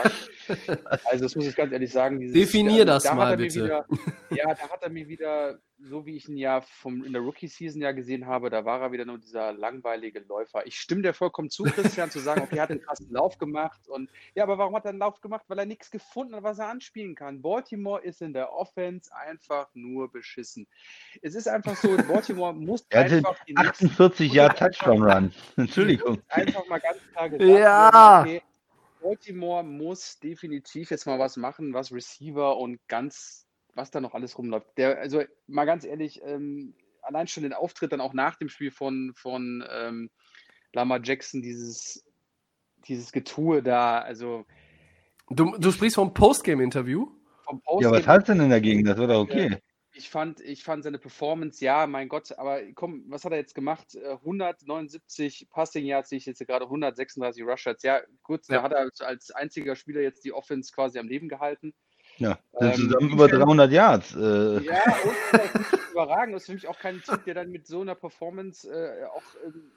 Sonntag. Also das muss ich ganz ehrlich sagen. Dieses, Definier also das da mal hat er mir bitte. wieder, ja, da hat er mir wieder, so wie ich ihn ja vom, in der Rookie-Season ja gesehen habe, da war er wieder nur dieser langweilige Läufer. Ich stimme dir vollkommen zu, Christian, zu sagen, okay, er hat einen krassen Lauf gemacht. Und ja, aber warum hat er einen Lauf gemacht? Weil er nichts gefunden hat, was er anspielen kann. Baltimore ist in der Offense einfach nur beschissen. Es ist einfach so, Baltimore muss Er hatte einfach die nächsten, achtundvierzig muss Jahre jetzt einfach, Touchdown Run. die Entschuldigung. muss einfach mal ganz klar gesagt Ja. werden, okay, Baltimore muss definitiv jetzt mal was machen, was Receiver und ganz, was da noch alles rumläuft. Der, also mal ganz ehrlich, ähm, allein schon den Auftritt dann auch nach dem Spiel von, von ähm, Lamar Jackson, dieses, dieses Getue da, also Du, du sprichst vom Postgame-Interview? vom Ja, was Postgame, hast du denn dagegen? Das war doch okay. ich fand, ich fand seine Performance, ja, mein Gott, aber komm, was hat er jetzt gemacht? Äh, hundertneunundsiebzig Passing Yards, sehe ich jetzt hier gerade, hundertsechsunddreißig Rush Yards. Ja, gut, Ja. da hat er als, als einziger Spieler jetzt die Offense quasi am Leben gehalten. Ja, sind Ähm, zusammen über Defense, dreihundert Yards. Äh, ja, und das ist nicht überragend. Das ist für mich auch kein Typ, der dann mit so einer Performance äh, auch, ähm,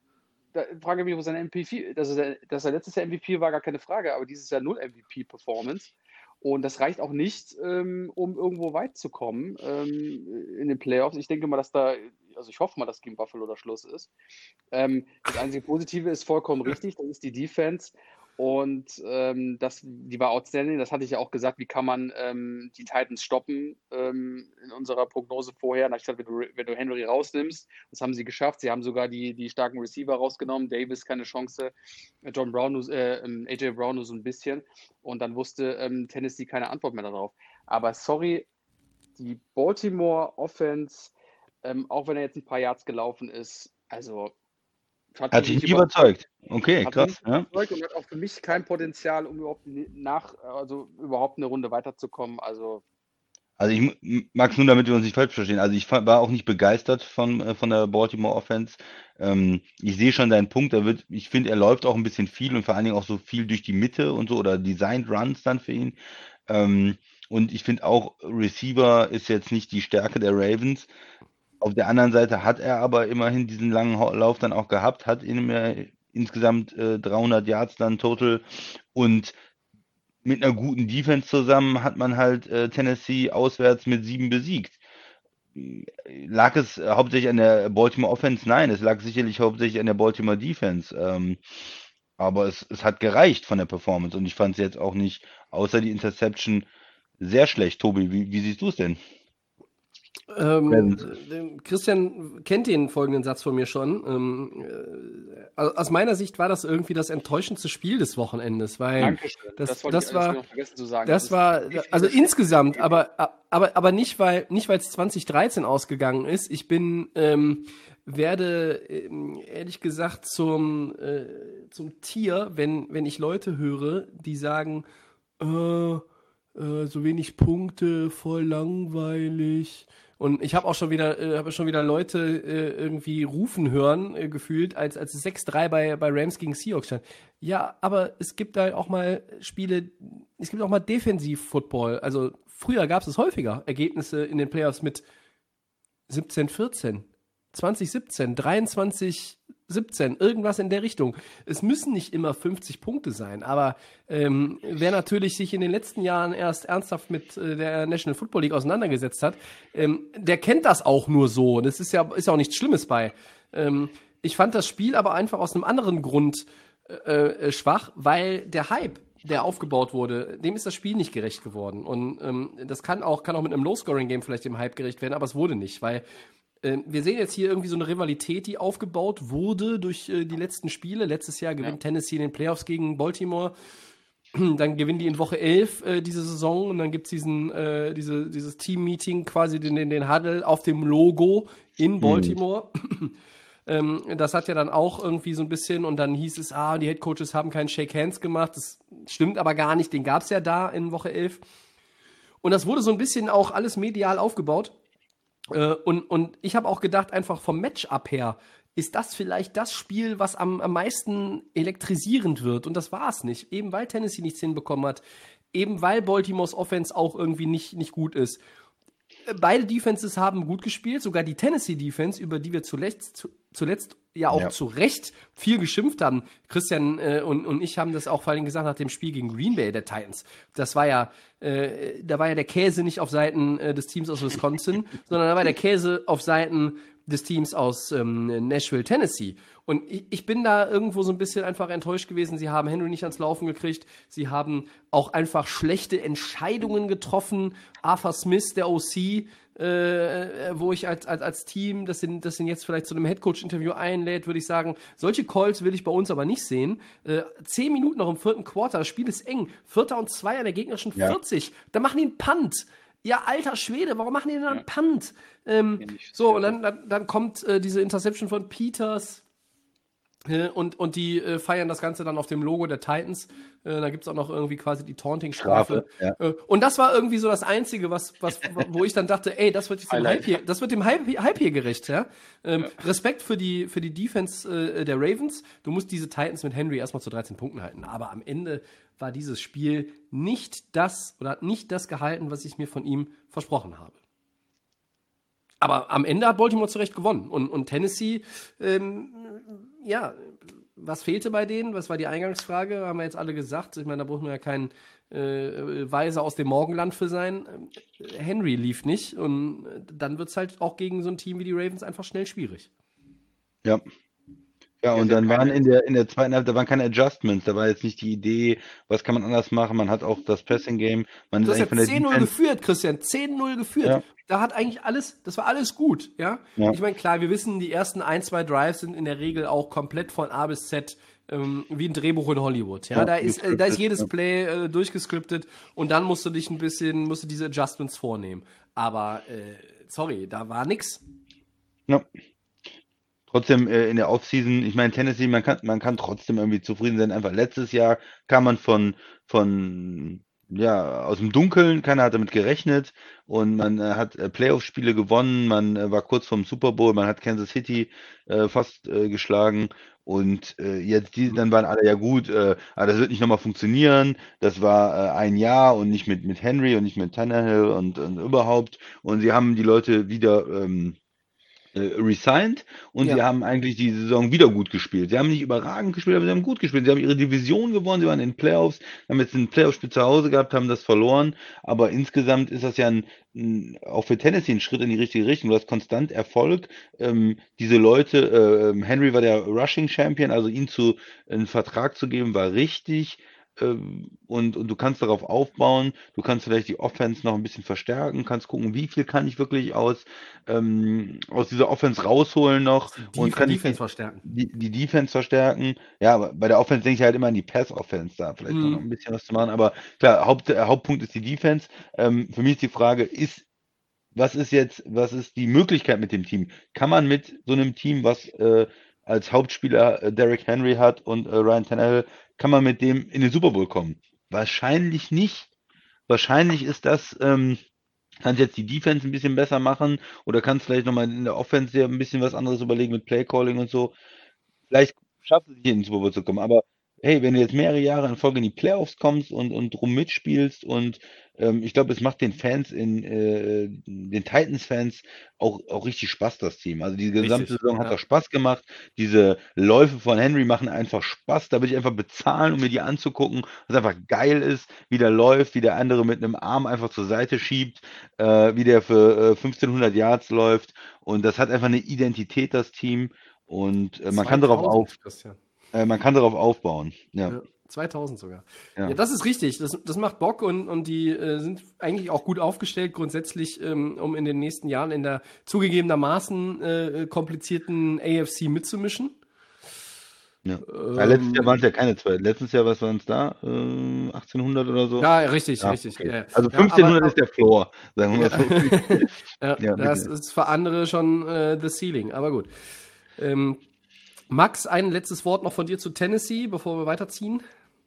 da frage ich mich, wo sein M V P, dass er, dass er letztes Jahr M V P war, gar keine Frage, aber dieses Jahr null M V P-Performance. Und das reicht auch nicht, ähm, um irgendwo weit zu kommen ähm, in den Playoffs. Ich denke mal, dass da, also ich hoffe mal, dass gegen Buffalo der Schluss ist. Ähm, das einzige Positive ist vollkommen richtig, das ist die Defense. Und ähm, das, die war outstanding, das hatte ich ja auch gesagt, wie kann man ähm, die Titans stoppen ähm, in unserer Prognose vorher. Da hab ich gesagt, wenn du, wenn du Henry rausnimmst, das haben sie geschafft. Sie haben sogar die, die starken Receiver rausgenommen, Davis keine Chance, John Brown, nur, äh, A J Brown nur so ein bisschen. Und dann wusste ähm, Tennessee keine Antwort mehr darauf. Aber sorry, die Baltimore Offense, ähm, auch wenn er jetzt ein paar Yards gelaufen ist, also hat hat mich dich nicht nicht überzeugt. überzeugt. Okay, Hat mich krass. nicht Ja. überzeugt und hat auch für mich kein Potenzial, um überhaupt nach, also überhaupt eine Runde weiterzukommen. Also Also ich mu- Max, nur damit wir uns nicht falsch verstehen. Also ich fa- war auch nicht begeistert von, äh, von der Baltimore Offense. Ähm, ich sehe schon deinen Punkt. Er wird, ich finde, er läuft auch ein bisschen viel und vor allen Dingen auch so viel durch die Mitte und so oder Designed Runs dann für ihn. Ähm, und ich finde auch, Receiver ist jetzt nicht die Stärke der Ravens. Auf der anderen Seite hat er aber immerhin diesen langen Hau- Lauf dann auch gehabt, hat in, äh, insgesamt äh, dreihundert Yards dann total und mit einer guten Defense zusammen hat man halt äh, Tennessee auswärts mit sieben besiegt. Lag es äh, hauptsächlich an der Baltimore Offense? Nein, es lag sicherlich hauptsächlich an der Baltimore Defense. Ähm, aber es, es hat gereicht von der Performance und ich fand es jetzt auch nicht, außer die Interception, sehr schlecht. Tobi, wie, wie siehst du es denn? Ähm, äh, Christian kennt den folgenden Satz von mir schon. Ähm, äh, aus meiner Sicht war das irgendwie das enttäuschendste Spiel des Wochenendes, weil Dankeschön. das, Das wollte das ich alles war, noch vergessen zu sagen. das Das ist war, definitiv also das insgesamt, Spiel. aber, aber, aber nicht weil, nicht weil es zwanzig dreizehn ausgegangen ist. Ich bin, ähm, werde ähm, ehrlich gesagt zum, äh, zum Tier, wenn, wenn ich Leute höre, die sagen, äh, äh, so wenig Punkte, voll langweilig. Und ich habe auch schon wieder, äh, habe schon wieder Leute äh, irgendwie rufen hören, äh, gefühlt, als, als es sechs drei bei, bei Rams gegen Seahawks stand. Ja, aber es gibt da auch mal Spiele, es gibt auch mal Defensiv-Football. Also früher gab es häufiger, Ergebnisse in den Playoffs mit siebzehn vierzehn, zwanzig siebzehn, dreiundzwanzig siebzehn, irgendwas in der Richtung. Es müssen nicht immer fünfzig Punkte sein, aber ähm, wer natürlich sich in den letzten Jahren erst ernsthaft mit äh, der National Football League auseinandergesetzt hat, ähm, der kennt das auch nur so. Und es ist ja, ist ja auch nichts Schlimmes bei. Ähm, ich fand das Spiel aber einfach aus einem anderen Grund äh, äh, schwach, weil der Hype, der aufgebaut wurde, dem ist das Spiel nicht gerecht geworden. Und ähm, das kann auch, kann auch mit einem Low-Scoring-Game vielleicht dem Hype gerecht werden, aber es wurde nicht, weil wir sehen jetzt hier irgendwie so eine Rivalität, die aufgebaut wurde durch äh, die letzten Spiele. Letztes Jahr gewinnt ja. Tennessee in den Playoffs gegen Baltimore. Dann gewinnen die in Woche elf äh, diese Saison und dann gibt es diesen, äh, diese, dieses Team-Meeting, quasi den, den, den Huddle auf dem Logo in Baltimore. Mhm. ähm, das hat ja dann auch irgendwie so ein bisschen und dann hieß es, ah, die Headcoaches haben keinen Shake Hands gemacht. Das stimmt aber gar nicht, den gab es ja da in Woche elf. Und das wurde so ein bisschen auch alles medial aufgebaut. Und, und ich habe auch gedacht, einfach vom Matchup her, ist das vielleicht das Spiel, was am, am meisten elektrisierend wird? Und das war es nicht. Eben weil Tennessee nichts hinbekommen hat. Eben weil Baltimores Offense auch irgendwie nicht, nicht gut ist. Beide Defenses haben gut gespielt. Sogar die Tennessee-Defense, über die wir zuletzt, zuletzt ja auch ja. zu Recht viel geschimpft haben. Christian äh, und, und ich haben das auch vor allem gesagt nach dem Spiel gegen Green Bay der Titans. Das war ja, äh, da war ja der Käse nicht auf Seiten äh, des Teams aus Wisconsin, sondern da war der Käse auf Seiten des Teams aus ähm, Nashville, Tennessee. Und ich, ich bin da irgendwo so ein bisschen einfach enttäuscht gewesen. Sie haben Henry nicht ans Laufen gekriegt. Sie haben auch einfach schlechte Entscheidungen getroffen. Arthur Smith, der O C, äh, wo ich als, als, als Team, das ihn, das ihn jetzt vielleicht zu einem Headcoach-Interview einlädt, würde ich sagen, solche Calls will ich bei uns aber nicht sehen. Äh, zehn Minuten noch im vierten Quarter, das Spiel ist eng. Vierter und zwei an der gegnerischen vierzig. Ja. Da machen die einen Punt. Ja, alter Schwede, warum machen die denn einen ja. Punt? Ähm, so, und dann, dann, dann kommt äh, diese Interception von Peters äh, und, und die äh, feiern das Ganze dann auf dem Logo der Titans. Äh, da gibt es auch noch irgendwie quasi die Taunting-Strafe. Ja. Äh, und das war irgendwie so das Einzige, was, was, wo ich dann dachte, ey, das wird jetzt dem Hype hier, das wird dem Hype, Hype hier gerecht. Ja? Ähm, ja. Respekt für die, für die Defense äh, der Ravens. Du musst diese Titans mit Henry erstmal zu dreizehn Punkten halten. Aber am Ende war dieses Spiel nicht das oder hat nicht das gehalten, was ich mir von ihm versprochen habe. Aber am Ende hat Baltimore zu Recht gewonnen. Und, und Tennessee, ähm, ja, was fehlte bei denen? Was war die Eingangsfrage? Haben wir jetzt alle gesagt. Ich meine, da braucht man ja kein äh, Weise aus dem Morgenland für sein. Henry lief nicht. Und dann wird es halt auch gegen so ein Team wie die Ravens einfach schnell schwierig. Ja. Ja, und dann waren in der in der zweiten Halbzeit, da waren keine Adjustments, da war jetzt nicht die Idee, was kann man anders machen, man hat auch das Passing-Game, man Du ist hast eigentlich von ja der zehn null Defense, geführt, Christian. zehn null geführt. Ja. Da hat eigentlich alles, das war alles gut, ja. Ja. Ich meine, klar, wir wissen, die ersten ein, zwei Drives sind in der Regel auch komplett von A bis Z ähm, wie ein Drehbuch in Hollywood. Ja, Ja, da ist, äh, da ist gescriptet, jedes ja. Play äh, durchgescriptet und dann musst du dich ein bisschen, musst du diese Adjustments vornehmen. Aber äh, sorry, da war nix. Ja. Trotzdem äh, in der Offseason, ich meine Tennessee, man kann man kann trotzdem irgendwie zufrieden sein. Einfach letztes Jahr kam man von von ja aus dem Dunkeln, keiner hat damit gerechnet und man äh, hat äh, Playoff-Spiele gewonnen, man äh, war kurz vorm Super Bowl, man hat Kansas City äh, fast äh, geschlagen und äh, jetzt die, dann waren alle ja gut, äh, aber das wird nicht nochmal funktionieren. Das war äh, ein Jahr und nicht mit mit Henry und nicht mit Tannehill und, und überhaupt und sie haben die Leute wieder ähm, äh, resigned und Ja. sie haben eigentlich die Saison wieder gut gespielt. Sie haben nicht überragend gespielt, aber sie haben gut gespielt. Sie haben ihre Division gewonnen, sie waren in den Playoffs, haben jetzt ein Playoff-Spiel zu Hause gehabt, haben das verloren, aber insgesamt ist das ja ein, ein, auch für Tennessee ein Schritt in die richtige Richtung. Du hast konstant Erfolg. Ähm, diese Leute, äh, Henry war der Rushing Champion, also ihn zu einen Vertrag zu geben, war richtig. Ähm, Und, und du kannst darauf aufbauen, du kannst vielleicht die Offense noch ein bisschen verstärken, kannst gucken, wie viel kann ich wirklich aus, ähm, aus dieser Offense rausholen noch Die und Def kann ich Defense die, verstärken. die, die Defense verstärken. Ja, aber bei der Offense denke ich halt immer an die Pass-Offense da, vielleicht noch Mhm. ein bisschen was zu machen, aber klar, Haupt, der Hauptpunkt ist die Defense. Ähm, für mich ist die Frage, ist, was ist jetzt, was ist die Möglichkeit mit dem Team? Kann man mit so einem Team, was äh, als Hauptspieler äh, Derrick Henry hat und äh, Ryan Tannehill, kann man mit dem in den Super Bowl kommen? Wahrscheinlich nicht. Wahrscheinlich ist das, ähm, kannst jetzt die Defense ein bisschen besser machen oder kannst vielleicht nochmal in der Offense dir ein bisschen was anderes überlegen mit Playcalling und so. Vielleicht schaffst du es hier ins Super Bowl zu kommen, aber hey, wenn du jetzt mehrere Jahre in Folge in die Playoffs kommst und, und drum mitspielst und ähm, ich glaube, es macht den Fans in äh, den Titans-Fans auch, auch richtig Spaß, das Team. Also die gesamte Richtig, Saison hat ja. doch Spaß gemacht. Diese Läufe von Henry machen einfach Spaß. Da würde ich einfach bezahlen, um mir die anzugucken, was einfach geil ist, wie der läuft, wie der andere mit einem Arm einfach zur Seite schiebt, äh, wie der für äh, fünfzehnhundert Yards läuft. Und das hat einfach eine Identität, das Team. Und äh, man kann darauf auf, zweitausend, Christian. äh, man kann darauf aufbauen. Ja, Ja, zweitausend sogar. Ja, ja. das ist richtig. Das, das macht Bock und, und die äh, sind eigentlich auch gut aufgestellt, grundsätzlich, ähm, um in den nächsten Jahren in der zugegebenermaßen äh, komplizierten A F C mitzumischen. Ja. Ja, letztes Jahr Ähm, waren es ja keine zwei. Letztes Jahr, was waren es da? Äh, achtzehnhundert oder so? ja, richtig, Ja, richtig. okay. Ja, Also ja, aber, fünfzehnhundert ist der Floor, sagen wir mal so. ja, Ja, das bitte. ist für andere schon äh, the ceiling. Aber gut. Ähm, Max, ein letztes Wort noch von dir zu Tennessee, bevor wir weiterziehen.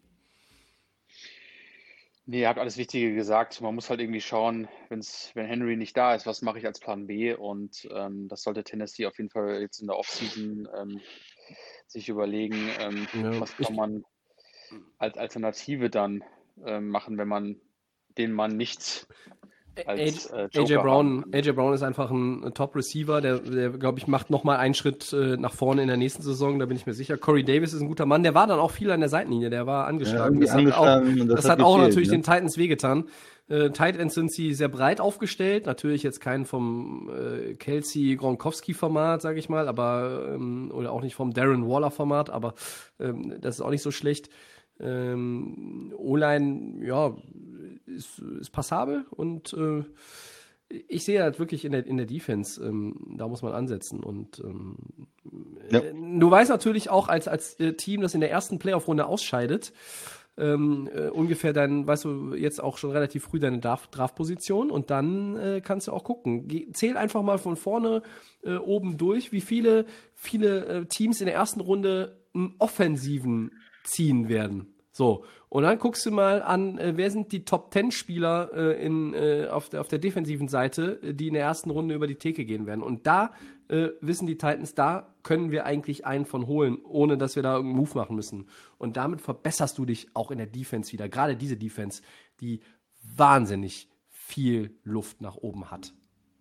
Nee, ihr habt alles Wichtige gesagt. Man muss halt irgendwie schauen, wenn's, wenn Henry nicht da ist, was mache ich als Plan B? Und ähm, das sollte Tennessee auf jeden Fall jetzt in der Offseason ähm, sich überlegen, ähm, Ja, was ich, kann man als Alternative dann ähm, machen, wenn man den Mann nicht als äh, A J Joker haben Brown, kann. A J Brown ist einfach ein Top-Receiver, der, der glaube ich, macht nochmal einen Schritt äh, nach vorne in der nächsten Saison, da bin ich mir sicher. Corey Davis ist ein guter Mann, der war dann auch viel an der Seitenlinie, der war Ja, angeschlagen. irgendwie Das hat auch, angeschlagen und das das hat hat auch gefehlt, natürlich ne? den Titans wehgetan. Äh, Tight Ends sind sie sehr breit aufgestellt, natürlich jetzt kein vom äh, Kelsey-Gronkowski-Format, sage ich mal, aber ähm, oder auch nicht vom Darren Waller-Format, aber ähm, das ist auch nicht so schlecht. Ähm, O-Line, ja, ist, ist passabel und äh, ich sehe halt wirklich in der, in der Defense, ähm, da muss man ansetzen. Und ähm, Ja. äh, du weißt natürlich auch als, als äh, Team, das in der ersten Playoff-Runde ausscheidet, ähm, äh, ungefähr dann, weißt du, jetzt auch schon relativ früh deine Draft- Draft-Position und dann äh, kannst du auch gucken. Geh, zähl einfach mal von vorne äh, oben durch, wie viele, viele äh, Teams in der ersten Runde einen Offensiven ziehen werden. So, und dann guckst du mal an, äh, wer sind die Top Ten Spieler äh, in, äh, auf, der, auf der defensiven Seite, äh, die in der ersten Runde über die Theke gehen werden. Und da äh, wissen die Titans, da können wir eigentlich einen von holen, ohne dass wir da irgendeinen Move machen müssen. Und damit verbesserst du dich auch in der Defense wieder. Gerade diese Defense, die wahnsinnig viel Luft nach oben hat.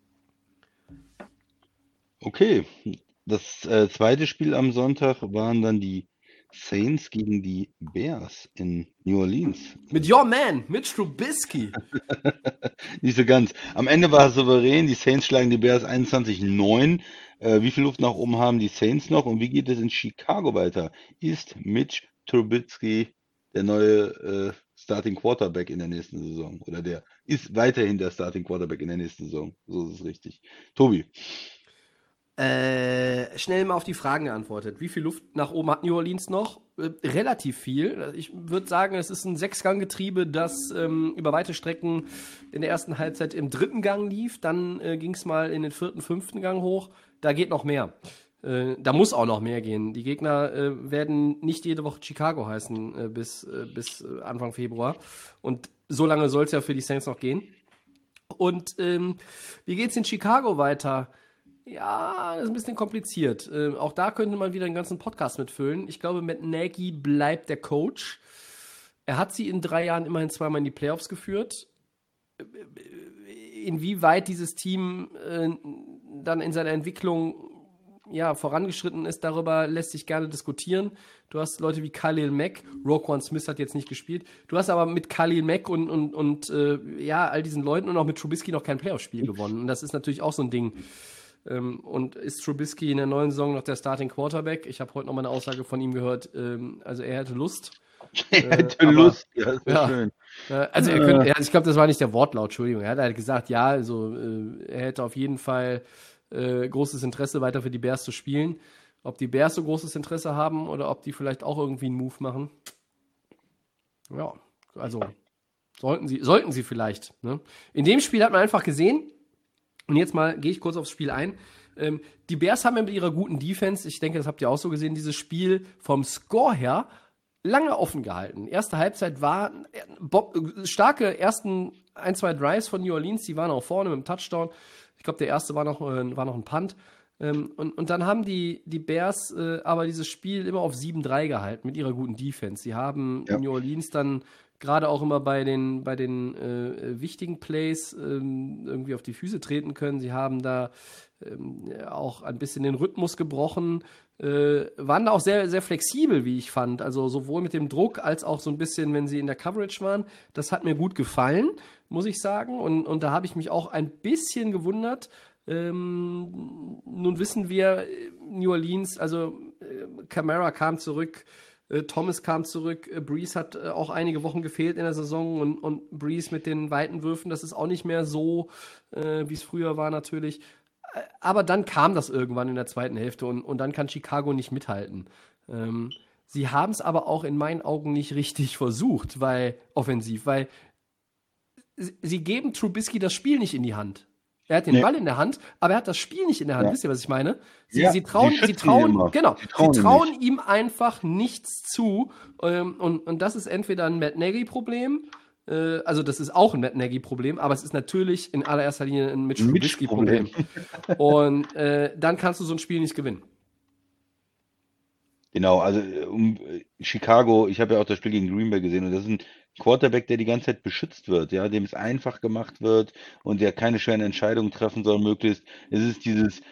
Okay. Das äh, zweite Spiel am Sonntag waren dann die Saints gegen die Bears in New Orleans. Mit Your Man, Mitch Trubisky. Nicht so ganz. Am Ende war es souverän. Die Saints schlagen die Bears einundzwanzig neun. Äh, wie viel Luft nach oben haben die Saints noch? Und wie geht es in Chicago weiter? Ist Mitch Trubisky der neue äh, Starting Quarterback in der nächsten Saison? Oder der ist weiterhin der Starting Quarterback in der nächsten Saison? So ist es richtig. Tobi. Äh, schnell mal auf die Fragen geantwortet. Wie viel Luft nach oben hat New Orleans noch? Äh, relativ viel. Ich würde sagen, es ist ein Sechsganggetriebe, das ähm, über weite Strecken in der ersten Halbzeit im dritten Gang lief. Dann äh, ging es mal in den vierten, fünften Gang hoch. Da geht noch mehr. Äh, da muss auch noch mehr gehen. Die Gegner äh, werden nicht jede Woche Chicago heißen äh, bis, äh, bis äh, Anfang Februar. Und so lange soll es ja für die Saints noch gehen. Und ähm, wie geht's in Chicago weiter? Ja, das ist ein bisschen kompliziert. Äh, auch da könnte man wieder einen ganzen Podcast mitfüllen. Ich glaube, Matt Nagy bleibt der Coach. Er hat sie in drei Jahren immerhin zweimal in die Playoffs geführt. Inwieweit dieses Team äh, dann in seiner Entwicklung ja, vorangeschritten ist, darüber lässt sich gerne diskutieren. Du hast Leute wie Khalil Mack, Roquan Smith hat jetzt nicht gespielt. Du hast aber mit Khalil Mack und, und, und äh, ja, all diesen Leuten und auch mit Trubisky noch kein Playoff-Spiel gewonnen. Und das ist natürlich auch so ein Ding. Ähm, und ist Trubisky in der neuen Saison noch der Starting Quarterback? Ich habe heute noch mal eine Aussage von ihm gehört. Ähm, also er hätte Lust. Er hätte äh, aber, Lust, ja, ist ja, schön. Äh, also er könnte, ja, ich glaube, das war nicht der Wortlaut, Entschuldigung. Er hat halt gesagt, ja, also äh, er hätte auf jeden Fall äh, großes Interesse, weiter für die Bears zu spielen. Ob die Bears so großes Interesse haben oder ob die vielleicht auch irgendwie einen Move machen. Ja, also sollten sie, sollten sie vielleicht. Ne? In dem Spiel hat man einfach gesehen, und jetzt mal gehe ich kurz aufs Spiel ein, ähm, die Bears haben ja mit ihrer guten Defense, ich denke, das habt ihr auch so gesehen, dieses Spiel vom Score her lange offen gehalten. Erste Halbzeit war Bob, starke ersten ein, zwei Drives von New Orleans, die waren auch vorne mit dem Touchdown. Ich glaube, der erste war noch, äh, war noch ein Punt. Ähm, und, und dann haben die, die Bears äh, aber dieses Spiel immer auf sieben drei gehalten mit ihrer guten Defense. Sie haben Ja. New Orleans dann gerade auch immer bei den, bei den äh, wichtigen Plays ähm, irgendwie auf die Füße treten können. Sie haben da ähm, auch ein bisschen den Rhythmus gebrochen, äh, waren da auch sehr, sehr flexibel, wie ich fand. Also sowohl mit dem Druck als auch so ein bisschen, wenn sie in der Coverage waren. Das hat mir gut gefallen, muss ich sagen. Und, und da habe ich mich auch ein bisschen gewundert. Ähm, nun wissen wir, New Orleans, also äh, Kamara kam zurück, äh, Thomas kam zurück, äh, Brees hat äh, auch einige Wochen gefehlt in der Saison und, und Brees mit den weiten Würfen, das ist auch nicht mehr so, äh, wie es früher war natürlich. Äh, aber dann kam das irgendwann in der zweiten Hälfte und, und dann kann Chicago nicht mithalten. Ähm, sie haben es aber auch in meinen Augen nicht richtig versucht, weil offensiv, weil sie, sie geben Trubisky das Spiel nicht in die Hand. Er hat den Nee. Ball in der Hand, aber er hat das Spiel nicht in der Hand. Ja. Wisst ihr, was ich meine? Sie, Ja, sie trauen, sie sie, schützen ihn trauen, immer. genau, Sie trauen sie ihm trauen nicht. ihm einfach nichts zu. Ähm, und, und das ist entweder ein Matt Nagy-Problem, äh, also das ist auch ein Matt Nagy-Problem, aber es ist natürlich in allererster Linie ein Mitch Ein Trubisky-Problem. Mitch-Problem. Und äh, dann kannst du so ein Spiel nicht gewinnen. Genau, also äh, um äh, Chicago, ich habe ja auch das Spiel gegen Green Bay gesehen und das ist ein Quarterback, der die ganze Zeit beschützt wird, ja, dem es einfach gemacht wird und der keine schweren Entscheidungen treffen soll, möglichst. Es ist dieses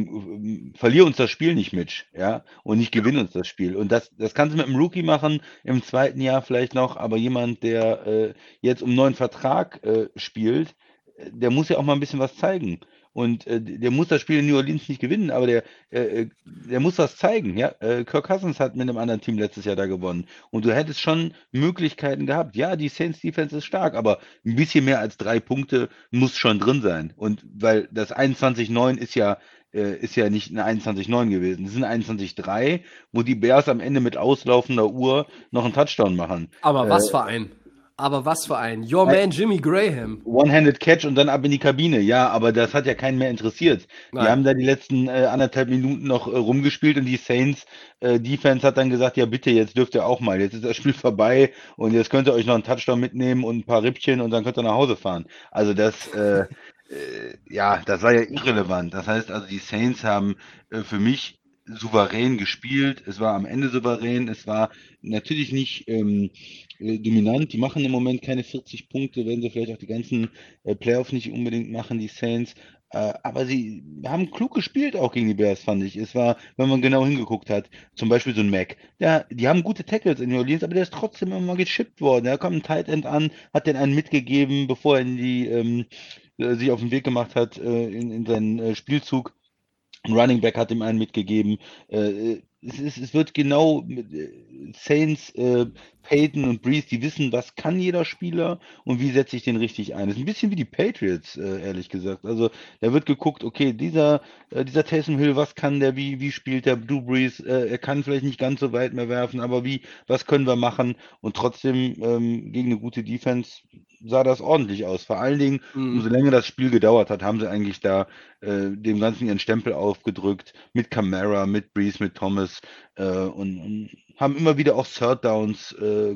ähm, verlier uns das Spiel nicht, Mitch, ja, und nicht gewinn uns das Spiel. Und das, das kannst du mit einem Rookie machen, im zweiten Jahr vielleicht noch, aber jemand, der äh, jetzt um einen neuen Vertrag äh, spielt, äh, der muss ja auch mal ein bisschen was zeigen. Und äh, der muss das Spiel in New Orleans nicht gewinnen, aber der, äh, äh, der muss was zeigen. Ja? Äh, Kirk Cousins hat mit einem anderen Team letztes Jahr da gewonnen. Und du hättest schon Möglichkeiten gehabt. Ja, die Saints Defense ist stark, aber ein bisschen mehr als drei Punkte muss schon drin sein. Und weil das einundzwanzig neun ist ja, äh, ist ja nicht eine einundzwanzig neun gewesen. Das sind einundzwanzig drei, wo die Bears am Ende mit auslaufender Uhr noch einen Touchdown machen. Aber Äh, was für ein. Aber was für ein. Your man Jimmy Graham. One-Handed Catch und dann ab in die Kabine. Ja, aber das hat ja keinen mehr interessiert. Die Nein. haben da die letzten äh, anderthalb Minuten noch äh, rumgespielt und die Saints äh, Defense hat dann gesagt, ja bitte, jetzt dürft ihr auch mal. Jetzt ist das Spiel vorbei und jetzt könnt ihr euch noch einen Touchdown mitnehmen und ein paar Rippchen und dann könnt ihr nach Hause fahren. Also das, äh, äh, ja, das war ja irrelevant. Das heißt also, die Saints haben äh, für mich souverän gespielt. Es war am Ende souverän. Es war natürlich nicht ähm, äh, dominant. Die machen im Moment keine vierzig Punkte, werden sie vielleicht auch die ganzen äh, Playoffs nicht unbedingt machen, die Saints. Äh, aber sie haben klug gespielt auch gegen die Bears, fand ich. Es war, wenn man genau hingeguckt hat, zum Beispiel so ein Mac. Ja, die haben gute Tackles in New Orleans, aber der ist trotzdem immer mal gechippt worden. Da kommt ein Tight End an, hat den einen mitgegeben, bevor er in die, ähm, äh, sich auf den Weg gemacht hat äh, in, in seinen äh, Spielzug. Ein Running Back hat ihm einen mitgegeben. Äh, es, ist, es wird genau mit äh, Saints, äh, Peyton und Brees, die wissen, was kann jeder Spieler und wie setze ich den richtig ein. Das ist ein bisschen wie die Patriots, äh, ehrlich gesagt. Also da wird geguckt, okay, dieser, äh, dieser Taysom Hill, was kann der, wie, wie spielt der Drew Brees? Äh, er kann vielleicht nicht ganz so weit mehr werfen, aber wie, was können wir machen? Und trotzdem ähm, gegen eine gute Defense sah das ordentlich aus. Vor allen Dingen, Mhm. umso länger das Spiel gedauert hat, haben sie eigentlich da äh, dem Ganzen ihren Stempel aufgedrückt, mit Kamara, mit Brees, mit Thomas äh, und, und haben immer wieder auch Third Downs äh,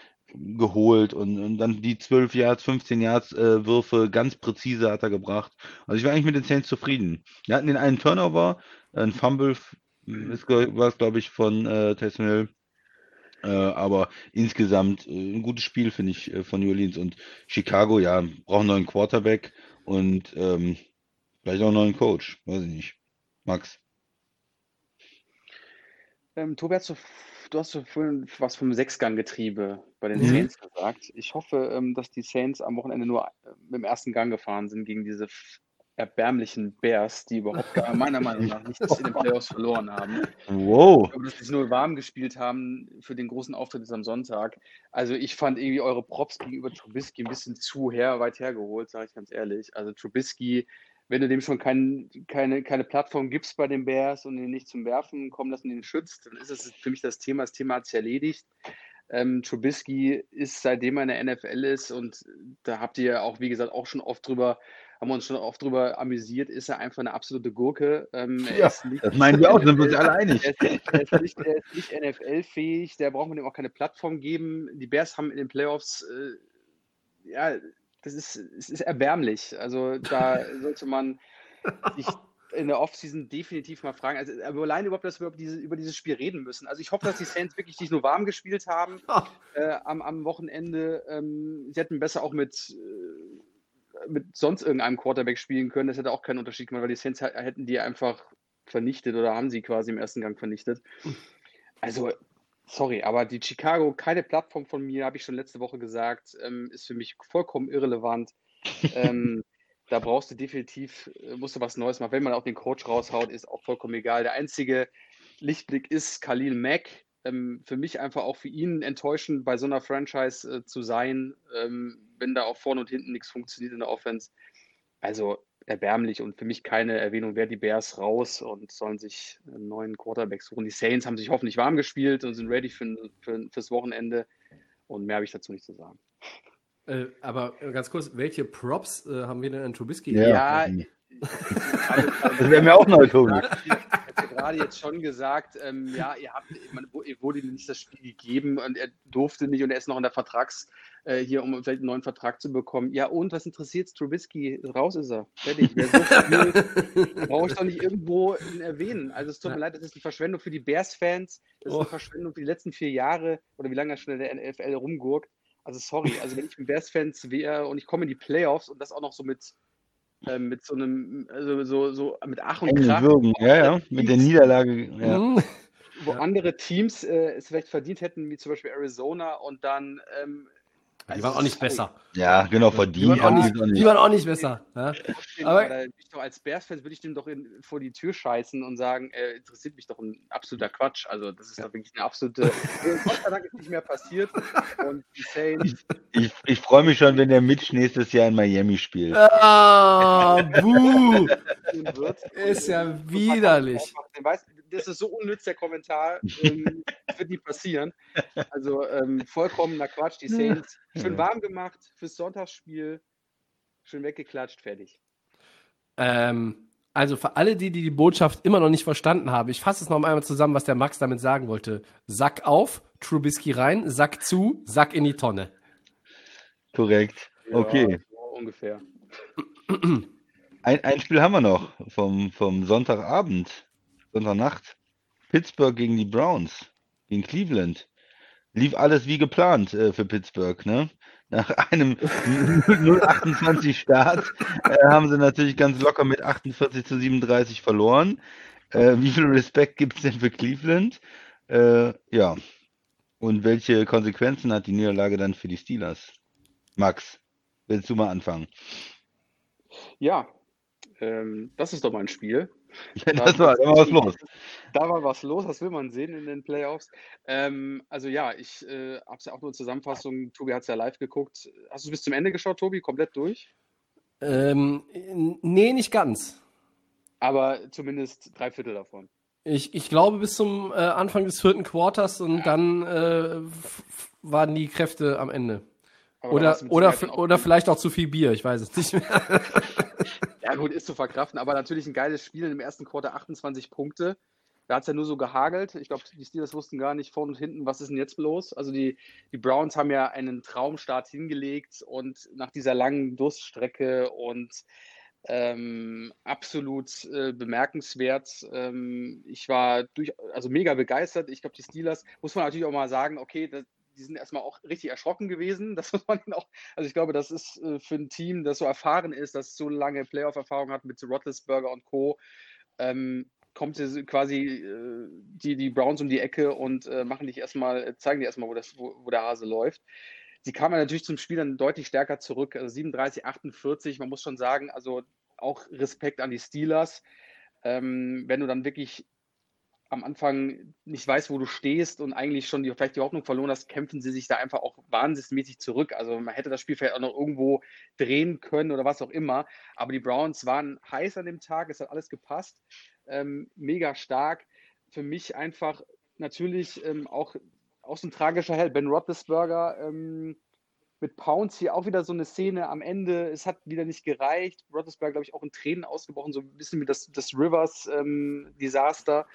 geholt und, und dann die zwölf Yards, fünfzehn Yards äh, Würfe ganz präzise hat er gebracht. Also ich war eigentlich mit den Saints zufrieden. Wir hatten den einen Turnover, ein Fumble f- ist, glaub- war es, glaube ich, von äh, Taysom Hill. Äh, aber insgesamt äh, ein gutes Spiel, finde ich, äh, von New Orleans und Chicago, ja, brauchen einen neuen Quarterback und ähm, Vielleicht auch einen neuen Coach, weiß ich nicht. Max. Ähm, Tobi, hast du, du hast so vorhin was vom Sechsganggetriebe bei den Mhm. Saints gesagt. Ich hoffe, ähm, dass die Saints am Wochenende nur äh, mit dem ersten Gang gefahren sind gegen diese f- erbärmlichen Bears, die überhaupt gar, meiner Meinung nach nichts in den Playoffs verloren haben. Wow. Ich glaube, dass sie es nur warm gespielt haben für den großen Auftritt jetzt am Sonntag. Also ich fand irgendwie eure Props gegenüber Trubisky ein bisschen zu her, weit hergeholt, sage ich ganz ehrlich. Also Trubisky, wenn du dem schon kein, keine, keine Plattform gibst bei den Bears und ihn nicht zum Werfen kommen lassen, ihn schützt, dann ist es für mich das Thema. Das Thema hat sich erledigt. Ähm, Trubisky ist, seitdem er in der N F L ist, und da habt ihr auch, wie gesagt, auch schon oft drüber, haben wir uns schon oft drüber amüsiert, ist er einfach eine absolute Gurke. Ähm, er Ja, ist nicht, das meinen wir auch, sind wir uns alle einig. er ist, er ist nicht, er ist nicht N F L-fähig, da braucht man ihm auch keine Plattform geben. Die Bears haben in den Playoffs, äh, ja, das ist, es ist erbärmlich. Also da sollte man sich in der Offseason definitiv mal fragen, also aber allein überhaupt, dass wir über, diese, über dieses Spiel reden müssen. Also ich hoffe, dass die Saints wirklich nicht nur warm gespielt haben äh, am, am Wochenende. Ähm, sie hätten besser auch mit, äh, mit sonst irgendeinem Quarterback spielen können. Das hätte auch keinen Unterschied gemacht, weil die Saints h- hätten die einfach vernichtet oder haben sie quasi im ersten Gang vernichtet. Also, sorry, aber die Chicago, keine Plattform von mir, habe ich schon letzte Woche gesagt, ähm, ist für mich vollkommen irrelevant. ähm, da brauchst du definitiv, äh, musst du was Neues machen. Wenn man auch den Coach raushaut, ist auch vollkommen egal. Der einzige Lichtblick ist Khalil Mack. Ähm, für mich einfach auch für ihn enttäuschend, bei so einer Franchise äh, zu sein, ähm, wenn da auch vorne und hinten nichts funktioniert in der Offense. Also erbärmlich und für mich keine Erwähnung wert. Die Bears raus und sollen sich einen neuen Quarterback suchen. Die Saints haben sich hoffentlich warm gespielt und sind ready für, für, fürs Wochenende. Und mehr habe ich dazu nicht zu sagen. Äh, aber äh, ganz kurz, welche Props äh, haben wir denn an Trubisky? Ja. Ja, weiß ich nicht. das Das wäre mir auch neu, Tobi. Ich habe gerade jetzt schon gesagt, ähm, ja, ihr habt, man, ihr wurde ihm nicht das Spiel gegeben und er durfte nicht und er ist noch in der Vertrags, äh, hier, um vielleicht einen neuen Vertrag zu bekommen. Ja, und was interessiert Trubisky? Raus ist er. Fertig. Wer so spielt, brauche ich doch nicht irgendwo ihn erwähnen. Also es tut mir leid, das ist eine Verschwendung für die Bears-Fans, das ist Oh. eine Verschwendung für die letzten vier Jahre oder wie lange er schon in der N F L rumgurkt. Also sorry, also wenn ich ein Bears-Fans wäre und ich komme in die Playoffs und das auch noch so mit ähm, mit so einem, also so, so mit Ach und Hängen und Krach, Würgen, ja, ja, mit der Niederlage, ja. Hm. wo Ja. andere Teams äh, es vielleicht verdient hätten, wie zum Beispiel Arizona, und dann ähm, Die also, waren auch nicht sorry, besser. Ja, genau, Die verdient waren auch haben nicht, sie es auch die nicht. waren auch nicht besser. Ja? trotzdem, Aber- aber da, ich doch als Bears-Fans würde ich dem doch in, vor die Tür scheißen und sagen, äh, interessiert mich doch ein absoluter Quatsch. Also das ist doch wirklich eine absolute, also, Gott sei Dank ist nicht mehr passiert und die Saints, Ich, ich freue mich schon, wenn der Mitch nächstes Jahr in Miami spielt. Ah, buh. spielen wird. Ist Und, ja ähm, widerlich. einfach, den weiß, das ist so unnütz, der Kommentar. Ähm, das wird nie passieren. Also ähm, vollkommener Quatsch. Die Saints schön warm gemacht fürs Sonntagsspiel. Schön weggeklatscht, fertig. Ähm, also für alle, die, die die Botschaft immer noch nicht verstanden haben, ich fasse es noch einmal zusammen, was der Max damit sagen wollte. Sack auf, Trubisky rein, Sack zu, Sack in die Tonne. Korrekt. Okay. Ja, so ungefähr. Ein, ein Spiel haben wir noch vom, vom Sonntagabend, Sonntagnacht. Pittsburgh gegen die Browns, gegen Cleveland. Lief alles wie geplant äh, für Pittsburgh, ne? Nach einem null achtundzwanzig Start äh, haben sie natürlich ganz locker mit achtundvierzig zu siebenunddreißig verloren. Äh, wie viel Respekt gibt es denn für Cleveland? Äh, ja. Und welche Konsequenzen hat die Niederlage dann für die Steelers? Max, willst du mal anfangen? Ja, ähm, das ist doch mal ein Spiel. Ja, das war, da war was los. Da war was los, das will man sehen in den Playoffs. Ähm, also ja, ich äh, habe es ja auch nur in Zusammenfassung, Tobi hat es ja live geguckt. Hast du bis zum Ende geschaut, Tobi? Komplett durch? Ähm, nee, nicht ganz. Aber zumindest drei Viertel davon. Ich, ich glaube bis zum äh, Anfang des vierten Quarters und dann äh, f- f- waren die Kräfte am Ende. Aber da Oder, warst du mit oder, Sicherheit f- auch- oder vielleicht auch zu viel Bier, ich weiß es nicht mehr. Ja gut, ist zu verkraften, aber natürlich ein geiles Spiel im ersten Quarter, achtundzwanzig Punkte. Da hat es ja nur so gehagelt. Ich glaube, die Steelers wussten gar nicht vorne und hinten, was ist denn jetzt los. Also die, die Browns haben ja einen Traumstart hingelegt und nach dieser langen Durststrecke und ähm, absolut äh, bemerkenswert. Ähm, ich war durch, also mega begeistert. Ich glaube, die Steelers, muss man natürlich auch mal sagen, okay, das, die sind erstmal auch richtig erschrocken gewesen. Das muss man auch, also ich glaube, das ist äh, für ein Team, das so erfahren ist, das so lange Playoff-Erfahrung hat mit Roethlisberger und Co., ähm, kommt quasi äh, die, die Browns um die Ecke und äh, machen dich erstmal, zeigen dir erstmal, wo, das, wo, wo der Hase läuft. Sie kamen natürlich zum Spiel dann deutlich stärker zurück, also siebenunddreißig, achtundvierzig. Man muss schon sagen, also auch Respekt an die Steelers. Ähm, wenn du dann wirklich am Anfang nicht weißt, wo du stehst und eigentlich schon die, vielleicht die Hoffnung verloren hast, kämpfen sie sich da einfach auch wahnsinnsmäßig zurück. Also man hätte das Spiel vielleicht auch noch irgendwo drehen können oder was auch immer. Aber die Browns waren heiß an dem Tag, es hat alles gepasst. Ähm, mega stark. Für mich einfach natürlich ähm, auch, auch so ein tragischer Held. Ben Roethlisberger ähm, mit Pounce hier auch wieder so eine Szene am Ende. Es hat wieder nicht gereicht. Roethlisberger, glaube ich, auch in Tränen ausgebrochen, so ein bisschen wie das, das Rivers-Desaster.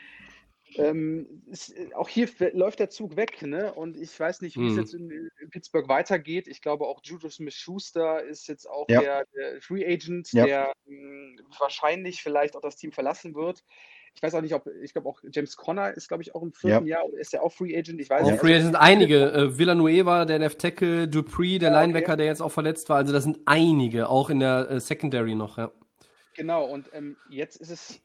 Ähm, ist, auch hier läuft der Zug weg, ne? Und ich weiß nicht, wie Mhm. es jetzt in, in Pittsburgh weitergeht. Ich glaube, auch Juju Smith-Schuster ist jetzt auch Ja. der, der Free Agent, Ja. der mh, wahrscheinlich vielleicht auch das Team verlassen wird. Ich weiß auch nicht, ob, ich glaube auch James Conner ist, glaube ich, auch im vierten Jahr, oder ist der auch Free Agent? Ich weiß Auch nicht. Free Also, Agent sind einige. Äh, Villanueva, der Left Tackle, Dupree, der Ja, okay. Linebacker, der jetzt auch verletzt war. Also das sind einige, auch in der äh, Secondary noch, ja. Genau, und ähm, jetzt ist es,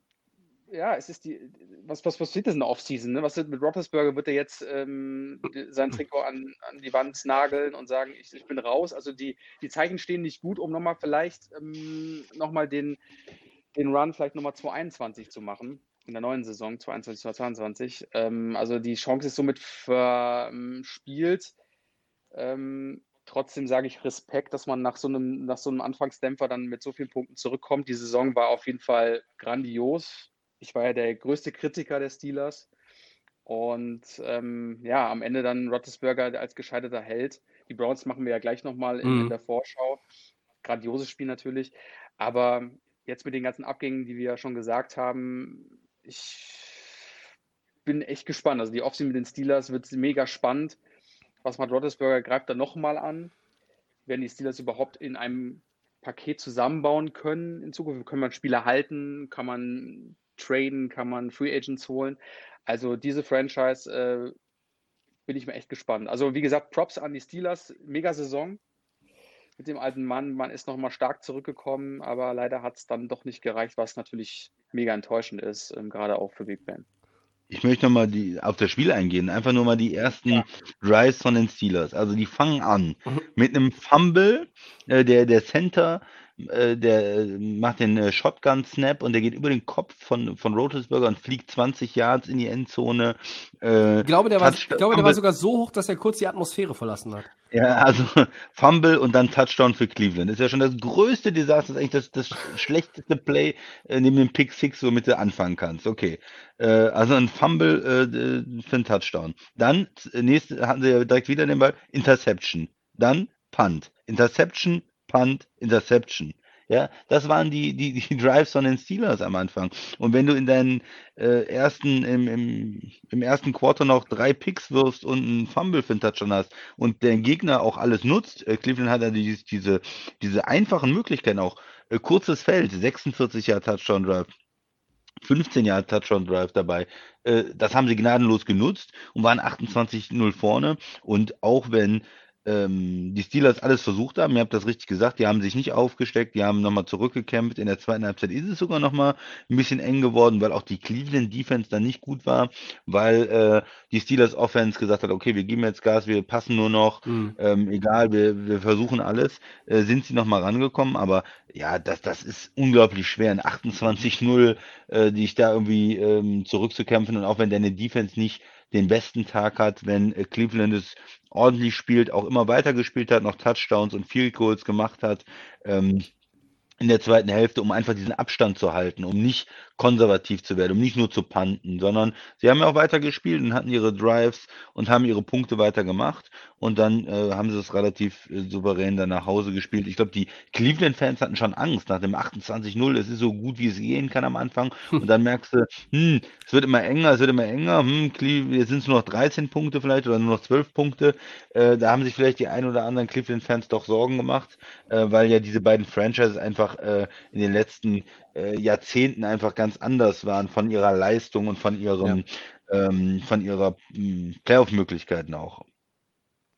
ja, es ist die, was, was passiert jetzt in der Offseason? Ne? Was wird mit Roethlisberger? Wird er jetzt ähm, die- sein Trikot an, an die Wand nageln und sagen, ich, ich bin raus? Also die, die Zeichen stehen nicht gut, um nochmal vielleicht ähm, nochmal den, den Run vielleicht nochmal zwanzig einundzwanzig zu machen, in der neuen Saison, zwanzig einundzwanzig, zwanzig zweiundzwanzig. Ähm, also die Chance ist somit verspielt. Ähm, trotzdem sage ich Respekt, dass man nach so einem, nach so einem Anfangsdämpfer dann mit so vielen Punkten zurückkommt. Die Saison war auf jeden Fall grandios. Ich war ja der größte Kritiker der Steelers. Und ähm, ja, am Ende dann Roethlisberger als gescheiterter Held. Die Browns machen wir ja gleich nochmal in, Mhm. in der Vorschau. Grandioses Spiel natürlich. Aber jetzt mit den ganzen Abgängen, die wir ja schon gesagt haben, ich bin echt gespannt. Also die Offseason mit den Steelers wird mega spannend. Was macht Roethlisberger? Greift da nochmal an? Werden die Steelers überhaupt in einem Paket zusammenbauen können in Zukunft? Können man Spieler halten? Kann man traden? Kann man Free Agents holen? Also diese Franchise äh, bin ich mir echt gespannt. Also wie gesagt, Props an die Steelers. Mega Saison mit dem alten Mann. Man ist nochmal stark zurückgekommen, aber leider hat es dann doch nicht gereicht, was natürlich mega enttäuschend ist, ähm, gerade auch für Big Ben. Ich möchte nochmal die, auf das Spiel eingehen. Einfach nur mal die ersten Ja. Drives von den Steelers. Also die fangen an Mhm. mit einem Fumble. Äh, der, der Center, äh, der äh, macht den äh, Shotgun-Snap und der geht über den Kopf von, von Roethlisberger und fliegt zwanzig Yards in die Endzone. Äh, Ich glaube, der war, ich Touchdown- glaube, der war Fumble- sogar so hoch, dass er kurz die Atmosphäre verlassen hat. Ja, also Fumble und dann Touchdown für Cleveland. Das ist ja schon das größte Desaster, das ist eigentlich das, das schlechteste Play äh, neben dem Pick Six, womit du anfangen kannst. Okay. Äh, also ein Fumble äh, für einen Touchdown. Dann, äh, nächste, hatten sie ja direkt wieder den Ball, Interception. Dann Punt. Interception, Punt, Interception. Ja, das waren die, die, die Drives von den Steelers am Anfang. Und wenn du in deinen äh, ersten, im, im, im ersten Quarter noch drei Picks wirfst und einen Fumble für einen Touchdown hast und der Gegner auch alles nutzt, äh, Cleveland hat ja die, diese, diese einfachen Möglichkeiten auch, äh, kurzes Feld, sechsundvierzig Jahre Touchdown Drive, fünfzehn Jahre Touchdown Drive dabei. Äh, das haben sie gnadenlos genutzt und waren achtundzwanzig null vorne. Und auch wenn ähm, die Steelers alles versucht haben, ihr habt das richtig gesagt, die haben sich nicht aufgesteckt, die haben nochmal zurückgekämpft. In der zweiten Halbzeit ist es sogar nochmal ein bisschen eng geworden, weil auch die Cleveland Defense da nicht gut war, weil äh, die Steelers Offense gesagt hat, okay, wir geben jetzt Gas, wir passen nur noch, Mhm. ähm, egal, wir, wir versuchen alles, äh, sind sie nochmal rangekommen, aber ja, das, das ist unglaublich schwer, in achtundzwanzig null äh, dich da irgendwie ähm, zurückzukämpfen und auch wenn deine Defense nicht den besten Tag hat, wenn äh, Cleveland es ordentlich spielt, auch immer weiter gespielt hat, noch Touchdowns und Field Goals gemacht hat, ähm, in der zweiten Hälfte, um einfach diesen Abstand zu halten, um nicht konservativ zu werden, um nicht nur zu punten, sondern sie haben ja auch weiter gespielt und hatten ihre Drives und haben ihre Punkte weiter gemacht und dann äh, haben sie es relativ äh, souverän dann nach Hause gespielt. Ich glaube, die Cleveland-Fans hatten schon Angst nach dem achtundzwanzig null, es ist so gut, wie es gehen kann am Anfang und dann merkst du, hm, es wird immer enger, es wird immer enger, hm, Cle- jetzt sind es nur noch dreizehn Punkte vielleicht oder nur noch zwölf Punkte, äh, da haben sich vielleicht die ein oder anderen Cleveland-Fans doch Sorgen gemacht, äh, weil ja diese beiden Franchises einfach äh, in den letzten äh, Jahrzehnten einfach ganz anders waren von ihrer Leistung und von ihrem ähm, von ihrer mh, Playoff-Möglichkeiten auch.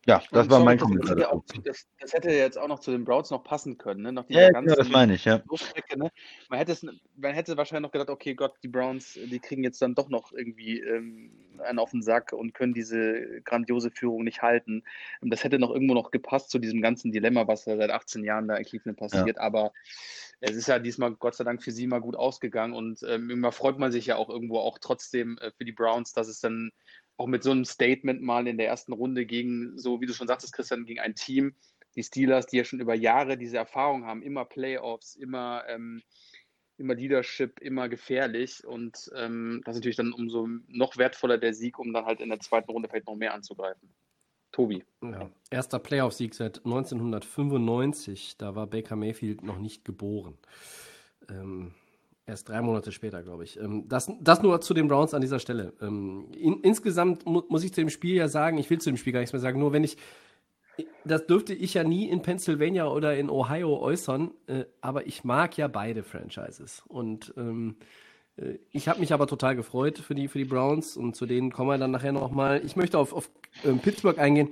Ja, das Und war sorry, mein das, Kommentar hätte ja auch, dazu. das, das hätte jetzt auch noch zu den Browns noch passen können, ne? Nach Ja, dieser genau, das ganzen meine ich, ja. Durchstrecke, ne? Man hätte es, man hätte wahrscheinlich noch gedacht, okay, Gott, die Browns, die kriegen jetzt dann doch noch irgendwie ähm, einen auf den Sack und können diese grandiose Führung nicht halten. Und das hätte noch irgendwo noch gepasst zu diesem ganzen Dilemma, was ja seit achtzehn Jahren da in Cleveland passiert. Ja. Aber es ist ja diesmal Gott sei Dank für sie mal gut ausgegangen und ähm, immer freut man sich ja auch irgendwo auch trotzdem äh, für die Browns, dass es dann auch mit so einem Statement mal in der ersten Runde gegen, so wie du schon sagtest, Christian, gegen ein Team, die Steelers, die ja schon über Jahre diese Erfahrung haben, immer Playoffs, immer, ähm, immer Leadership, immer gefährlich und ähm, das ist natürlich dann umso noch wertvoller der Sieg, um dann halt in der zweiten Runde vielleicht noch mehr anzugreifen. Tobi. Ja, erster Playoff-Sieg seit neunzehnhundertfünfundneunzig, da war Baker Mayfield noch nicht geboren. Ähm, Erst drei Monate später, glaube ich. Das, das nur zu den Browns an dieser Stelle. In, insgesamt mu- muss ich zu dem Spiel ja sagen, ich will zu dem Spiel gar nichts mehr sagen, nur wenn ich, das dürfte ich ja nie in Pennsylvania oder in Ohio äußern, äh, aber ich mag ja beide Franchises. Und ähm, äh, ich habe mich aber total gefreut für die, für die Browns und zu denen kommen wir dann nachher nochmal. Ich möchte auf, auf ähm, Pittsburgh eingehen.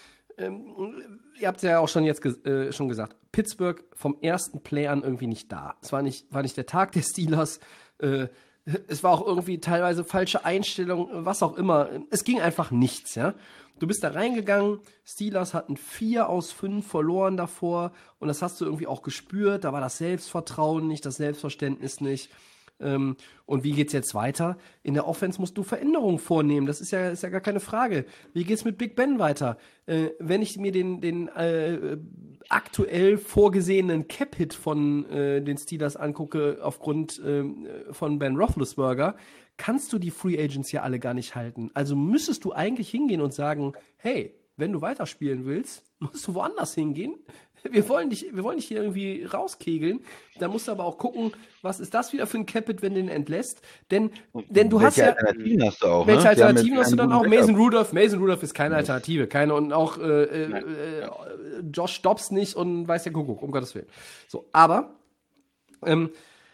Ähm, ihr habt es ja auch schon jetzt ge- äh, schon gesagt, Pittsburgh vom ersten Play an irgendwie nicht da. Es war nicht, war nicht der Tag der Steelers. Äh, es war auch irgendwie teilweise falsche Einstellung, was auch immer. Es ging einfach nichts, ja. Du bist da reingegangen, Steelers hatten vier aus fünf verloren davor und das hast du irgendwie auch gespürt. Da war das Selbstvertrauen nicht, das Selbstverständnis nicht. Ähm, und wie geht's jetzt weiter? In der Offense musst du Veränderungen vornehmen. Das ist ja, ist ja gar keine Frage. Wie geht's mit Big Ben weiter? Äh, wenn ich mir den, den äh, aktuell vorgesehenen Cap-Hit von äh, den Steelers angucke, aufgrund äh, von Ben Roethlisberger, kannst du die Free Agents ja alle gar nicht halten. Also müsstest du eigentlich hingehen und sagen, hey, wenn du weiterspielen willst, musst du woanders hingehen. Wir wollen dich, wir wollen dich hier irgendwie rauskegeln. Da musst du aber auch gucken, was ist das wieder für ein Capit, wenn du den entlässt. Denn, denn du welche hast ja. Alternativen hast du auch? Welche ne? Alternativen hast du dann auch? Backup. Mason Rudolph. Mason Rudolph ist keine Alternative. Keine und auch äh, äh, Josh Dobbs nicht und weiß der Kuckuck, um Gottes Willen. So, aber ähm,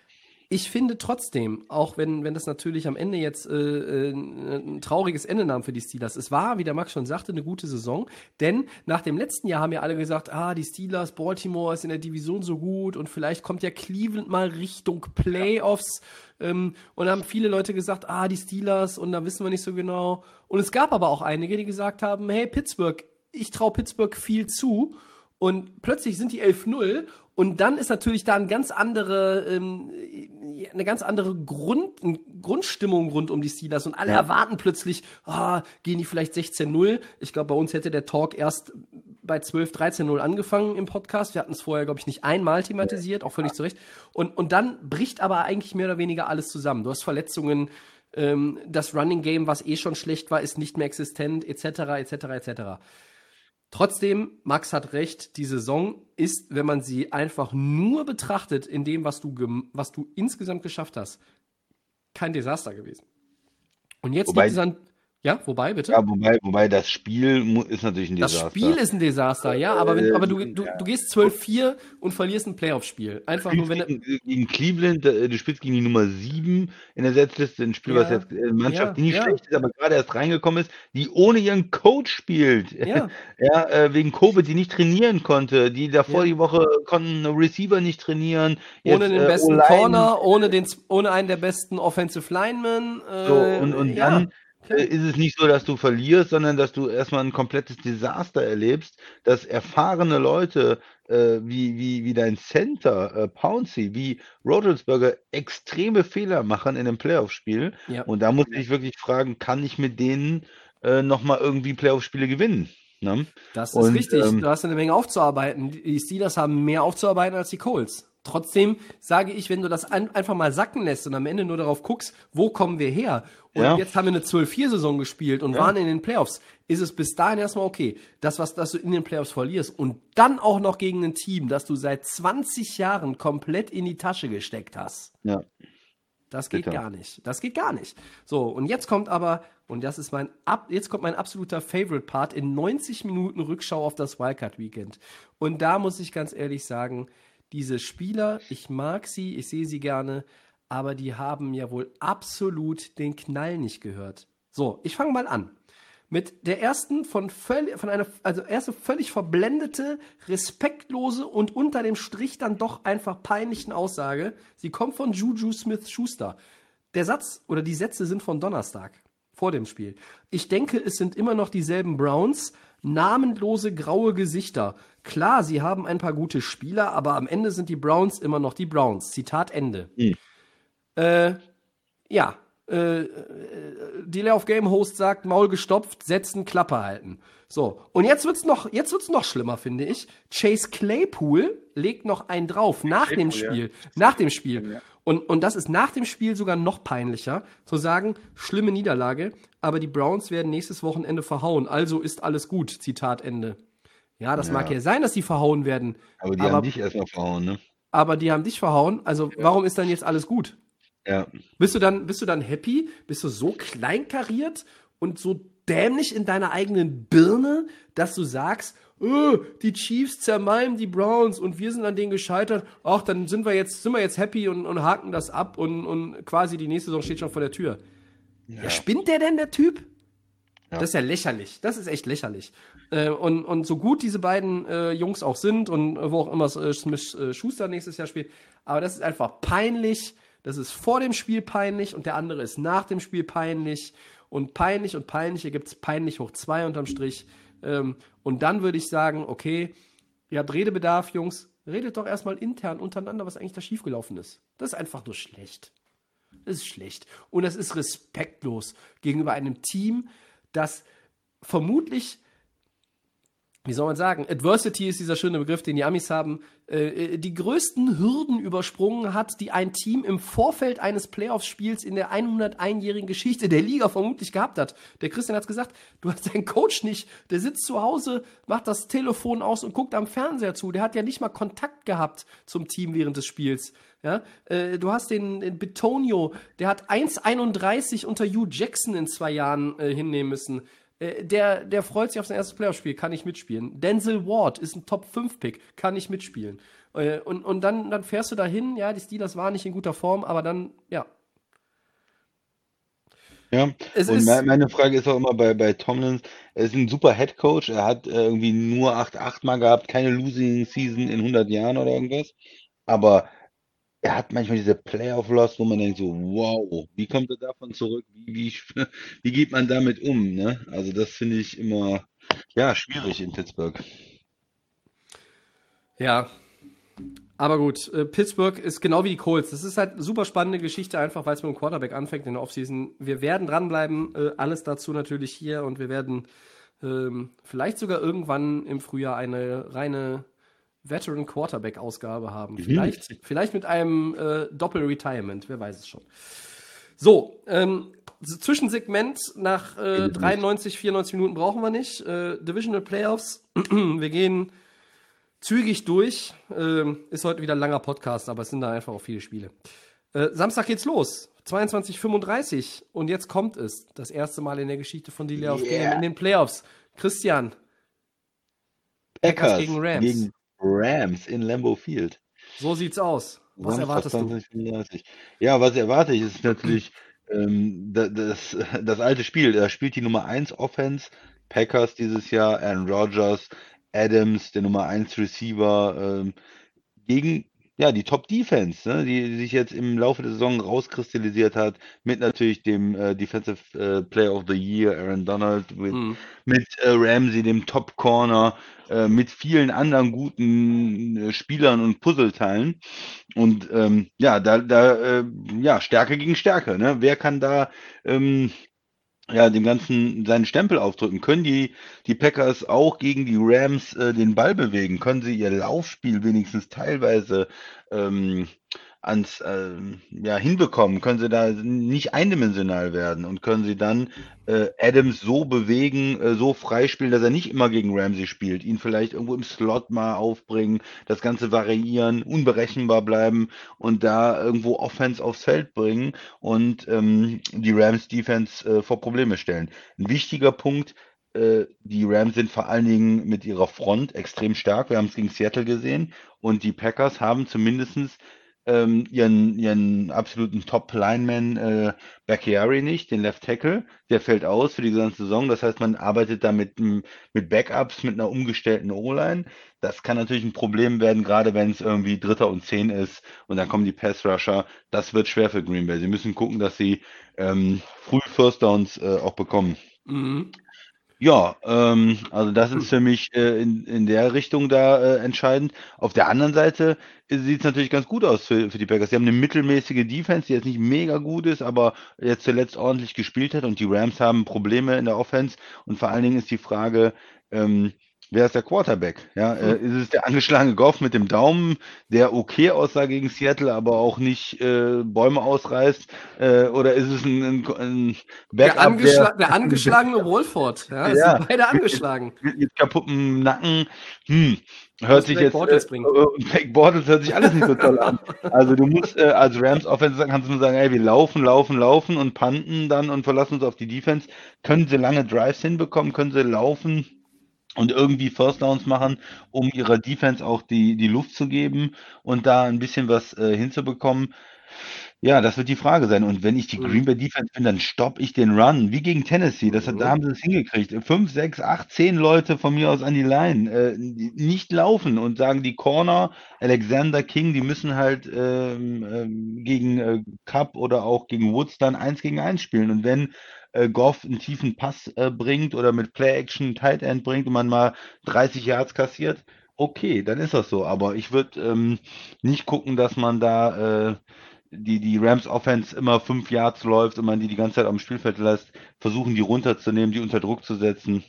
ich finde trotzdem, auch wenn, wenn das natürlich am Ende jetzt äh, ein trauriges Ende nahm für die Steelers, es war, wie der Max schon sagte, eine gute Saison, denn nach dem letzten Jahr haben ja alle gesagt, ah, die Steelers, Baltimore ist in der Division so gut und vielleicht kommt ja Cleveland mal Richtung Playoffs ähm, und haben viele Leute gesagt, ah, die Steelers und da wissen wir nicht so genau. Und es gab aber auch einige, die gesagt haben, hey, Pittsburgh, ich traue Pittsburgh viel zu und plötzlich sind die elf null. Und dann ist natürlich da eine ganz andere, ähm, eine ganz andere Grund, Grundstimmung rund um die Steelers. Und alle ja. erwarten plötzlich, ah, gehen die vielleicht sechzehn null. Ich glaube, bei uns hätte der Talk erst bei zwölf, dreizehn null angefangen im Podcast. Wir hatten es vorher, glaube ich, nicht einmal thematisiert, auch völlig zu Recht. Und, und dann bricht aber eigentlich mehr oder weniger alles zusammen. Du hast Verletzungen, ähm, das Running Game, was eh schon schlecht war, ist nicht mehr existent, et cetera, et cetera, et cetera. Trotzdem, Max hat recht, die Saison ist, wenn man sie einfach nur betrachtet in dem, was du, gem- was du insgesamt geschafft hast, kein Desaster gewesen. Und jetzt Wobei- liegt es an... Ja, wobei, bitte? Ja, wobei, wobei das Spiel mu- ist natürlich ein Das Desaster. Spiel ist ein Desaster, ja, aber, wenn, Äh, aber du, du, du gehst zwölf vier und verlierst ein Playoff-Spiel. Einfach nur, wenn... gegen, gegen Cleveland, äh, du spielst gegen die Nummer sieben in der Setzliste, ein Spiel, Ja, was jetzt äh, Mannschaft, ja, die nicht ja. schlecht ist, aber gerade erst reingekommen ist, die ohne ihren Coach spielt. Ja. ja, äh, wegen Covid, die nicht trainieren konnte, die davor Ja. die Woche konnten Receiver nicht trainieren. Ohne Jetzt, den äh, besten O-Line, Corner, ohne, den, ohne einen der besten Offensive Linemen. Äh, So, und, und ja, dann klar. äh, ist es nicht so, dass du verlierst, sondern dass du erstmal ein komplettes Desaster erlebst, dass erfahrene Leute äh, wie, wie, wie dein Center, äh, Pouncey, wie Roethlisberger extreme Fehler machen in einem Playoff-Spiel. Ja. Und da muss ich wirklich fragen, kann ich mit denen äh, nochmal irgendwie Playoff-Spiele gewinnen? Ne? Das ist Und, richtig. ähm, Du hast eine Menge aufzuarbeiten. Die Steelers haben mehr aufzuarbeiten als die Colts. Trotzdem sage ich, wenn du das ein, einfach mal sacken lässt und am Ende nur darauf guckst, wo kommen wir her? Und Ja. jetzt haben wir eine zwölf vier Saison gespielt und Ja. waren in den Playoffs. Ist es bis dahin erstmal okay. Das, was dass du in den Playoffs verlierst und dann auch noch gegen ein Team, das du seit zwanzig Jahren komplett in die Tasche gesteckt hast. ja. Das geht Bitte. gar nicht. Das geht gar nicht. So, und jetzt kommt aber, und das ist mein, ab, jetzt kommt mein absoluter Favorite-Part in neunzig Minuten Rückschau auf das Wildcard-Weekend. Und da muss ich ganz ehrlich sagen, diese Spieler, ich mag sie, ich sehe sie gerne, aber die haben ja wohl absolut den Knall nicht gehört. So, ich fange mal an. Mit der ersten von völlig, von einer, also erste völlig verblendete, respektlose und unter dem Strich dann doch einfach peinlichen Aussage. Sie kommt von Juju Smith-Schuster. Der Satz oder die Sätze sind von Donnerstag, vor dem Spiel. Ich denke, es sind immer noch dieselben Browns, namenlose graue Gesichter. Klar, sie haben ein paar gute Spieler, aber am Ende sind die Browns immer noch die Browns. Zitat Ende. Mhm. Äh, ja. Äh, die Delay of Game Host sagt, Maul gestopft, setzen, Klappe halten. So, und jetzt wird's noch, jetzt wird's noch schlimmer, finde ich. Chase Claypool legt noch einen drauf, nach dem Spiel, ja. nach dem Spiel. Ja. Und, und das ist nach dem Spiel sogar noch peinlicher, zu sagen, schlimme Niederlage, aber die Browns werden nächstes Wochenende verhauen, also ist alles gut, Zitat Ende. Ja, das ja. mag ja sein, dass die verhauen werden. Aber die aber, haben dich erstmal verhauen, ne? Aber die haben dich verhauen, also ja. warum ist dann jetzt alles gut? Ja. Bist du dann, bist du dann happy? Bist du so kleinkariert und so dämlich in deiner eigenen Birne, dass du sagst, oh, die Chiefs zermalmen die Browns und wir sind an denen gescheitert. Ach, dann sind wir jetzt, sind wir jetzt happy und, und haken das ab und, und quasi die nächste Saison steht schon vor der Tür. Ja. Ja, spinnt der denn, der Typ? Ja. Das ist ja lächerlich. Das ist echt lächerlich. Äh, und, und so gut diese beiden äh, Jungs auch sind und äh, wo auch immer äh, Smith äh, Schuster nächstes Jahr spielt, aber das ist einfach peinlich. Das ist vor dem Spiel peinlich und der andere ist nach dem Spiel peinlich. Und peinlich und peinlich, hier gibt es peinlich hoch zwei unterm Strich. Ähm, und dann würde ich sagen, okay, ihr habt Redebedarf, Jungs. Redet doch erstmal intern untereinander, was eigentlich da schiefgelaufen ist. Das ist einfach nur schlecht. Das ist schlecht. Und das ist respektlos gegenüber einem Team, das vermutlich, wie soll man sagen, Adversity ist dieser schöne Begriff, den die Amis haben, äh, die größten Hürden übersprungen hat, die ein Team im Vorfeld eines Playoff-Spiels in der hunderteinjährigen Geschichte der Liga vermutlich gehabt hat. Der Christian hat es gesagt, du hast deinen Coach nicht, der sitzt zu Hause, macht das Telefon aus und guckt am Fernseher zu. Der hat ja nicht mal Kontakt gehabt zum Team während des Spiels. Ja, äh, du hast den, den Bitonio, der hat eins einunddreißig unter Hugh Jackson in zwei Jahren äh, hinnehmen müssen. Der, der freut sich auf sein erstes Playoff-Spiel, kann ich mitspielen. Denzel Ward ist ein Top fünf Pick, kann ich mitspielen. Und, und dann, dann fährst du dahin, ja, die Steelers waren nicht in guter Form, aber dann, ja. Ja, es und ist, meine Frage ist auch immer bei, bei Tomlin, er ist ein super Headcoach, er hat irgendwie nur acht acht mal gehabt, keine Losing Season in hundert Jahren oder irgendwas, aber er hat manchmal diese Playoff-Loss, wo man denkt so, wow, wie kommt er davon zurück? Wie, wie, wie geht man damit um? Ne? Also das finde ich immer, ja, schwierig in Pittsburgh. Ja, aber gut, äh, Pittsburgh ist genau wie die Colts. Das ist halt eine super spannende Geschichte, einfach weil es mit dem Quarterback anfängt in der Offseason. Wir werden dranbleiben, äh, alles dazu natürlich hier und wir werden ähm, vielleicht sogar irgendwann im Frühjahr eine reine Veteran Quarterback-Ausgabe haben. Mhm. Vielleicht, vielleicht mit einem äh, Doppel-Retirement, wer weiß es schon. So, ähm, Zwischensegment nach äh, dreiundneunzig, vierundneunzig Minuten brauchen wir nicht. Äh, Divisional Playoffs, wir gehen zügig durch. Ähm, ist heute wieder ein langer Podcast, aber es sind da einfach auch viele Spiele. Äh, Samstag geht's los, zweiundzwanzig fünfunddreißig und jetzt kommt es, das erste Mal in der Geschichte von Delay of Game in den Playoffs. Christian, Packers, Packers gegen Rams. Gegen Rams in Lambeau Field. So sieht's aus. Was Samstag erwartest zwanzig fünfunddreißig. Ja, was erwarte ich, ist natürlich ähm, das, das, das alte Spiel. Da spielt die Nummer eins Offense, Packers dieses Jahr, Aaron Rodgers, Adams, der Nummer eins Receiver, ähm, gegen ja, die Top-Defense, ne, die, die sich jetzt im Laufe der Saison rauskristallisiert hat, mit natürlich dem äh, Defensive äh, Player of the Year, Aaron Donald, mit, Mhm. mit äh, Ramsey, dem Top-Corner, äh, mit vielen anderen guten äh, Spielern und Puzzleteilen. Und ähm, ja, da, da äh, ja, Stärke gegen Stärke. Ne? Wer kann da ähm, ja, dem Ganzen seinen Stempel aufdrücken? Können die, die Packers auch gegen die Rams äh, den Ball bewegen? Können sie ihr Laufspiel wenigstens teilweise ähm, ans, ähm, ja, hinbekommen? Können sie da nicht eindimensional werden? Und können sie dann äh, Adams so bewegen, äh, so freispielen, dass er nicht immer gegen Ramsey spielt? Ihn vielleicht irgendwo im Slot mal aufbringen, das Ganze variieren, unberechenbar bleiben und da irgendwo Offense aufs Feld bringen und ähm, die Rams Defense äh, vor Probleme stellen. Ein wichtiger Punkt, äh, die Rams sind vor allen Dingen mit ihrer Front extrem stark. Wir haben es gegen Seattle gesehen und die Packers haben zumindestens ähm, ihren, ihren absoluten Top-Lineman äh, Bakhtiari nicht, den Left Tackle. Der fällt aus für die gesamte Saison. Das heißt, man arbeitet da mit, m- mit Backups, mit einer umgestellten O-Line. Das kann natürlich ein Problem werden, gerade wenn es irgendwie Dritter und Zehn ist und dann kommen die Pass-Rusher. Das wird schwer für Green Bay. Sie müssen gucken, dass sie ähm, früh First Downs äh, auch bekommen. Mhm. Ja, ähm, also das ist Hm. für mich äh, in, in der Richtung da äh, entscheidend. Auf der anderen Seite sieht es natürlich ganz gut aus für, für die Packers. Sie haben eine mittelmäßige Defense, die jetzt nicht mega gut ist, aber jetzt zuletzt ordentlich gespielt hat und die Rams haben Probleme in der Offense und vor allen Dingen ist die Frage, ähm, wer ist der Quarterback? Ja, äh, Hm. ist es der angeschlagene Goff mit dem Daumen, der okay aussah gegen Seattle, aber auch nicht äh, Bäume ausreißt? Äh, oder ist es ein, ein, ein Der, Backup, der angeschla der angeschlagene Wolford. Ja, es ja, sind beide mit, angeschlagen. mit, mit kaputtem Nacken, hm, Du hört musst sich Blake jetzt, äh, Bortles bringen. äh, Blake Bortles hört sich alles nicht so toll an. Also du musst äh, als Rams Offense sagen, kannst du nur sagen, ey, wir laufen, laufen, laufen und punten dann und verlassen uns auf die Defense. Können sie lange Drives hinbekommen, können sie laufen und irgendwie First Downs machen, um ihrer Defense auch die, die Luft zu geben und da ein bisschen was äh, hinzubekommen. Ja, das wird die Frage sein. Und wenn ich die Green Mhm. Bay Defense bin, dann stoppe ich den Run, wie gegen Tennessee. Das hat, da Mhm. haben sie es hingekriegt. Fünf, sechs, acht, zehn Leute von mir aus an die Line. Äh, nicht laufen und sagen, die Corner, Alexander King, die müssen halt ähm, ähm, gegen äh, Cup oder auch gegen Woods dann eins gegen eins spielen. Und wenn äh, Goff einen tiefen Pass äh, bringt oder mit Play-Action Tight End bringt und man mal dreißig Yards kassiert, okay, dann ist das so. Aber ich würde ähm, nicht gucken, dass man da äh, die, die Rams Offense immer fünf Yards läuft und man die die ganze Zeit am Spielfeld lässt, versuchen die runterzunehmen, die unter Druck zu setzen.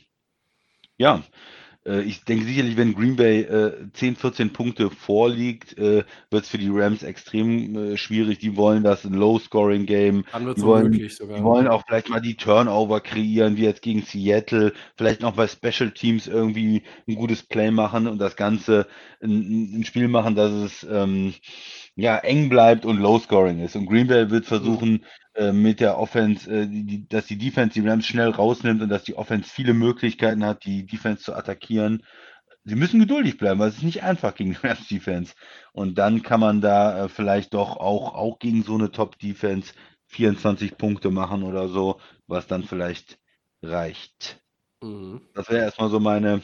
Ja, äh, ich denke sicherlich, wenn Green Bay äh, zehn, vierzehn Punkte vorliegt, äh, wird es für die Rams extrem äh, schwierig. Die wollen das ein Low-Scoring-Game. Dann wird Die es wollen, unmöglich die sogar. wollen Ja. auch vielleicht mal die Turnover kreieren, wie jetzt gegen Seattle. Vielleicht noch bei Special Teams irgendwie ein gutes Play machen und das Ganze ein, ein Spiel machen, dass es ähm, ja eng bleibt und Low-Scoring ist. Und Green Bay wird Mhm. versuchen, äh, mit der Offense, äh, die, die, dass die Defense die Rams schnell rausnimmt und dass die Offense viele Möglichkeiten hat, die Defense zu attackieren. Sie müssen geduldig bleiben, weil es ist nicht einfach gegen die Rams Defense. Und dann kann man da äh, vielleicht doch auch, auch gegen so eine Top Defense vierundzwanzig Punkte machen oder so, was dann vielleicht reicht. Mhm. Das wäre erstmal so meine,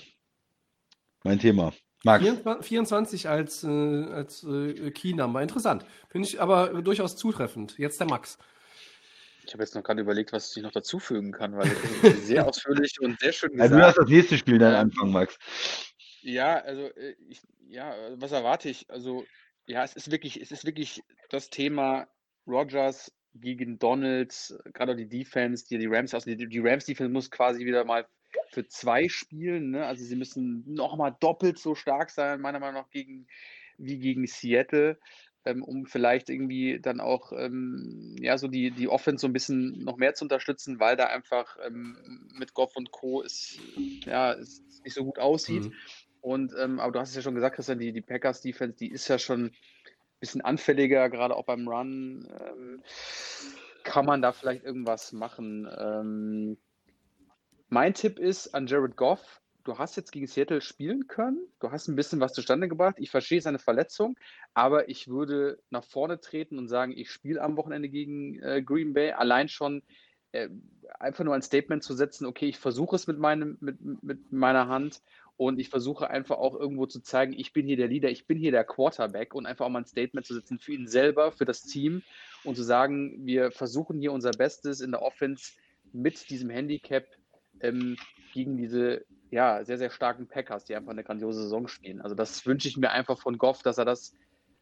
mein Thema. Max, vierundzwanzig, vierundzwanzig als, äh, als äh, Key Number. Interessant. Finde ich aber durchaus zutreffend. Jetzt der Max. Ich habe jetzt noch gerade überlegt, was ich noch dazufügen kann, weil äh, sehr ausführlich und sehr schön ja, du hast gesagt. das nächste Spiel dann Ähm, anfangen, Max. ja, also äh, ich, ja, äh, was erwarte ich? Also ja, es ist wirklich, es ist wirklich das Thema Rodgers gegen Donalds, gerade auch die Defense, die die Rams aus, die, die Rams Defense muss quasi wieder mal für zwei spielen, ne? Also sie müssen nochmal doppelt so stark sein, meiner Meinung nach, gegen, wie gegen Seattle, ähm, um vielleicht irgendwie dann auch ähm, ja, so die, die Offense so ein bisschen noch mehr zu unterstützen, weil da einfach ähm, mit Goff und Co. es, ja, es nicht so gut aussieht. Mhm. Und ähm, aber du hast es ja schon gesagt, Christian, die, die Packers Defense, die ist ja schon ein bisschen anfälliger, gerade auch beim Run. Ähm, kann man da vielleicht irgendwas machen? Ähm, mein Tipp ist an Jared Goff, du hast jetzt gegen Seattle spielen können, du hast ein bisschen was zustande gebracht. Ich verstehe seine Verletzung, aber ich würde nach vorne treten und sagen, ich spiele am Wochenende gegen äh, Green Bay. Allein schon äh, einfach nur ein Statement zu setzen, okay, ich versuche es mit, meinem, mit, mit meiner Hand und ich versuche einfach auch irgendwo zu zeigen, ich bin hier der Leader, ich bin hier der Quarterback und einfach auch mal ein Statement zu setzen für ihn selber, für das Team und zu sagen, wir versuchen hier unser Bestes in der Offense mit diesem Handicap ähm, gegen diese ja, sehr, sehr starken Packers, die einfach eine grandiose Saison spielen. Also das wünsche ich mir einfach von Goff, dass er das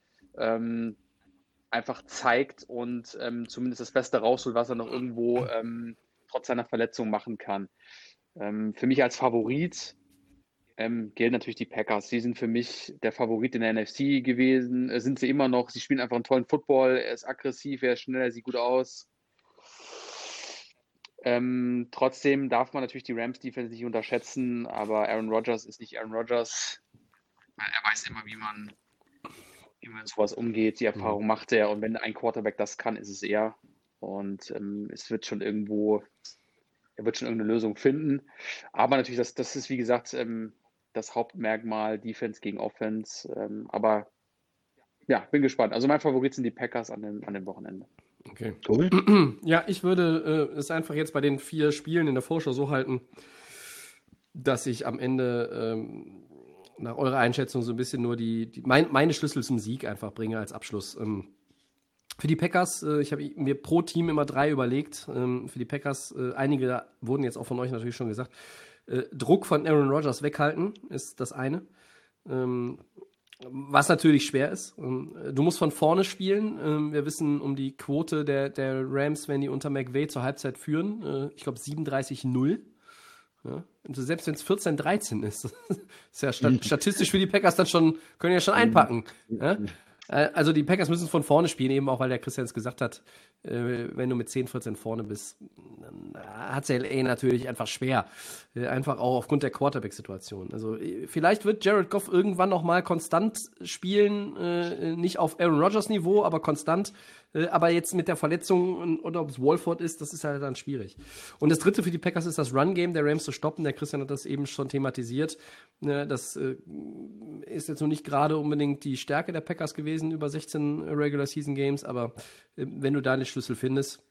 ähm, einfach zeigt und ähm, zumindest das Beste rausholt, was er noch irgendwo ähm, trotz seiner Verletzung machen kann. Ähm, für mich als Favorit ähm, gelten natürlich die Packers. Sie sind für mich der Favorit in der N F C gewesen, äh, sind sie immer noch. Sie spielen einfach einen tollen Football, er ist aggressiv, er ist schnell, er sieht gut aus. Ähm, trotzdem darf man natürlich die Rams-Defense nicht unterschätzen, aber Aaron Rodgers ist nicht Aaron Rodgers. Er weiß immer, wie man, wie man mit sowas umgeht. Die Mhm. Erfahrung macht er. Und wenn ein Quarterback das kann, ist es er. Und ähm, es wird schon irgendwo, er wird schon irgendeine Lösung finden. Aber natürlich, das, das ist wie gesagt ähm, das Hauptmerkmal Defense gegen Offense. Ähm, aber ja, bin gespannt. Also mein Favorit sind die Packers an dem, an dem Wochenende. Okay. Tobi? Ja, ich würde äh, es einfach jetzt bei den vier Spielen in der Vorschau so halten, dass ich am Ende ähm, nach eurer Einschätzung so ein bisschen nur die, die mein, meine Schlüssel zum Sieg einfach bringe als Abschluss. Ähm, für die Packers, äh, ich habe mir pro Team immer drei überlegt. Ähm, für die Packers, äh, einige wurden jetzt auch von euch natürlich schon gesagt, äh, Druck von Aaron Rodgers weghalten ist das eine. Ähm, Was natürlich schwer ist. Du musst von vorne spielen. Wir wissen um die Quote der, der Rams, wenn die unter McVay zur Halbzeit führen. Ich glaube siebenunddreißig null. Ja. Selbst wenn es vierzehn dreizehn ist. Ist ja statistisch für die Packers dann schon, können ja schon einpacken. Ja. Also die Packers müssen von vorne spielen, eben auch, weil der Christian es gesagt hat, wenn du mit zehn, vierzehn vorne bist, dann hat es L A natürlich einfach schwer. Einfach auch aufgrund der Quarterback-Situation. Also vielleicht wird Jared Goff irgendwann noch mal konstant spielen, nicht auf Aaron Rodgers Niveau, aber konstant. Aber jetzt mit der Verletzung oder ob es Wolford ist, das ist halt dann schwierig. Und das dritte für die Packers ist das Run-Game der Rams zu stoppen. Der Christian hat das eben schon thematisiert. Das ist jetzt noch nicht gerade unbedingt die Stärke der Packers gewesen über sechzehn Regular Season Games, aber wenn du da den Schlüssel findest,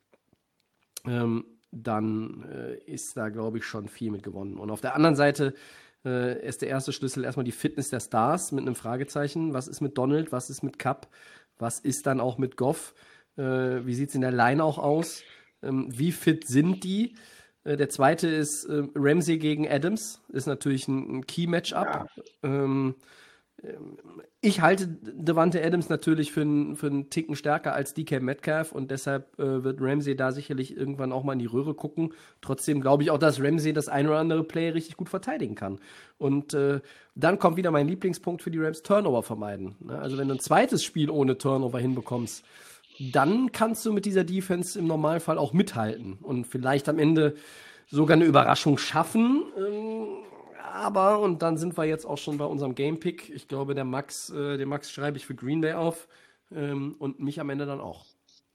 dann ist da, glaube ich, schon viel mit gewonnen. Und auf der anderen Seite ist der erste Schlüssel erstmal die Fitness der Stars mit einem Fragezeichen. Was ist mit Donald? Was ist mit Cup? Was ist dann auch mit Goff? Äh, wie sieht es in der Line auch aus? Ähm, wie fit sind die? Äh, der zweite ist äh, Ramsey gegen Adams. Ist natürlich ein, ein Key-Matchup. Ja. Ähm, ich halte Davante Adams natürlich für einen, für einen Ticken stärker als D K Metcalf und deshalb äh, wird Ramsey da sicherlich irgendwann auch mal in die Röhre gucken. Trotzdem glaube ich auch, dass Ramsey das ein oder andere Play richtig gut verteidigen kann. Und äh, dann kommt wieder mein Lieblingspunkt für die Rams: Turnover vermeiden. Ne? Also wenn du ein zweites Spiel ohne Turnover hinbekommst, dann kannst du mit dieser Defense im Normalfall auch mithalten und vielleicht am Ende sogar eine Überraschung schaffen. Ähm, Aber, und dann sind wir jetzt auch schon bei unserem Game-Pick. Ich glaube, der Max, äh, den Max schreibe ich für Green Bay auf ähm, und mich am Ende dann auch.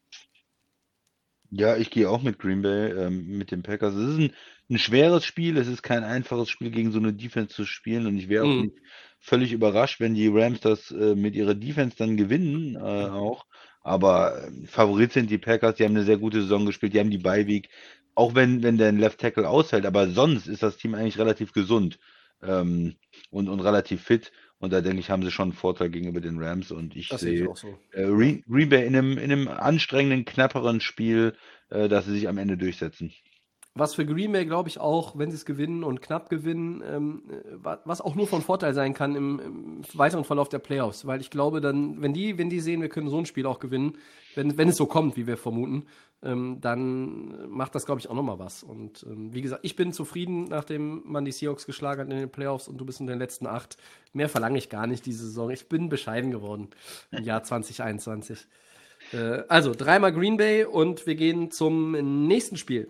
Ja, ich gehe auch mit Green Bay, ähm, mit den Packers. Es ist ein, ein schweres Spiel, es ist kein einfaches Spiel, gegen so eine Defense zu spielen. Und ich wäre auch Mhm. nicht völlig überrascht, wenn die Rams das äh, mit ihrer Defense dann gewinnen, äh, auch. Aber äh, Favorit sind die Packers, die haben eine sehr gute Saison gespielt, die haben die Bye-Week, auch wenn, wenn der Left Tackle ausfällt. Aber sonst ist das Team eigentlich relativ gesund ähm, und, und relativ fit. Und da denke ich, haben sie schon einen Vorteil gegenüber den Rams. Und ich Das sehe ich sehe auch so. äh, Re- Green Bay in einem, in einem anstrengenden, knapperen Spiel, äh, dass sie sich am Ende durchsetzen. Was für Green Bay, glaube ich, auch, wenn sie es gewinnen und knapp gewinnen, ähm, wa- was auch nur von Vorteil sein kann im, im weiteren Verlauf der Playoffs. Weil ich glaube, dann, wenn die, wenn die sehen, wir können so ein Spiel auch gewinnen, wenn, wenn es so kommt, wie wir vermuten, ähm, dann macht das, glaube ich, auch nochmal was. Und ähm, wie gesagt, ich bin zufrieden, nachdem man die Seahawks geschlagen hat in den Playoffs und du bist in den letzten acht. Mehr verlange ich gar nicht diese Saison. Ich bin bescheiden geworden im Jahr zwanzig einundzwanzig. Äh, also, dreimal Green Bay und wir gehen zum nächsten Spiel.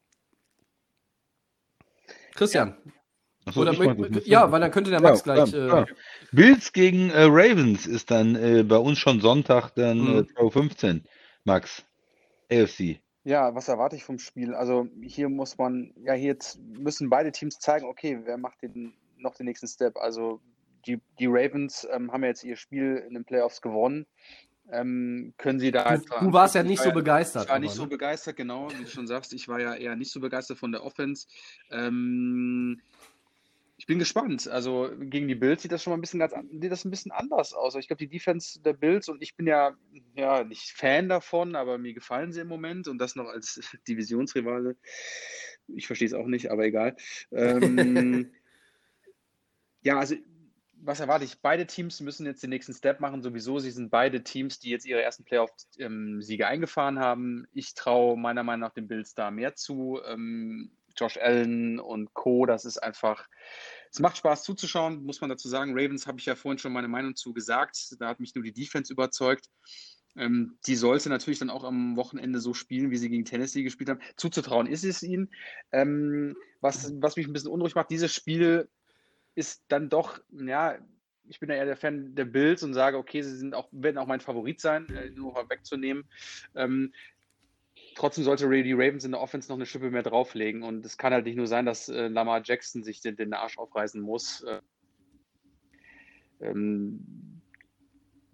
Christian. Achso, Oder ich mö- meinte das. ja, weil dann könnte der Max Ja, gleich. klar, Äh, klar. Bills gegen äh, Ravens ist dann äh, bei uns schon Sonntag, dann äh, Mhm. zwei Uhr fünfzehn. Max, A F C. Ja, was erwarte ich vom Spiel? Also hier muss man, ja, hier jetzt müssen beide Teams zeigen, okay, wer macht den, noch den nächsten Step? Also die, die Ravens ähm, haben ja jetzt ihr Spiel in den Playoffs gewonnen. Ähm, können sie da du, einfach du warst ja anknüpfen? nicht Ich so war ja, begeistert. ich war aber, nicht so ne? begeistert, genau, wie du schon sagst. Ich war ja eher nicht so begeistert von der Offense. Ähm, ich bin gespannt. Also gegen die Bills sieht das schon mal ein bisschen ganz an- sieht das ein bisschen anders aus. Ich glaube, die Defense der Bills, und ich bin ja, ja nicht Fan davon, aber mir gefallen sie im Moment und das noch als Divisionsrivale. Ich verstehe es auch nicht, aber egal. Ähm, ja, also was erwarte ich? Beide Teams müssen jetzt den nächsten Step machen. Sowieso, sie sind beide Teams, die jetzt ihre ersten Playoff-Siege eingefahren haben. Ich traue meiner Meinung nach den Bills da mehr zu. Ähm, Josh Allen und Co., das ist einfach, es macht Spaß zuzuschauen, muss man dazu sagen. Ravens habe ich ja vorhin schon meine Meinung zu gesagt. Da hat mich nur die Defense überzeugt. Ähm, die sollte natürlich dann auch am Wochenende so spielen, wie sie gegen Tennessee gespielt haben. Zuzutrauen ist es ihnen. Ähm, was, was mich ein bisschen unruhig macht, dieses Spiel ist dann doch, ja, ich bin ja eher der Fan der Bills und sage, okay, sie sind auch, werden auch mein Favorit sein, äh, nur wegzunehmen. Ähm, trotzdem sollte die Ravens in der Offense noch eine Schippe mehr drauflegen und es kann halt nicht nur sein, dass äh, Lamar Jackson sich den, den Arsch aufreißen muss. Äh, ähm,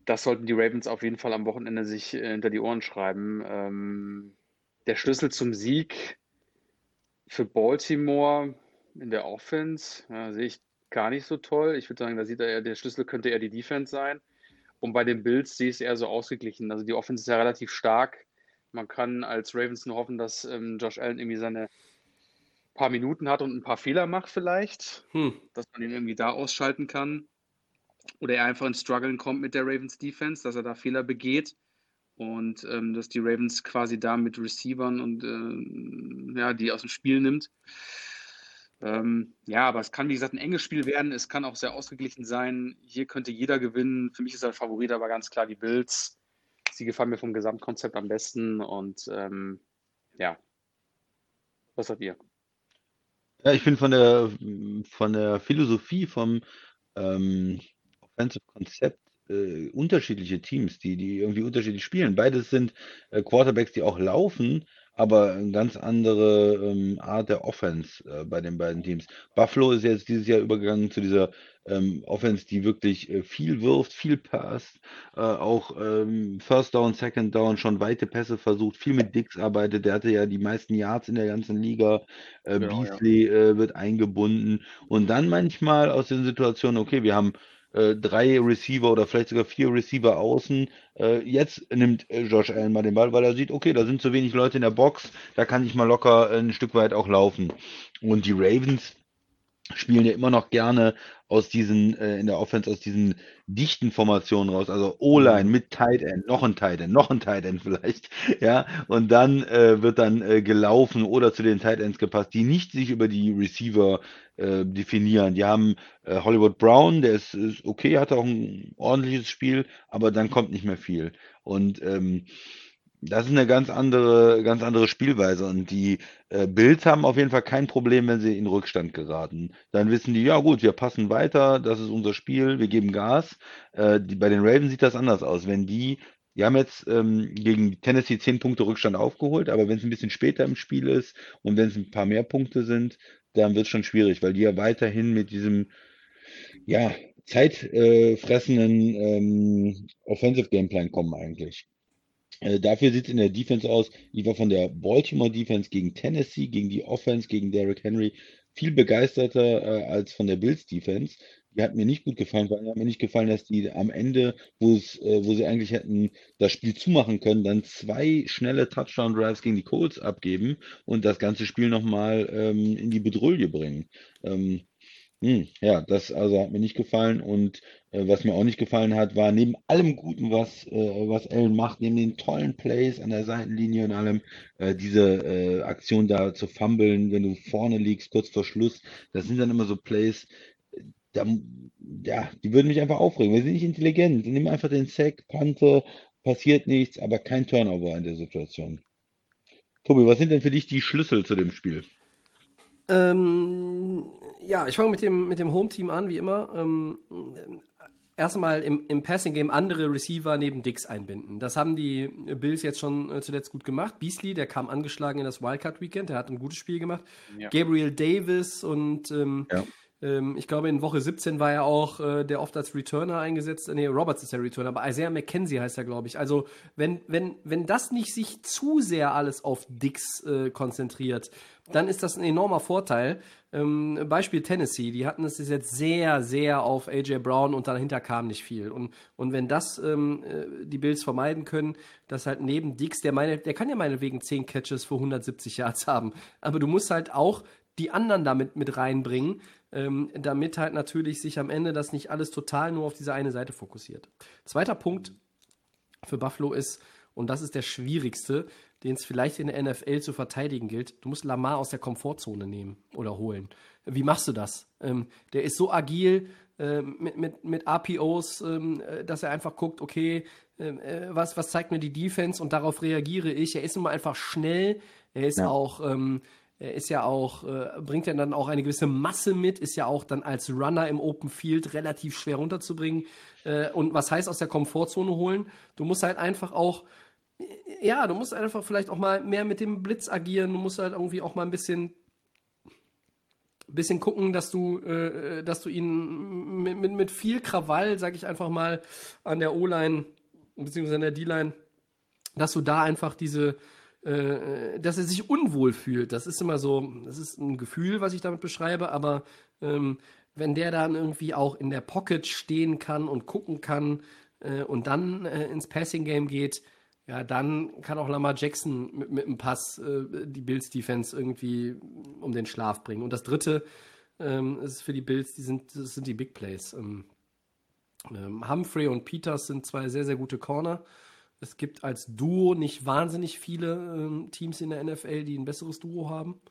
das sollten die Ravens auf jeden Fall am Wochenende sich äh, hinter die Ohren schreiben. Ähm, der Schlüssel zum Sieg für Baltimore in der Offense ja, sehe ich gar nicht so toll. Ich würde sagen, da sieht er, der Schlüssel könnte eher die Defense sein. Und bei den Bills sehe ich es eher so ausgeglichen. Also die Offense ist ja relativ stark. Man kann als Ravens nur hoffen, dass ähm, Josh Allen irgendwie seine paar Minuten hat und ein paar Fehler macht vielleicht, Hm. dass man ihn irgendwie da ausschalten kann. Oder er einfach ins Struggeln kommt mit der Ravens Defense, dass er da Fehler begeht. Und ähm, dass die Ravens quasi da mit Receivern und äh, ja, die aus dem Spiel nimmt. Ähm, ja, aber es kann, wie gesagt, ein enges Spiel werden. Es kann auch sehr ausgeglichen sein. Hier könnte jeder gewinnen. Für mich ist der Favorit aber ganz klar die Bills. Sie gefallen mir vom Gesamtkonzept am besten. Und ähm, ja, was sagt ihr? Ja, ich bin von der von der Philosophie vom ähm, Offensive Konzept äh, unterschiedliche Teams, die die irgendwie unterschiedlich spielen. Beides sind äh, Quarterbacks, die auch laufen, aber eine ganz andere ähm, Art der Offense äh, bei den beiden Teams. Buffalo ist jetzt dieses Jahr übergegangen zu dieser ähm, Offense, die wirklich äh, viel wirft, viel passt, äh, auch ähm, First Down, Second Down schon weite Pässe versucht, viel mit Diggs arbeitet. Der hatte ja die meisten Yards in der ganzen Liga. Äh, Genau, ja. Beasley äh, wird eingebunden. Und dann manchmal aus den Situationen, okay, wir haben äh, drei Receiver oder vielleicht sogar vier Receiver außen. Äh, jetzt nimmt äh, Josh Allen mal den Ball, weil er sieht, okay, da sind zu wenig Leute in der Box, da kann ich mal locker ein Stück weit auch laufen. Und die Ravens spielen ja immer noch gerne aus diesen, äh, in der Offense, aus diesen dichten Formationen raus. Also O-Line Mhm. mit Tight End, noch ein Tight End, noch ein Tight End vielleicht. Ja, und dann äh, wird dann äh, gelaufen oder zu den Tight Ends gepasst, die nicht sich über die Receiver äh, definieren. Die haben äh, Hollywood Brown, der ist, ist okay, hat auch ein ordentliches Spiel, aber dann kommt nicht mehr viel. Und ähm, das ist eine ganz andere, ganz andere Spielweise. Und die äh, Bills haben auf jeden Fall kein Problem, wenn sie in Rückstand geraten. Dann wissen die, ja gut, wir passen weiter, das ist unser Spiel, wir geben Gas. Äh, die, bei den Ravens sieht das anders aus. Wenn die, die haben jetzt ähm, gegen Tennessee zehn Punkte Rückstand aufgeholt, aber wenn es ein bisschen später im Spiel ist und wenn es ein paar mehr Punkte sind, dann wird es schon schwierig, weil die ja weiterhin mit diesem, ja, zeitfressenden äh, fressenden, ähm, Offensive Gameplan kommen eigentlich. Äh, dafür sieht es in der Defense aus. Ich war von der Baltimore Defense gegen Tennessee, gegen die Offense, gegen Derrick Henry viel begeisterter äh, als von der Bills Defense. Die hat mir nicht gut gefallen, weil mir hat mir nicht gefallen, dass die am Ende, wo es, äh, wo sie eigentlich hätten das Spiel zumachen können, dann zwei schnelle Touchdown-Drives gegen die Colts abgeben und das ganze Spiel nochmal ähm, in die Bedrulle bringen. Ähm, hm, ja, das also hat mir nicht gefallen und äh, was mir auch nicht gefallen hat, war neben allem Guten, was, äh, was Allen macht, neben den tollen Plays an der Seitenlinie und allem, äh, diese äh, Aktion da zu fummeln, wenn du vorne liegst, kurz vor Schluss, das sind dann immer so Plays, da, ja, die würden mich einfach aufregen, weil sie sind nicht intelligent. Sie nehmen einfach den Sack, Pante, passiert nichts, aber kein Turnover in der Situation. Tobi, was sind denn für dich die Schlüssel zu dem Spiel? Ähm, ja, ich fange mit dem, mit dem Home-Team an, wie immer. Ähm, erstmal im, im Passing-Game andere Receiver neben Dix einbinden. Das haben die Bills jetzt schon äh, zuletzt gut gemacht. Beasley, der kam angeschlagen in das Wildcard-Weekend, der hat ein gutes Spiel gemacht. Ja. Gabriel Davis und ähm, Ja. ähm, ich glaube in Woche siebzehn war er auch äh, der oft als Returner eingesetzt. Nee, Roberts ist der Returner, aber Isaiah McKenzie heißt er, glaube ich. Also wenn, wenn, wenn das nicht sich zu sehr alles auf Dix äh, konzentriert, dann ist das ein enormer Vorteil. Ähm, Beispiel Tennessee, die hatten es jetzt sehr, sehr auf A J Brown und dahinter kam nicht viel. Und, und wenn das ähm, äh, die Bills vermeiden können, dass halt neben Dix, der, meine, der kann ja meinetwegen zehn Catches für hundertsiebzig Yards haben, aber du musst halt auch die anderen damit mit reinbringen, ähm, damit halt natürlich sich am Ende das nicht alles total nur auf diese eine Seite fokussiert. Zweiter Punkt für Buffalo ist, und das ist der schwierigste, den es vielleicht in der N F L zu verteidigen gilt, du musst Lamar aus der Komfortzone nehmen oder holen. Wie machst du das? Ähm, der ist so agil äh, mit, mit, mit R P Os, ähm, dass er einfach guckt, okay, äh, was, was zeigt mir die Defense und darauf reagiere ich. Er ist nun mal einfach schnell, er ist Ja. auch... Ähm, Er ist ja auch, äh, bringt ja dann auch eine gewisse Masse mit, ist ja auch dann als Runner im Open Field relativ schwer runterzubringen. Äh, und was heißt aus der Komfortzone holen? Du musst halt einfach auch, ja, du musst einfach vielleicht auch mal mehr mit dem Blitz agieren. Du musst halt irgendwie auch mal ein bisschen, ein bisschen gucken, dass du, äh, dass du ihn mit, mit, mit viel Krawall, sag ich einfach mal, an der O-Line beziehungsweise an der D-Line, dass du da einfach diese, äh, dass er sich unwohl fühlt. Das ist immer so, das ist ein Gefühl, was ich damit beschreibe, aber ähm, wenn der dann irgendwie auch in der Pocket stehen kann und gucken kann äh, und dann äh, ins Passing-Game geht, ja, dann kann auch Lamar Jackson mit, mit einem Pass äh, die Bills-Defense irgendwie um den Schlaf bringen. Und das Dritte ähm, ist für die Bills, die sind, das sind die Big Plays. Ähm, ähm, Humphrey und Peters sind zwei sehr, sehr gute Corner. Es gibt als Duo nicht wahnsinnig viele ähm, Teams in der N F L, die ein besseres Duo haben.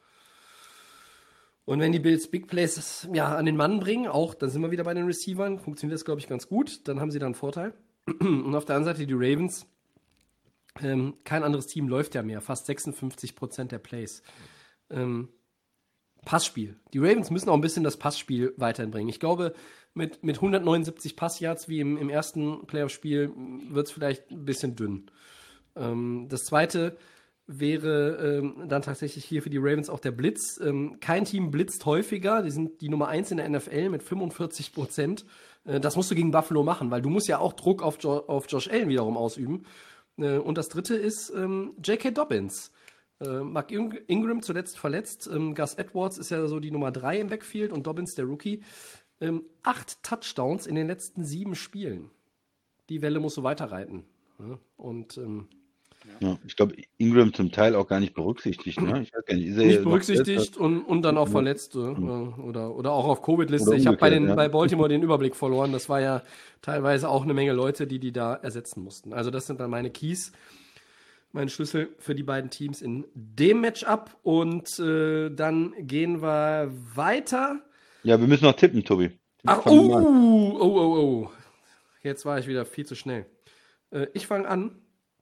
Und wenn die Bills Big Plays ja, an den Mann bringen, auch, dann sind wir wieder bei den Receivern, funktioniert das, glaube ich, ganz gut. Dann haben sie da einen Vorteil. Und auf der anderen Seite die Ravens. Ähm, kein anderes Team läuft ja mehr. Fast sechsundfünfzig Prozent der Plays. Ähm, Passspiel. Die Ravens müssen auch ein bisschen das Passspiel weiterhin bringen. Ich glaube, mit, mit hundertneunundsiebzig Passyards wie im, im ersten Playoff-Spiel wird es vielleicht ein bisschen dünn. Ähm, das Zweite wäre ähm, dann tatsächlich hier für die Ravens auch der Blitz. Ähm, kein Team blitzt häufiger. Die sind die Nummer eins in der N F L mit fünfundvierzig Prozent. Äh, das musst du gegen Buffalo machen, weil du musst ja auch Druck auf, jo- auf Josh Allen wiederum ausüben. Äh, und das Dritte ist ähm, J K. Dobbins. Äh, Mark Ing- Ingram zuletzt verletzt. Ähm, Gus Edwards ist ja so die Nummer drei im Backfield und Dobbins der Rookie. Ähm, acht Touchdowns in den letzten sieben Spielen. Die Welle musst du weiterreiten. Ja? Und ähm, Ja, ich glaube, Ingram zum Teil auch gar nicht berücksichtigt. Ne? Ich weiß gar nicht, ist er nicht noch berücksichtigt und, und dann auch Ja. verletzt äh, oder, oder auch auf Covid-Liste. Oder Ich habe bei, umgekehrt, den- ja. bei Baltimore den Überblick verloren. Das war ja teilweise auch eine Menge Leute, die die da ersetzen mussten. Also das sind dann meine Keys, meine Schlüssel für die beiden Teams in dem Matchup. Und äh, dann gehen wir weiter. Ja, wir müssen noch tippen, Tobi. Ach, Fang oh, mal an. oh, oh, oh. Jetzt war ich wieder viel zu schnell. Äh, ich fange an.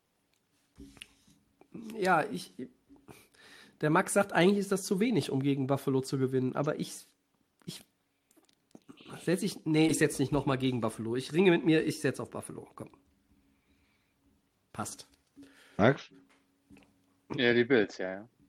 Ja, ich. Der Max sagt, eigentlich ist das zu wenig, um gegen Buffalo zu gewinnen. Aber ich. Ich. Setze ich. Nee, ich setze nicht nochmal gegen Buffalo. Ich ringe mit mir, ich setze auf Buffalo. Komm. Passt. Max? Ja, die Bills, ja, ja.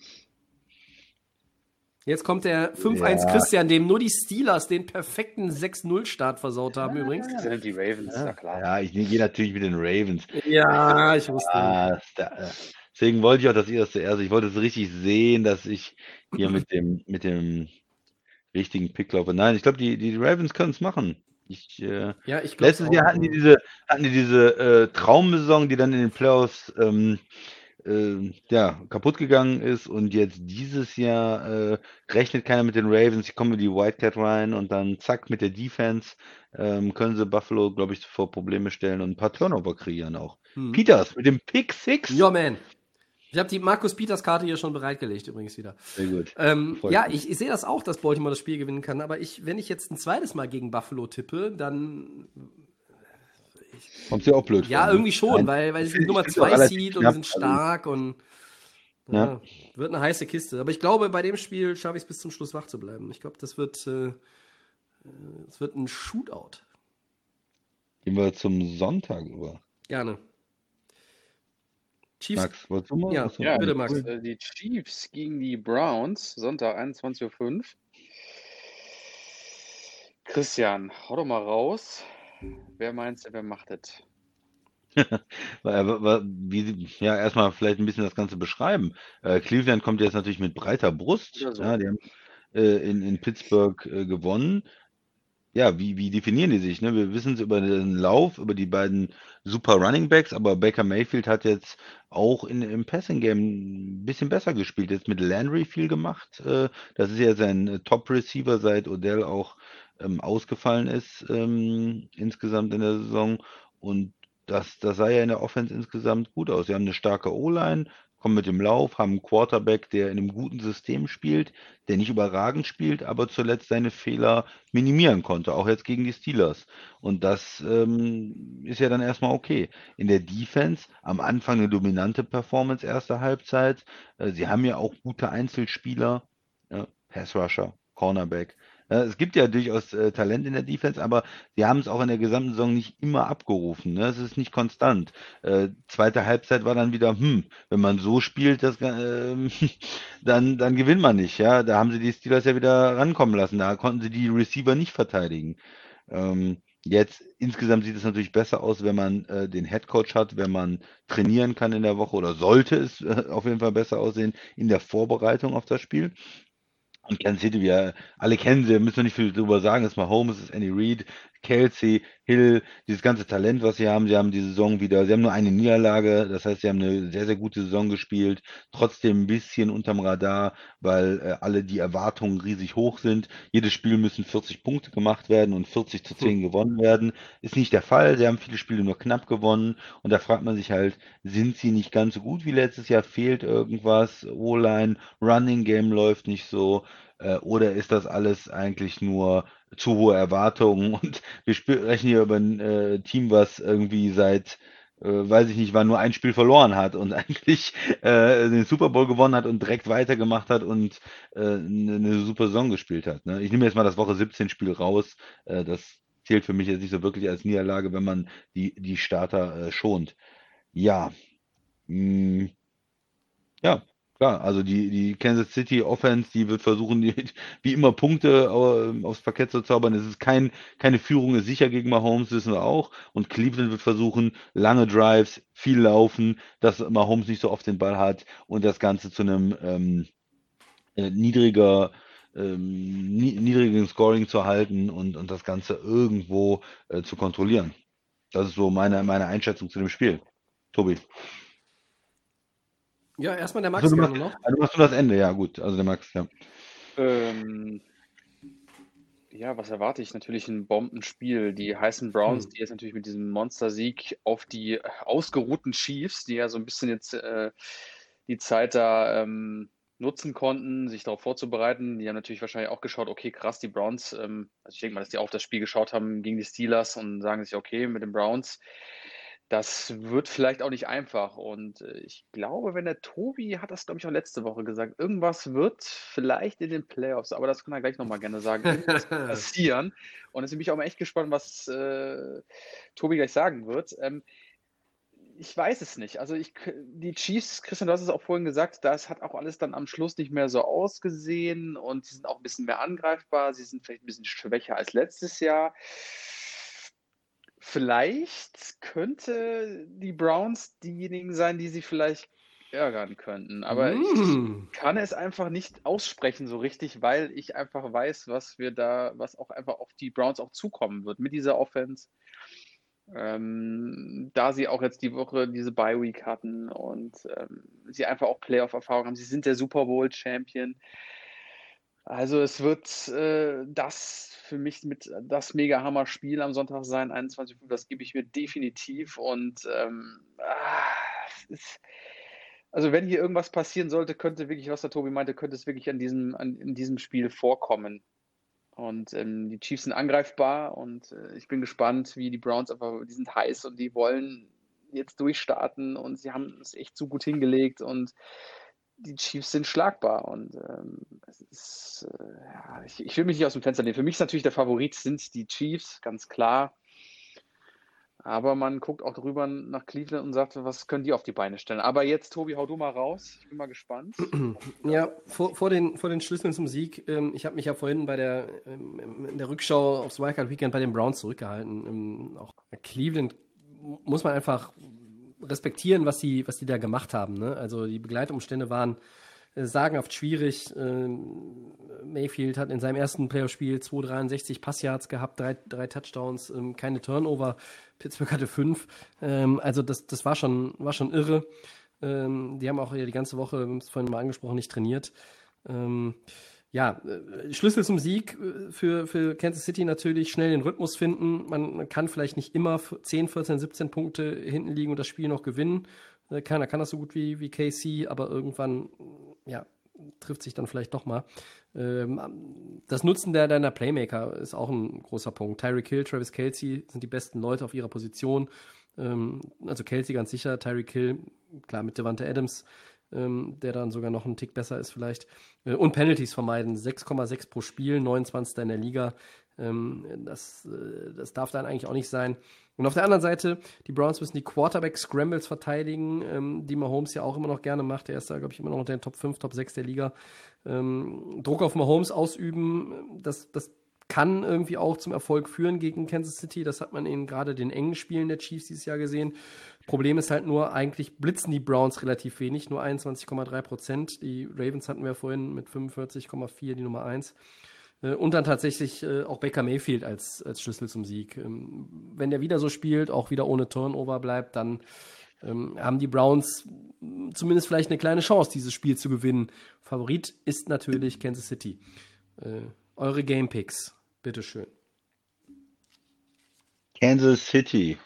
Jetzt kommt der fünf eins Ja. Christian, dem nur die Steelers den perfekten sechs null Start versaut haben übrigens. Das sind die Ravens, ja, klar. Ja, ich gehe natürlich mit den Ravens. Ja, ich wusste. Ah, da, deswegen wollte ich auch, dass ihr das zuerst, ich wollte es richtig sehen, dass ich hier mit dem, mit dem richtigen Pick laufe. Nein, ich glaube, die, die Ravens können es machen. Ich, äh, Ja, ich glaube. letztes Jahr hatten die diese, hatten die diese äh, Traumsaison, die dann in den Playoffs ähm, äh, ja, kaputt gegangen ist, und jetzt dieses Jahr äh, rechnet keiner mit den Ravens. Die kommen mit die Wildcat rein und dann zack mit der Defense ähm, können sie Buffalo, glaube ich, vor Probleme stellen und ein paar Turnover kreieren auch. Mhm. Peters mit dem Pick Six. Ja, man. Ich habe die Markus Peters Karte hier schon bereitgelegt übrigens wieder. Sehr gut. Ähm, Freut ja, mich. ich, ich sehe das auch, dass Baltimore das Spiel gewinnen kann, aber ich, wenn ich jetzt ein zweites Mal gegen Buffalo tippe, dann Kommst du dir auch blöd ja, vor, ne? irgendwie schon, Nein, weil, weil sie ich sind Nummer find's auch zwei relativ Seed und knapp, sind also- stark und ja, Ja. wird eine heiße Kiste. Aber ich glaube, bei dem Spiel schaffe ich es bis zum Schluss wach zu bleiben. Ich glaube, das wird, äh, das wird ein Shootout. Gehen wir zum Sonntag über. Gerne. Chiefs. Max, wolltest du mal? Ja, Achso, ja, bitte, cool. Max. Äh, Die Chiefs gegen die Browns, Sonntag einundzwanzig Uhr fünf. Christian, hau doch mal raus. Wer meinst du, wer macht das? Weil, weil- wie, ja, erstmal vielleicht ein bisschen das Ganze beschreiben. Äh, Cleveland kommt jetzt natürlich mit breiter Brust. Oder so. Ja, die haben äh, in, in Pittsburgh äh, gewonnen. Ja, wie, wie definieren die sich? Ne? Wir wissen es über den Lauf, über die beiden super Running Backs, aber Baker Mayfield hat jetzt auch in, im Passing Game ein bisschen besser gespielt. Jetzt mit Landry viel gemacht. Äh, das ist ja sein äh, Top Receiver, seit Odell auch ähm, ausgefallen ist ähm, insgesamt in der Saison. Und das, das sah ja in der Offense insgesamt gut aus. Sie haben eine starke O-Line, kommen mit dem Lauf, haben einen Quarterback, der in einem guten System spielt, der nicht überragend spielt, aber zuletzt seine Fehler minimieren konnte, auch jetzt gegen die Steelers. Und das ähm, ist ja dann erstmal okay. In der Defense am Anfang eine dominante Performance, erste Halbzeit. Äh, sie haben ja auch gute Einzelspieler, ja, Pass Rusher, Cornerback. Ja, es gibt ja durchaus äh, Talent in der Defense, aber sie haben es auch in der gesamten Saison nicht immer abgerufen. Ne? Es ist nicht konstant. Äh, zweite Halbzeit war dann wieder, hm, wenn man so spielt, das, ähm, dann, dann gewinnt man nicht. Ja, da haben sie die Steelers ja wieder rankommen lassen. Da konnten sie die Receiver nicht verteidigen. Ähm, jetzt insgesamt sieht es natürlich besser aus, wenn man äh, den Headcoach hat, wenn man trainieren kann in der Woche oder sollte es äh, auf jeden Fall besser aussehen in der Vorbereitung auf das Spiel. Und Kansas City, wir alle kennen sie, müssen wir nicht viel drüber sagen. Es ist Mahomes, es ist Andy Reid, Kelsey, Hill, dieses ganze Talent, was sie haben. Sie haben diese Saison wieder, sie haben nur eine Niederlage, das heißt, sie haben eine sehr, sehr gute Saison gespielt. Trotzdem ein bisschen unterm Radar, weil äh, alle die Erwartungen riesig hoch sind. Jedes Spiel müssen vierzig Punkte gemacht werden und vierzig zu zehn gewonnen werden. Ist nicht der Fall. Sie haben viele Spiele nur knapp gewonnen. Und da fragt man sich halt, sind sie nicht ganz so gut wie letztes Jahr? Fehlt irgendwas? O-Line, Running Game läuft nicht so. Äh, oder ist das alles eigentlich nur zu hohe Erwartungen? Und wir sprechen hier über ein äh, Team, was irgendwie seit, äh, weiß ich nicht, wann nur ein Spiel verloren hat und eigentlich äh, den Super Bowl gewonnen hat und direkt weitergemacht hat und äh, eine, eine super Saison gespielt hat. Ne? Ich nehme jetzt mal das Woche siebzehn Spiel raus. Äh, das zählt für mich jetzt nicht so wirklich als Niederlage, wenn man die, die Starter äh, schont. Ja, mh, ja, klar. Also die, die Kansas City Offense, die wird versuchen, die, wie immer Punkte äh, aufs Parkett zu zaubern. Es ist kein, keine Führung, ist sicher gegen Mahomes, wissen wir auch. Und Cleveland wird versuchen, lange Drives, viel laufen, dass Mahomes nicht so oft den Ball hat und das Ganze zu einem ähm, äh, niedriger, ähm, ni niedrigen Scoring zu halten und, und das Ganze irgendwo äh, zu kontrollieren. Das ist so meine, meine Einschätzung zu dem Spiel. Tobi. Ja, erstmal der Achso, Max du gerne machst, noch. ah, du machst nur das Ende, ja gut. Also der Max, ja. Ähm, ja, was erwarte ich? Natürlich ein Bombenspiel. Die heißen Browns, Hm. die jetzt natürlich mit diesem Monstersieg auf die ausgeruhten Chiefs, die ja so ein bisschen jetzt äh, die Zeit da ähm, nutzen konnten, sich darauf vorzubereiten. Die haben natürlich wahrscheinlich auch geschaut, okay, krass, die Browns, ähm, also ich denke mal, dass die auch das Spiel geschaut haben gegen die Steelers und sagen sich, okay, mit den Browns, das wird vielleicht auch nicht einfach. Und äh, ich glaube, wenn der Tobi hat das, glaube ich, auch letzte Woche gesagt, irgendwas wird vielleicht in den Playoffs, aber das kann er gleich nochmal gerne sagen, irgendwas wird passieren. Und deswegen bin ich auch mal echt gespannt, was äh, Tobi gleich sagen wird. Ähm, ich weiß es nicht. Also ich, die Chiefs, Christian, du hast es auch vorhin gesagt, das hat auch alles dann am Schluss nicht mehr so ausgesehen und sie sind auch ein bisschen mehr angreifbar. Sie sind vielleicht ein bisschen schwächer als letztes Jahr. Vielleicht könnte die Browns diejenigen sein, die sie vielleicht ärgern könnten. Aber ich Hm. kann es einfach nicht aussprechen so richtig, weil ich einfach weiß, was wir da, was auch einfach auf die Browns auch zukommen wird mit dieser Offense. Ähm, da sie auch jetzt die Woche diese Bye Week hatten und ähm, sie einfach auch Playoff-Erfahrung haben. Sie sind der Super Bowl-Champion. Also es wird äh, das für mich mit das Mega-Hammer-Spiel am Sonntag sein, einundzwanzig Uhr. Das gebe ich mir definitiv. Und ähm, ah, es ist, also wenn hier irgendwas passieren sollte, könnte wirklich, was der Tobi meinte, könnte es wirklich an diesem, an, in diesem Spiel vorkommen. Und ähm, die Chiefs sind angreifbar und äh, ich bin gespannt, wie die Browns einfach, die sind heiß und die wollen jetzt durchstarten und sie haben es echt so gut hingelegt und die Chiefs sind schlagbar und ähm, es ist, äh, ja, ich, ich will mich nicht aus dem Fenster nehmen. Für mich ist natürlich der Favorit sind die Chiefs, ganz klar. Aber man guckt auch drüber nach Cleveland und sagt, was können die auf die Beine stellen. Aber jetzt, Tobi, hau du mal raus. Ich bin mal gespannt. Ja, vor, vor, den, vor den Schlüsseln zum Sieg, ähm, ich habe mich ja vorhin bei der, ähm, in der Rückschau aufs Wildcard Weekend bei den Browns zurückgehalten. Ähm, auch bei Cleveland muss man einfach respektieren, was die, was die da gemacht haben. Ne? Also die Begleitumstände waren äh, sagenhaft schwierig. Ähm, Mayfield hat in seinem ersten Playoff-Spiel zweihundertdreiundsechzig Passyards gehabt, drei, drei Touchdowns, ähm, keine Turnover. Pittsburgh hatte fünf. Ähm, also das, das war schon, war schon irre. Ähm, die haben auch ja die ganze Woche, wir haben es vorhin mal angesprochen, nicht trainiert. Ähm, ja, äh, Schlüssel zum Sieg äh, für, für Kansas City natürlich schnell den Rhythmus finden. Man, man kann vielleicht nicht immer zehn, vierzehn, siebzehn Punkte hinten liegen und das Spiel noch gewinnen. Äh, keiner kann das so gut wie, wie K C, aber irgendwann, ja, trifft sich dann vielleicht doch mal. Ähm, das Nutzen der, deiner Playmaker ist auch ein großer Punkt. Tyreek Hill, Travis Kelce sind die besten Leute auf ihrer Position. Ähm, also Kelce ganz sicher, Tyreek Hill, klar mit Devante Adams, ähm, der dann sogar noch einen Tick besser ist vielleicht. Äh, und Penalties vermeiden, sechs Komma sechs pro Spiel, neunundzwanzigster in der Liga. Ähm, das, äh, das darf dann eigentlich auch nicht sein. Und auf der anderen Seite, die Browns müssen die Quarterback-Scrambles verteidigen, ähm, die Mahomes ja auch immer noch gerne macht. Er ist da, glaube ich, immer noch unter den Top fünf, Top sechs der Liga. Ähm, Druck auf Mahomes ausüben, das, das kann irgendwie auch zum Erfolg führen gegen Kansas City. Das hat man in gerade den engen Spielen der Chiefs dieses Jahr gesehen. Problem ist halt nur, eigentlich blitzen die Browns relativ wenig, nur einundzwanzig Komma drei Prozent. Die Ravens hatten wir vorhin mit fünfundvierzig Komma vier, die Nummer eins. Und dann tatsächlich äh, auch Baker Mayfield als, als Schlüssel zum Sieg. Ähm, wenn der wieder so spielt, auch wieder ohne Turnover bleibt, dann ähm, haben die Browns zumindest vielleicht eine kleine Chance, dieses Spiel zu gewinnen. Favorit ist natürlich Kansas City. Äh, eure Game Picks, bitteschön. Kansas City.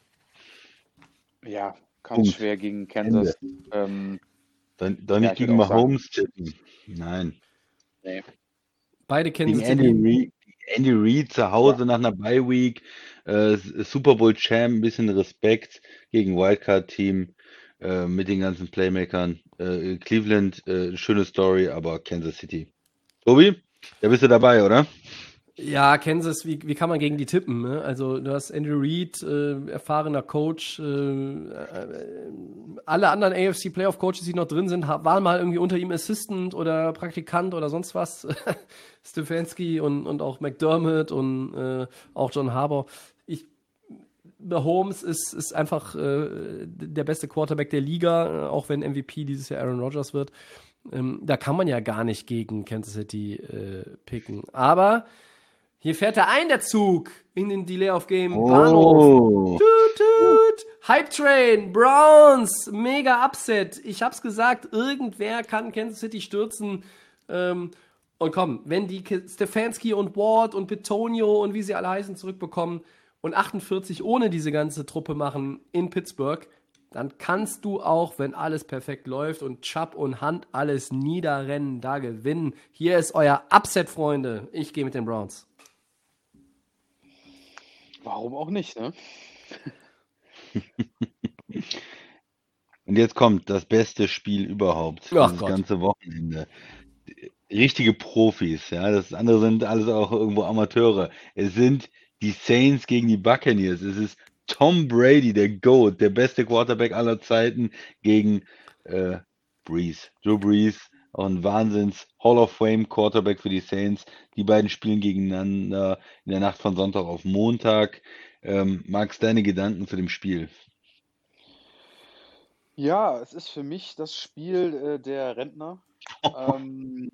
Ja, ganz Punkt. schwer gegen Kansas. Ähm, Dann, dann Ja, nicht ich gegen würd auch Mahomes tippen. Nein. nee. Beide Gegen Kansas Andy City. Reid, Andy Reid zu Hause nach einer Bye-Week, äh, Super Bowl-Champ, ein bisschen Respekt gegen Wildcard-Team äh, mit den ganzen Playmakern. Äh, Cleveland, äh, schöne Story, aber Kansas City. Tobi, da bist du dabei, oder? Ja, Kansas, wie, wie kann man gegen die tippen? Ne? Also du hast Andy Reid, äh, erfahrener Coach, äh, äh, alle anderen A F C Playoff Coaches, die noch drin sind, ha- waren mal irgendwie unter ihm Assistant oder Praktikant oder sonst was. Stefanski und, und auch McDermott und äh, auch John Harbaugh. Ich, Mahomes ist, ist einfach äh, der beste Quarterback der Liga, äh, auch wenn M V P dieses Jahr Aaron Rodgers wird. Ähm, da kann man ja gar nicht gegen Kansas City äh, picken. Aber hier fährt der ein, der Zug, in den Delay of Game Bahnhof. Oh, Tut, tut. Hype Train, Browns, mega Upset. Ich hab's gesagt, irgendwer kann Kansas City stürzen. Ähm, und komm, wenn die Ke- Stefanski und Ward und Petonio und wie sie alle heißen zurückbekommen und achtundvierzig ohne diese ganze Truppe machen in Pittsburgh, dann kannst du auch, wenn alles perfekt läuft und Chubb und Hunt alles niederrennen, da gewinnen. Hier ist euer Upset, Freunde. Ich gehe mit den Browns. Warum auch nicht, ne? und jetzt kommt das beste Spiel überhaupt, Ach dieses Gott. ganze Wochenende. Richtige Profis, ja, das andere sind alles auch irgendwo Amateure. Es sind die Saints gegen die Buccaneers. Es ist Tom Brady, der GOAT, der beste Quarterback aller Zeiten gegen äh, Brees. Drew Brees, auch ein Wahnsinns Hall of Fame Quarterback für die Saints. Die beiden spielen gegeneinander in der Nacht von Sonntag auf Montag. Ähm, Max, deine Gedanken zu dem Spiel? Ja, es ist für mich das Spiel äh, der Rentner. Ähm,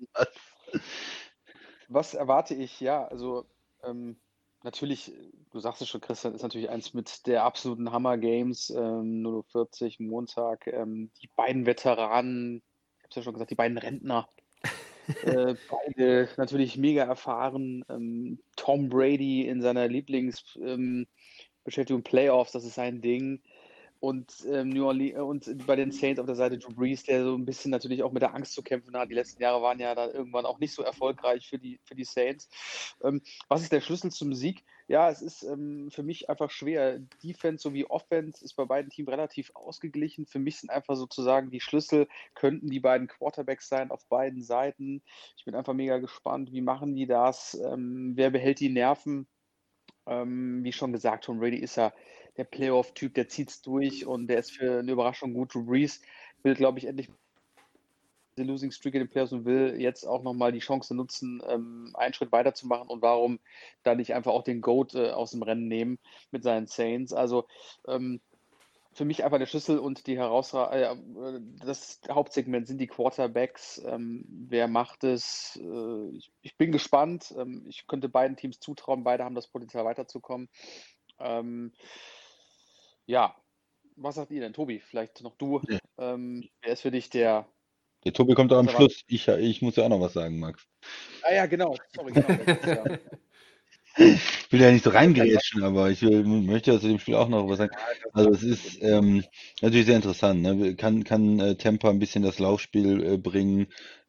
was erwarte ich? Ja, also ähm, natürlich, du sagst es schon, Christian, ist natürlich eins mit der absoluten Hammer-Games, ähm, null Uhr vierzig Montag. Ähm, die beiden Veteranen, ich habe es ja schon gesagt, die beiden Rentner, äh, beide natürlich mega erfahren. Ähm, Tom Brady in seiner Lieblingsbeschäftigung ähm, Playoffs, das ist sein Ding. Und, ähm, New Orleans, und bei den Saints auf der Seite Drew Brees, der so ein bisschen natürlich auch mit der Angst zu kämpfen hat. Die letzten Jahre waren ja dann irgendwann auch nicht so erfolgreich für die, für die Saints. Ähm, was ist der Schlüssel zum Sieg? Ja, es ist ähm, für mich einfach schwer. Defense sowie Offense ist bei beiden Teams relativ ausgeglichen. Für mich sind einfach sozusagen die Schlüssel, könnten die beiden Quarterbacks sein auf beiden Seiten. Ich bin einfach mega gespannt, wie machen die das? Ähm, wer behält die Nerven? Ähm, wie schon gesagt, Tom Brady ist ja der Playoff-Typ, der zieht es durch und der ist für eine Überraschung gut. Drew Brees will, glaube ich, endlich die Losing Streak in den Playoffs und will jetzt auch nochmal die Chance nutzen, ähm, einen Schritt weiterzumachen. Und warum da nicht einfach auch den GOAT äh, aus dem Rennen nehmen mit seinen Saints? Also ähm, für mich einfach der Schlüssel und die Herausra äh, das Hauptsegment sind die Quarterbacks. Ähm, wer macht es? Äh, ich, ich bin gespannt. Ähm, ich könnte beiden Teams zutrauen. Beide haben das Potenzial weiterzukommen. Ähm, ja, was sagt ihr denn, Tobi? Vielleicht noch du. Ja. Ähm, wer ist für dich der? Der Tobi kommt auch am Was erwartet- Schluss. Ich, ich muss ja auch noch was sagen, Max. Ah ja, genau. Sorry, genau. Das ist ja, Ich will ja nicht so reingrätschen, aber ich will, möchte zu dem Spiel auch noch was sagen. Also es ist ähm, natürlich sehr interessant. Ne? Kann, kann äh, Tampa ein bisschen das Laufspiel äh, bringen?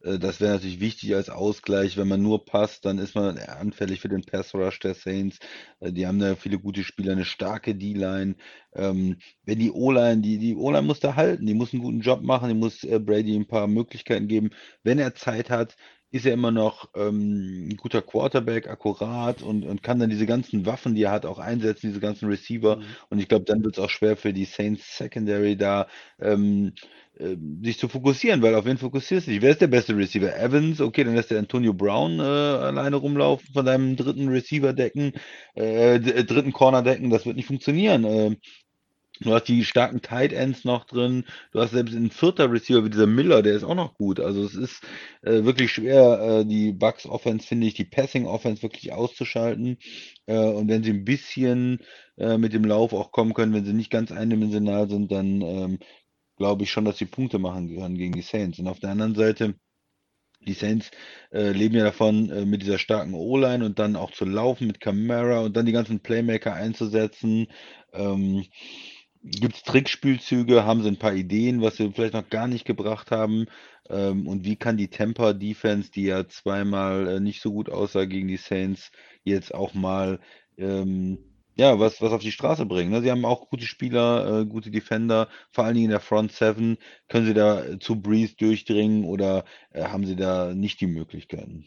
Äh, das wäre natürlich wichtig als Ausgleich. Wenn man nur passt, dann ist man anfällig für den Pass Rush der Saints. Äh, die haben da viele gute Spieler, eine starke D-Line. Ähm, wenn die O-Line, die, die O-Line muss da halten, die muss einen guten Job machen, die muss äh, Brady ein paar Möglichkeiten geben. Wenn er Zeit hat, ist er immer noch ähm, ein guter Quarterback, akkurat und, und kann dann diese ganzen Waffen, die er hat, auch einsetzen, diese ganzen Receiver. Mhm. Und ich glaube, dann wird es auch schwer für die Saints Secondary da ähm, äh, sich zu fokussieren, weil auf wen fokussierst du dich? Wer ist der beste Receiver? Evans, okay, dann lässt der Antonio Brown äh, alleine rumlaufen, von deinem dritten Receiver decken, äh, d- dritten Corner decken, das wird nicht funktionieren. Äh, Du hast die starken Tight Ends noch drin. Du hast selbst einen vierter Receiver wie dieser Miller, der ist auch noch gut. Also es ist äh, wirklich schwer, äh, die Bucks Offense, finde ich, die Passing Offense wirklich auszuschalten. Äh, und wenn sie ein bisschen äh, mit dem Lauf auch kommen können, wenn sie nicht ganz eindimensional sind, dann ähm, glaube ich schon, dass sie Punkte machen können gegen die Saints. Und auf der anderen Seite, die Saints äh, leben ja davon, äh, mit dieser starken O-Line und dann auch zu laufen mit Kamara und dann die ganzen Playmaker einzusetzen. Ähm, Gibt es Trickspielzüge? Haben sie ein paar Ideen, was sie vielleicht noch gar nicht gebracht haben? Ähm, und wie kann die Tampa Defense, die ja zweimal äh, nicht so gut aussah gegen die Saints, jetzt auch mal ähm, ja, was, was auf die Straße bringen? Ne? Sie haben auch gute Spieler, äh, gute Defender, vor allen Dingen in der Front Seven. Können sie da äh, zu Breeze durchdringen oder äh, haben sie da nicht die Möglichkeiten?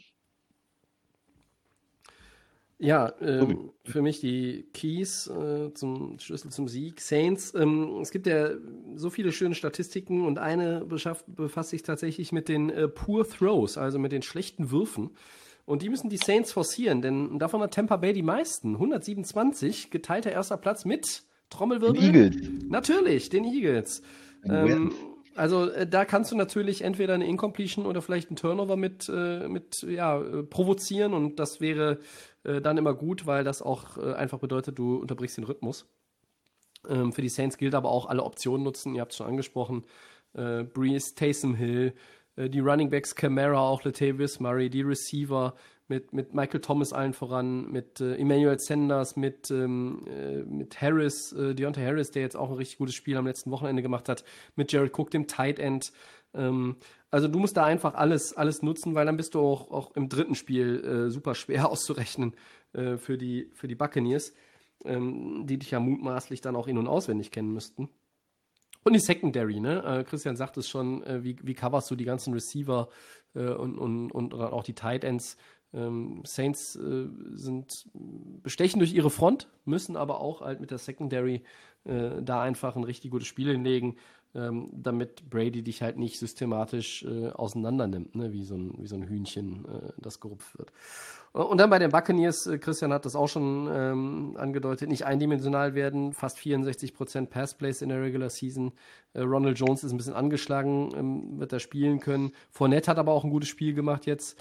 Ja, Tobi. ähm, für mich die Keys äh, zum Schlüssel zum Sieg. Saints, ähm, es gibt ja so viele schöne Statistiken und eine beschafft, befasst sich tatsächlich mit den äh, Poor Throws, also mit den schlechten Würfen. Und die müssen die Saints forcieren, denn davon hat Tampa Bay die meisten. hundertsiebenundzwanzig, geteilter erster Platz mit Den Trommelwirbel. Eagles. Natürlich, den Eagles. Ein Ähm, Wentz. also äh, da kannst du natürlich entweder eine Incompletion oder vielleicht einen Turnover mit, äh, mit ja, äh, provozieren und das wäre äh, dann immer gut, weil das auch äh, einfach bedeutet, du unterbrichst den Rhythmus. Ähm, für die Saints gilt aber auch alle Optionen nutzen, ihr habt es schon angesprochen. Äh, Breeze, Taysom Hill, äh, die Running Backs, Camara, auch Latavius Murray, die Receiver mit, mit Michael Thomas allen voran, mit äh, Emmanuel Sanders, mit, ähm, äh, mit Harris, äh, Deontay Harris, der jetzt auch ein richtig gutes Spiel am letzten Wochenende gemacht hat, mit Jared Cook, dem Tight End. Ähm, also du musst da einfach alles, alles nutzen, weil dann bist du auch, auch im dritten Spiel äh, super schwer auszurechnen äh, für, die, für die Buccaneers, ähm, die dich ja mutmaßlich dann auch in- und auswendig kennen müssten. Und die Secondary, ne? Äh, Christian sagt es schon, äh, wie, wie coverst du die ganzen Receiver äh, und, und, und auch die Tight Ends? Ähm, Saints äh, sind bestechen durch ihre Front, müssen aber auch halt mit der Secondary äh, da einfach ein richtig gutes Spiel hinlegen, ähm, damit Brady dich halt nicht systematisch äh, auseinander nimmt, ne? wie, so ein, wie so ein Hühnchen, äh, das gerupft wird. Und dann bei den Buccaneers, äh, Christian hat das auch schon ähm, angedeutet, nicht eindimensional werden, fast vierundsechzig Prozent Passplays in der Regular Season. Äh, Ronald Jones ist ein bisschen angeschlagen, ähm, wird er spielen können. Fournette hat aber auch ein gutes Spiel gemacht jetzt.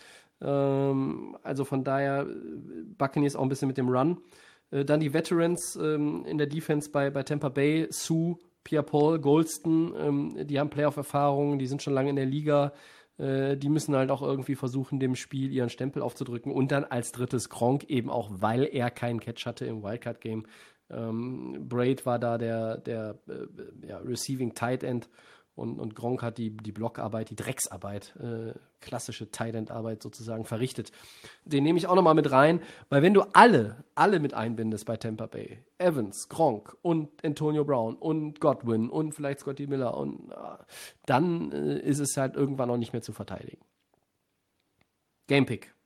Ähm, also von daher, äh, Buccaneers auch ein bisschen mit dem Run. Äh, dann die Veterans ähm, in der Defense bei, bei Tampa Bay, Sue, Pierre-Paul, Golston, ähm, die haben Playoff-Erfahrungen, die sind schon lange in der Liga. Äh, die müssen halt auch irgendwie versuchen, dem Spiel ihren Stempel aufzudrücken. Und dann als drittes Gronk, eben auch, weil er keinen Catch hatte im Wildcard-Game. Ähm, Braid war da der, der äh, ja, Receiving Tight End und, und Gronk hat die, die Blockarbeit, die Drecksarbeit, äh, klassische Tight End-Arbeit sozusagen verrichtet. Den nehme ich auch nochmal mit rein, weil wenn du alle, alle mit einbindest bei Tampa Bay, Evans, Gronk und Antonio Brown und Godwin und vielleicht Scotty Miller, und äh, dann äh, ist es halt irgendwann auch nicht mehr zu verteidigen. Gamepick.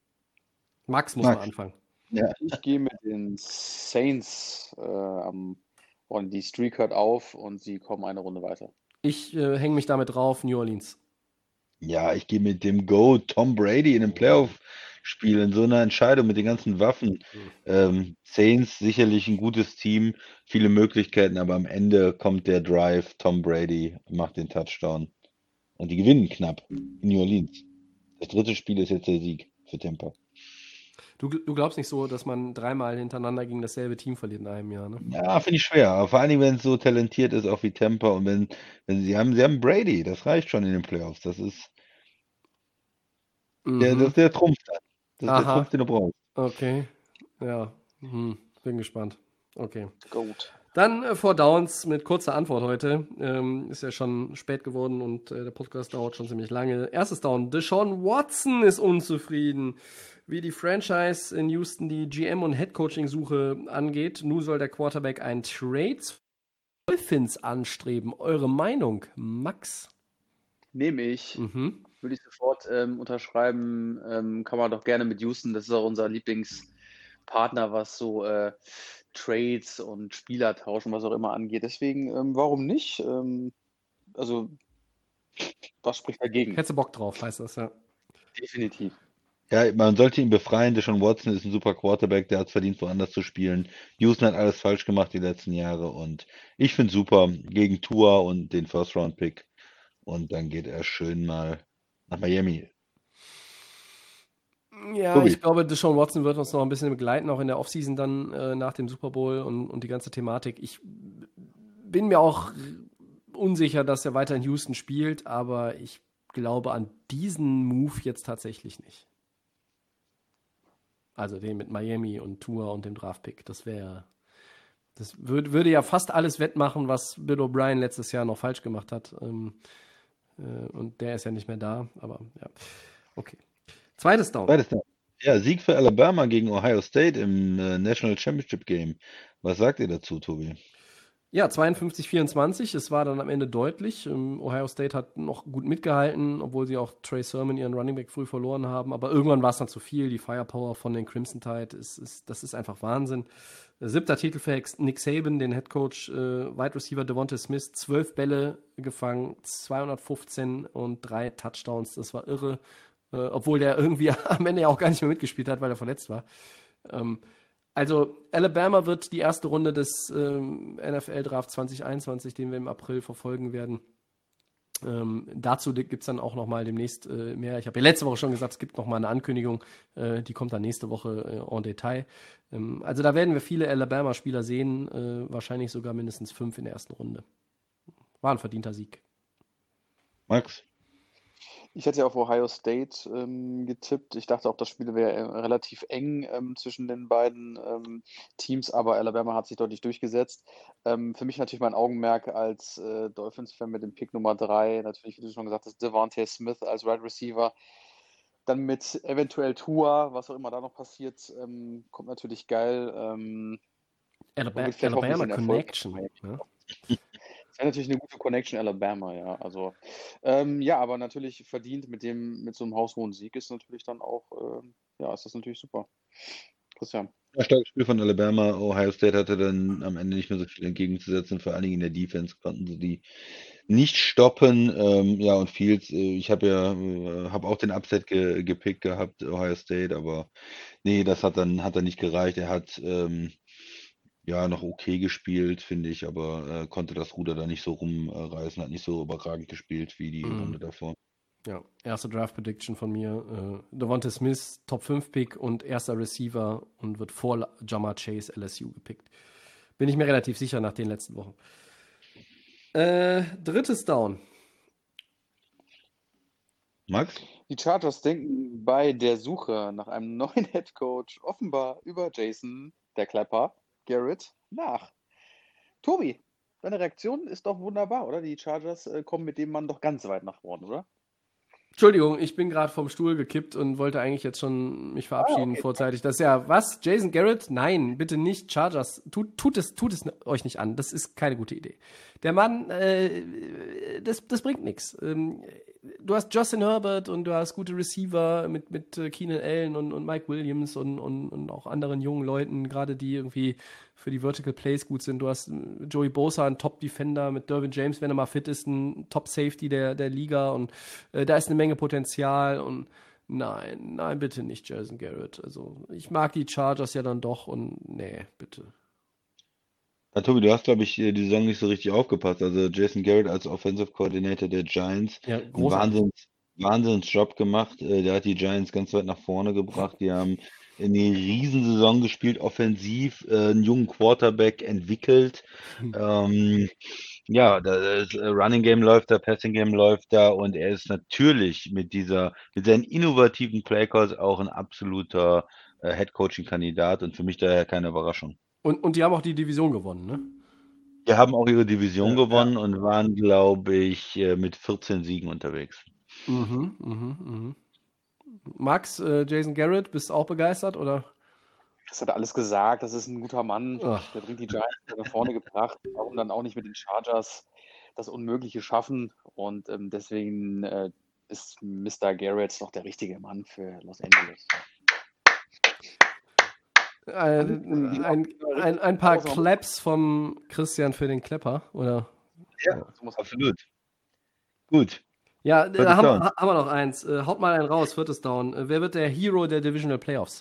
Max muss Max. mal anfangen. Ja. Ich gehe mit den Saints äh, am, und die Streak hört auf und sie kommen eine Runde weiter. Ich äh, hänge mich damit drauf, New Orleans. Ja, ich gehe mit dem Go Tom Brady in einem Playoff-Spiel, in so einer Entscheidung mit den ganzen Waffen. Ähm, Saints sicherlich ein gutes Team, viele Möglichkeiten, aber am Ende kommt der Drive, Tom Brady macht den Touchdown und die gewinnen knapp in New Orleans. Das dritte Spiel ist jetzt der Sieg für Tampa. Du, du glaubst nicht so, dass man dreimal hintereinander gegen dasselbe Team verliert in einem Jahr, ne? Ja, finde ich schwer, aber vor allen Dingen, wenn es so talentiert ist, auch wie Tampa und wenn, wenn sie haben, sie haben Brady, das reicht schon in den Playoffs. Das ist der, das Mhm. ist der Trumpf dann. Das ist der Aha. Trumpf, den du brauchst. Okay. Ja. Hm. Bin gespannt. Okay. Gut. Dann äh, Four Downs mit kurzer Antwort heute. Ähm, ist ja schon spät geworden und äh, der Podcast dauert schon ziemlich lange. Erstes Down. Deshaun Watson ist unzufrieden, wie die Franchise in Houston die G M- und Headcoaching-Suche angeht. Nun soll der Quarterback einen Trade zu Dolphins anstreben. Eure Meinung, Max? Nehme ich. Mhm. Würde ich sofort ähm, unterschreiben. Ähm, kann man doch gerne mit Houston. Das ist auch unser Lieblingspartner, was so äh, Trades und Spielertauschen, was auch immer angeht. Deswegen, ähm, warum nicht? Ähm, also, was spricht dagegen? Hättest du Bock drauf, heißt das, ja. Definitiv. Ja, man sollte ihn befreien. Deshaun Watson ist ein super Quarterback, der hat es verdient, woanders zu spielen. Houston hat alles falsch gemacht die letzten Jahre und ich finde super gegen Tua und den First-Round-Pick. Und dann geht er schön mal nach Miami. Ja, Tobi. ich glaube, Deshaun Watson wird uns noch ein bisschen begleiten, auch in der Offseason dann äh, nach dem Super Bowl und, und die ganze Thematik. Ich bin mir auch unsicher, dass er weiter in Houston spielt, aber ich glaube an diesen Move jetzt tatsächlich nicht. Also den mit Miami und Tua und dem Draftpick. Das wäre, das würd, würde ja fast alles wettmachen, was Bill O'Brien letztes Jahr noch falsch gemacht hat. Ähm, äh, und der ist ja nicht mehr da, aber ja. Okay. Zweites Down. Zweites Down. Ja, Sieg für Alabama gegen Ohio State im äh, National Championship Game. Was sagt ihr dazu, Tobi? Ja, zweiundfünfzig vierundzwanzig. Es war dann am Ende deutlich. Ähm, Ohio State hat noch gut mitgehalten, obwohl sie auch Trey Sermon, ihren Running Back, früh verloren haben. Aber irgendwann war es dann zu viel. Die Firepower von den Crimson Tide, ist, ist, das ist einfach Wahnsinn. Siebter Titel für Nick Saban, den Head Coach, äh, Wide Receiver Devonta Smith, zwölf Bälle gefangen, zweihundertfünfzehn und drei Touchdowns. Das war irre. Äh, obwohl der irgendwie am Ende ja auch gar nicht mehr mitgespielt hat, weil er verletzt war. Ähm, Also Alabama wird die erste Runde des ähm, N F L-Draft zwanzig einundzwanzig, den wir im April verfolgen werden. Ähm, dazu gibt es dann auch nochmal demnächst äh, mehr. Ich habe ja letzte Woche schon gesagt, es gibt nochmal eine Ankündigung, äh, die kommt dann nächste Woche äh, en Detail. Ähm, also da werden wir viele Alabama-Spieler sehen, äh, wahrscheinlich sogar mindestens fünf in der ersten Runde. War ein verdienter Sieg. Max? Ich hatte ja auf Ohio State ähm, getippt. Ich dachte auch, das Spiel wäre äh, relativ eng ähm, zwischen den beiden ähm, Teams, aber Alabama hat sich deutlich durchgesetzt. Ähm, für mich natürlich mein Augenmerk als äh, Dolphins-Fan mit dem Pick Nummer drei, natürlich, wie du schon gesagt hast, Devontae Smith als Wide Receiver. Dann mit eventuell Tua, was auch immer da noch passiert, ähm, kommt natürlich geil. Ähm, Alabama, und wird vielleicht Alabama hoffentlich ein Connection. Erfolg. Ne? Das wäre natürlich eine gute Connection Alabama, ja. Also, ähm, ja, aber natürlich verdient mit dem, mit so einem haushohen Sieg ist natürlich dann auch, ähm, ja, ist das natürlich super. Christian. Ja, starkes Spiel von Alabama. Ohio State hatte dann am Ende nicht mehr so viel entgegenzusetzen. Vor allen Dingen in der Defense konnten sie die nicht stoppen. Ähm, ja, und Fields, äh, ich habe ja, äh, habe auch den Upset ge gepickt gehabt, Ohio State, aber nee, das hat dann, hat dann nicht gereicht. Er hat ähm, ja noch okay gespielt, finde ich, aber äh, konnte das Ruder da nicht so rumreißen, hat nicht so überragend gespielt wie die Mhm. Runde davor. Ja, erste Draft-Prediction von mir. Äh, Devonta Smith, Top fünf Pick und erster Receiver und wird vor Ja'Marr Chase L S U gepickt. Bin ich mir relativ sicher nach den letzten Wochen. Äh, drittes Down. Max? Die Chargers denken bei der Suche nach einem neuen Headcoach offenbar über Jason, der Klepper, Garrett nach. Tobi, deine Reaktion ist doch wunderbar, oder? Die Chargers äh, kommen mit dem Mann doch ganz weit nach vorne, oder? Entschuldigung, ich bin gerade vom Stuhl gekippt und wollte eigentlich jetzt schon mich verabschieden Ah, okay. vorzeitig. Das ist ja, was? Jason Garrett? Nein, bitte nicht. Chargers. Tut, tut, es, tut es euch nicht an. Das ist keine gute Idee. Der Mann, äh, das, das bringt nichts. Ähm, du hast Justin Herbert und du hast gute Receiver mit, mit äh, Keenan Allen und, und Mike Williams und, und, und auch anderen jungen Leuten, gerade die irgendwie für die Vertical Plays gut sind. Du hast Joey Bosa, ein Top-Defender, mit Derwin James, wenn er mal fit ist, ein Top-Safety der, der Liga und äh, da ist eine Menge Potenzial und nein, nein, bitte nicht Jason Garrett. Also ich mag die Chargers ja dann doch und nee, bitte. Ja, Tobi, du hast, glaube ich, die Saison nicht so richtig aufgepasst. Also Jason Garrett als Offensive Coordinator der Giants, Ja, einen großartig. Wahnsinns, Wahnsinnsjob gemacht. Äh, Der hat die Giants ganz weit nach vorne gebracht. Die haben eine Riesensaison gespielt, offensiv, äh, einen jungen Quarterback entwickelt. Ähm, ja, das äh, Running Game läuft da, Passing Game läuft da und er ist natürlich mit dieser, mit seinen innovativen Playcalls auch ein absoluter äh, Head-Coaching-Kandidat und für mich daher keine Überraschung. Und, und die haben auch die Division gewonnen, ne? Die haben auch ihre Division Ja, gewonnen und waren, glaube ich, äh, mit vierzehn Siegen unterwegs. Mhm, mhm, mhm. Max, äh, Jason Garrett, bist du auch begeistert, oder? Das hat er alles gesagt. Das ist ein guter Mann. Ach. Der bringt die Giants nach vorne gebracht. Warum dann auch nicht mit den Chargers das Unmögliche schaffen? Und ähm, deswegen äh, ist Mister Garrett noch der richtige Mann für Los Angeles. Ein, ein, ein, ein paar Claps vom Christian für den Klepper, oder? Ja, absolut. Gut. Ja, da haben, haben wir noch eins. Äh, haut mal einen raus, viertes Down. Äh, wer wird der Hero der Divisional Playoffs?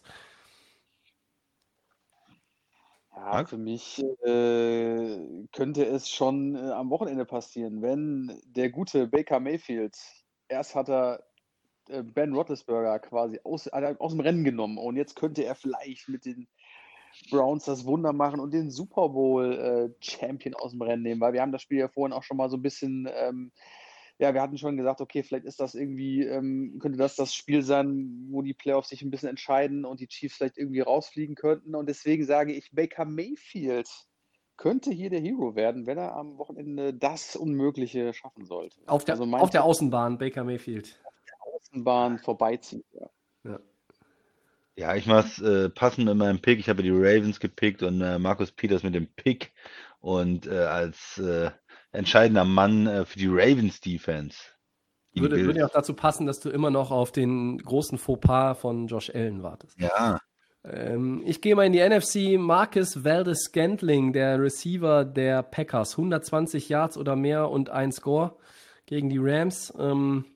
Ja, für mich äh, könnte es schon äh, am Wochenende passieren, wenn der gute Baker Mayfield, erst hat er äh, Ben Roethlisberger quasi aus, aus dem Rennen genommen und jetzt könnte er vielleicht mit den Browns das Wunder machen und den Super Bowl äh, Champion aus dem Rennen nehmen, weil wir haben das Spiel ja vorhin auch schon mal so ein bisschen, ähm, ja, wir hatten schon gesagt, okay, vielleicht ist das irgendwie, ähm, könnte das das Spiel sein, wo die Playoffs sich ein bisschen entscheiden und die Chiefs vielleicht irgendwie rausfliegen könnten und deswegen sage ich, Baker Mayfield könnte hier der Hero werden, wenn er am Wochenende das Unmögliche schaffen sollte. Auf der, also auf der Außenbahn, Baker Mayfield. Auf der Außenbahn vorbeizieht, ja. Ja. Ja, ich mach's äh, passend mit meinem Pick. Ich habe die Ravens gepickt und äh, Marcus Peters mit dem Pick und äh, als äh, entscheidender Mann äh, für die Ravens Defense. Würde, würde ja auch dazu passen, dass du immer noch auf den großen Fauxpas von Josh Allen wartest. Ja. Ähm, ich gehe mal in die N F C. Marcus Valdes-Scantling, der Receiver der Packers. hundertzwanzig Yards oder mehr und ein Score gegen die Rams. Ähm,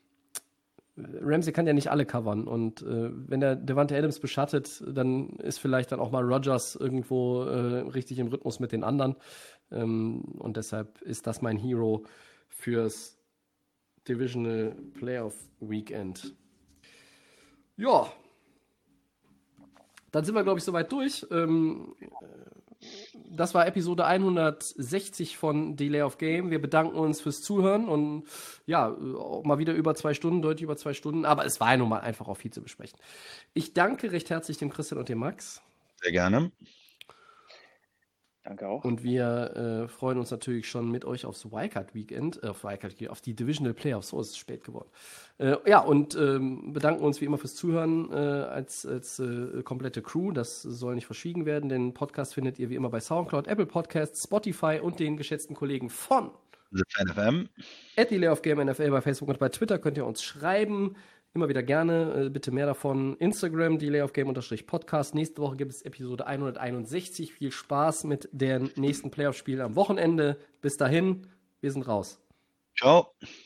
Ramsey kann ja nicht alle covern und äh, wenn der Devante Adams beschattet, dann ist vielleicht dann auch mal Rodgers irgendwo äh, richtig im Rhythmus mit den anderen ähm, und deshalb ist das mein Hero fürs Divisional Playoff Weekend. Ja, dann sind wir, glaube ich, soweit durch. Ähm, das war Episode hundertsechzig von Delay of Game. Wir bedanken uns fürs Zuhören und ja, auch mal wieder über zwei Stunden, deutlich über zwei Stunden, aber es war ja nun mal einfach auch viel zu besprechen. Ich danke recht herzlich dem Christian und dem Max. Sehr gerne. Danke auch. Und wir äh, freuen uns natürlich schon mit euch aufs Wildcard Weekend, äh, auf Wildcard, auf die Divisional Playoffs, so ist es spät geworden. Äh, ja, und ähm, bedanken uns wie immer fürs Zuhören äh, als, als äh, komplette Crew. Das soll nicht verschwiegen werden. Den Podcast findet ihr wie immer bei Soundcloud, Apple Podcasts, Spotify und den geschätzten Kollegen von The Fan F M. At Delay of Game N F L bei Facebook und bei Twitter könnt ihr uns schreiben. Immer wieder gerne, äh, bitte mehr davon. Instagram, Delay of Game Podcast. Nächste Woche gibt es Episode hunderteinundsechzig. Viel Spaß mit den nächsten Playoff-Spielen am Wochenende. Bis dahin, wir sind raus. Ciao.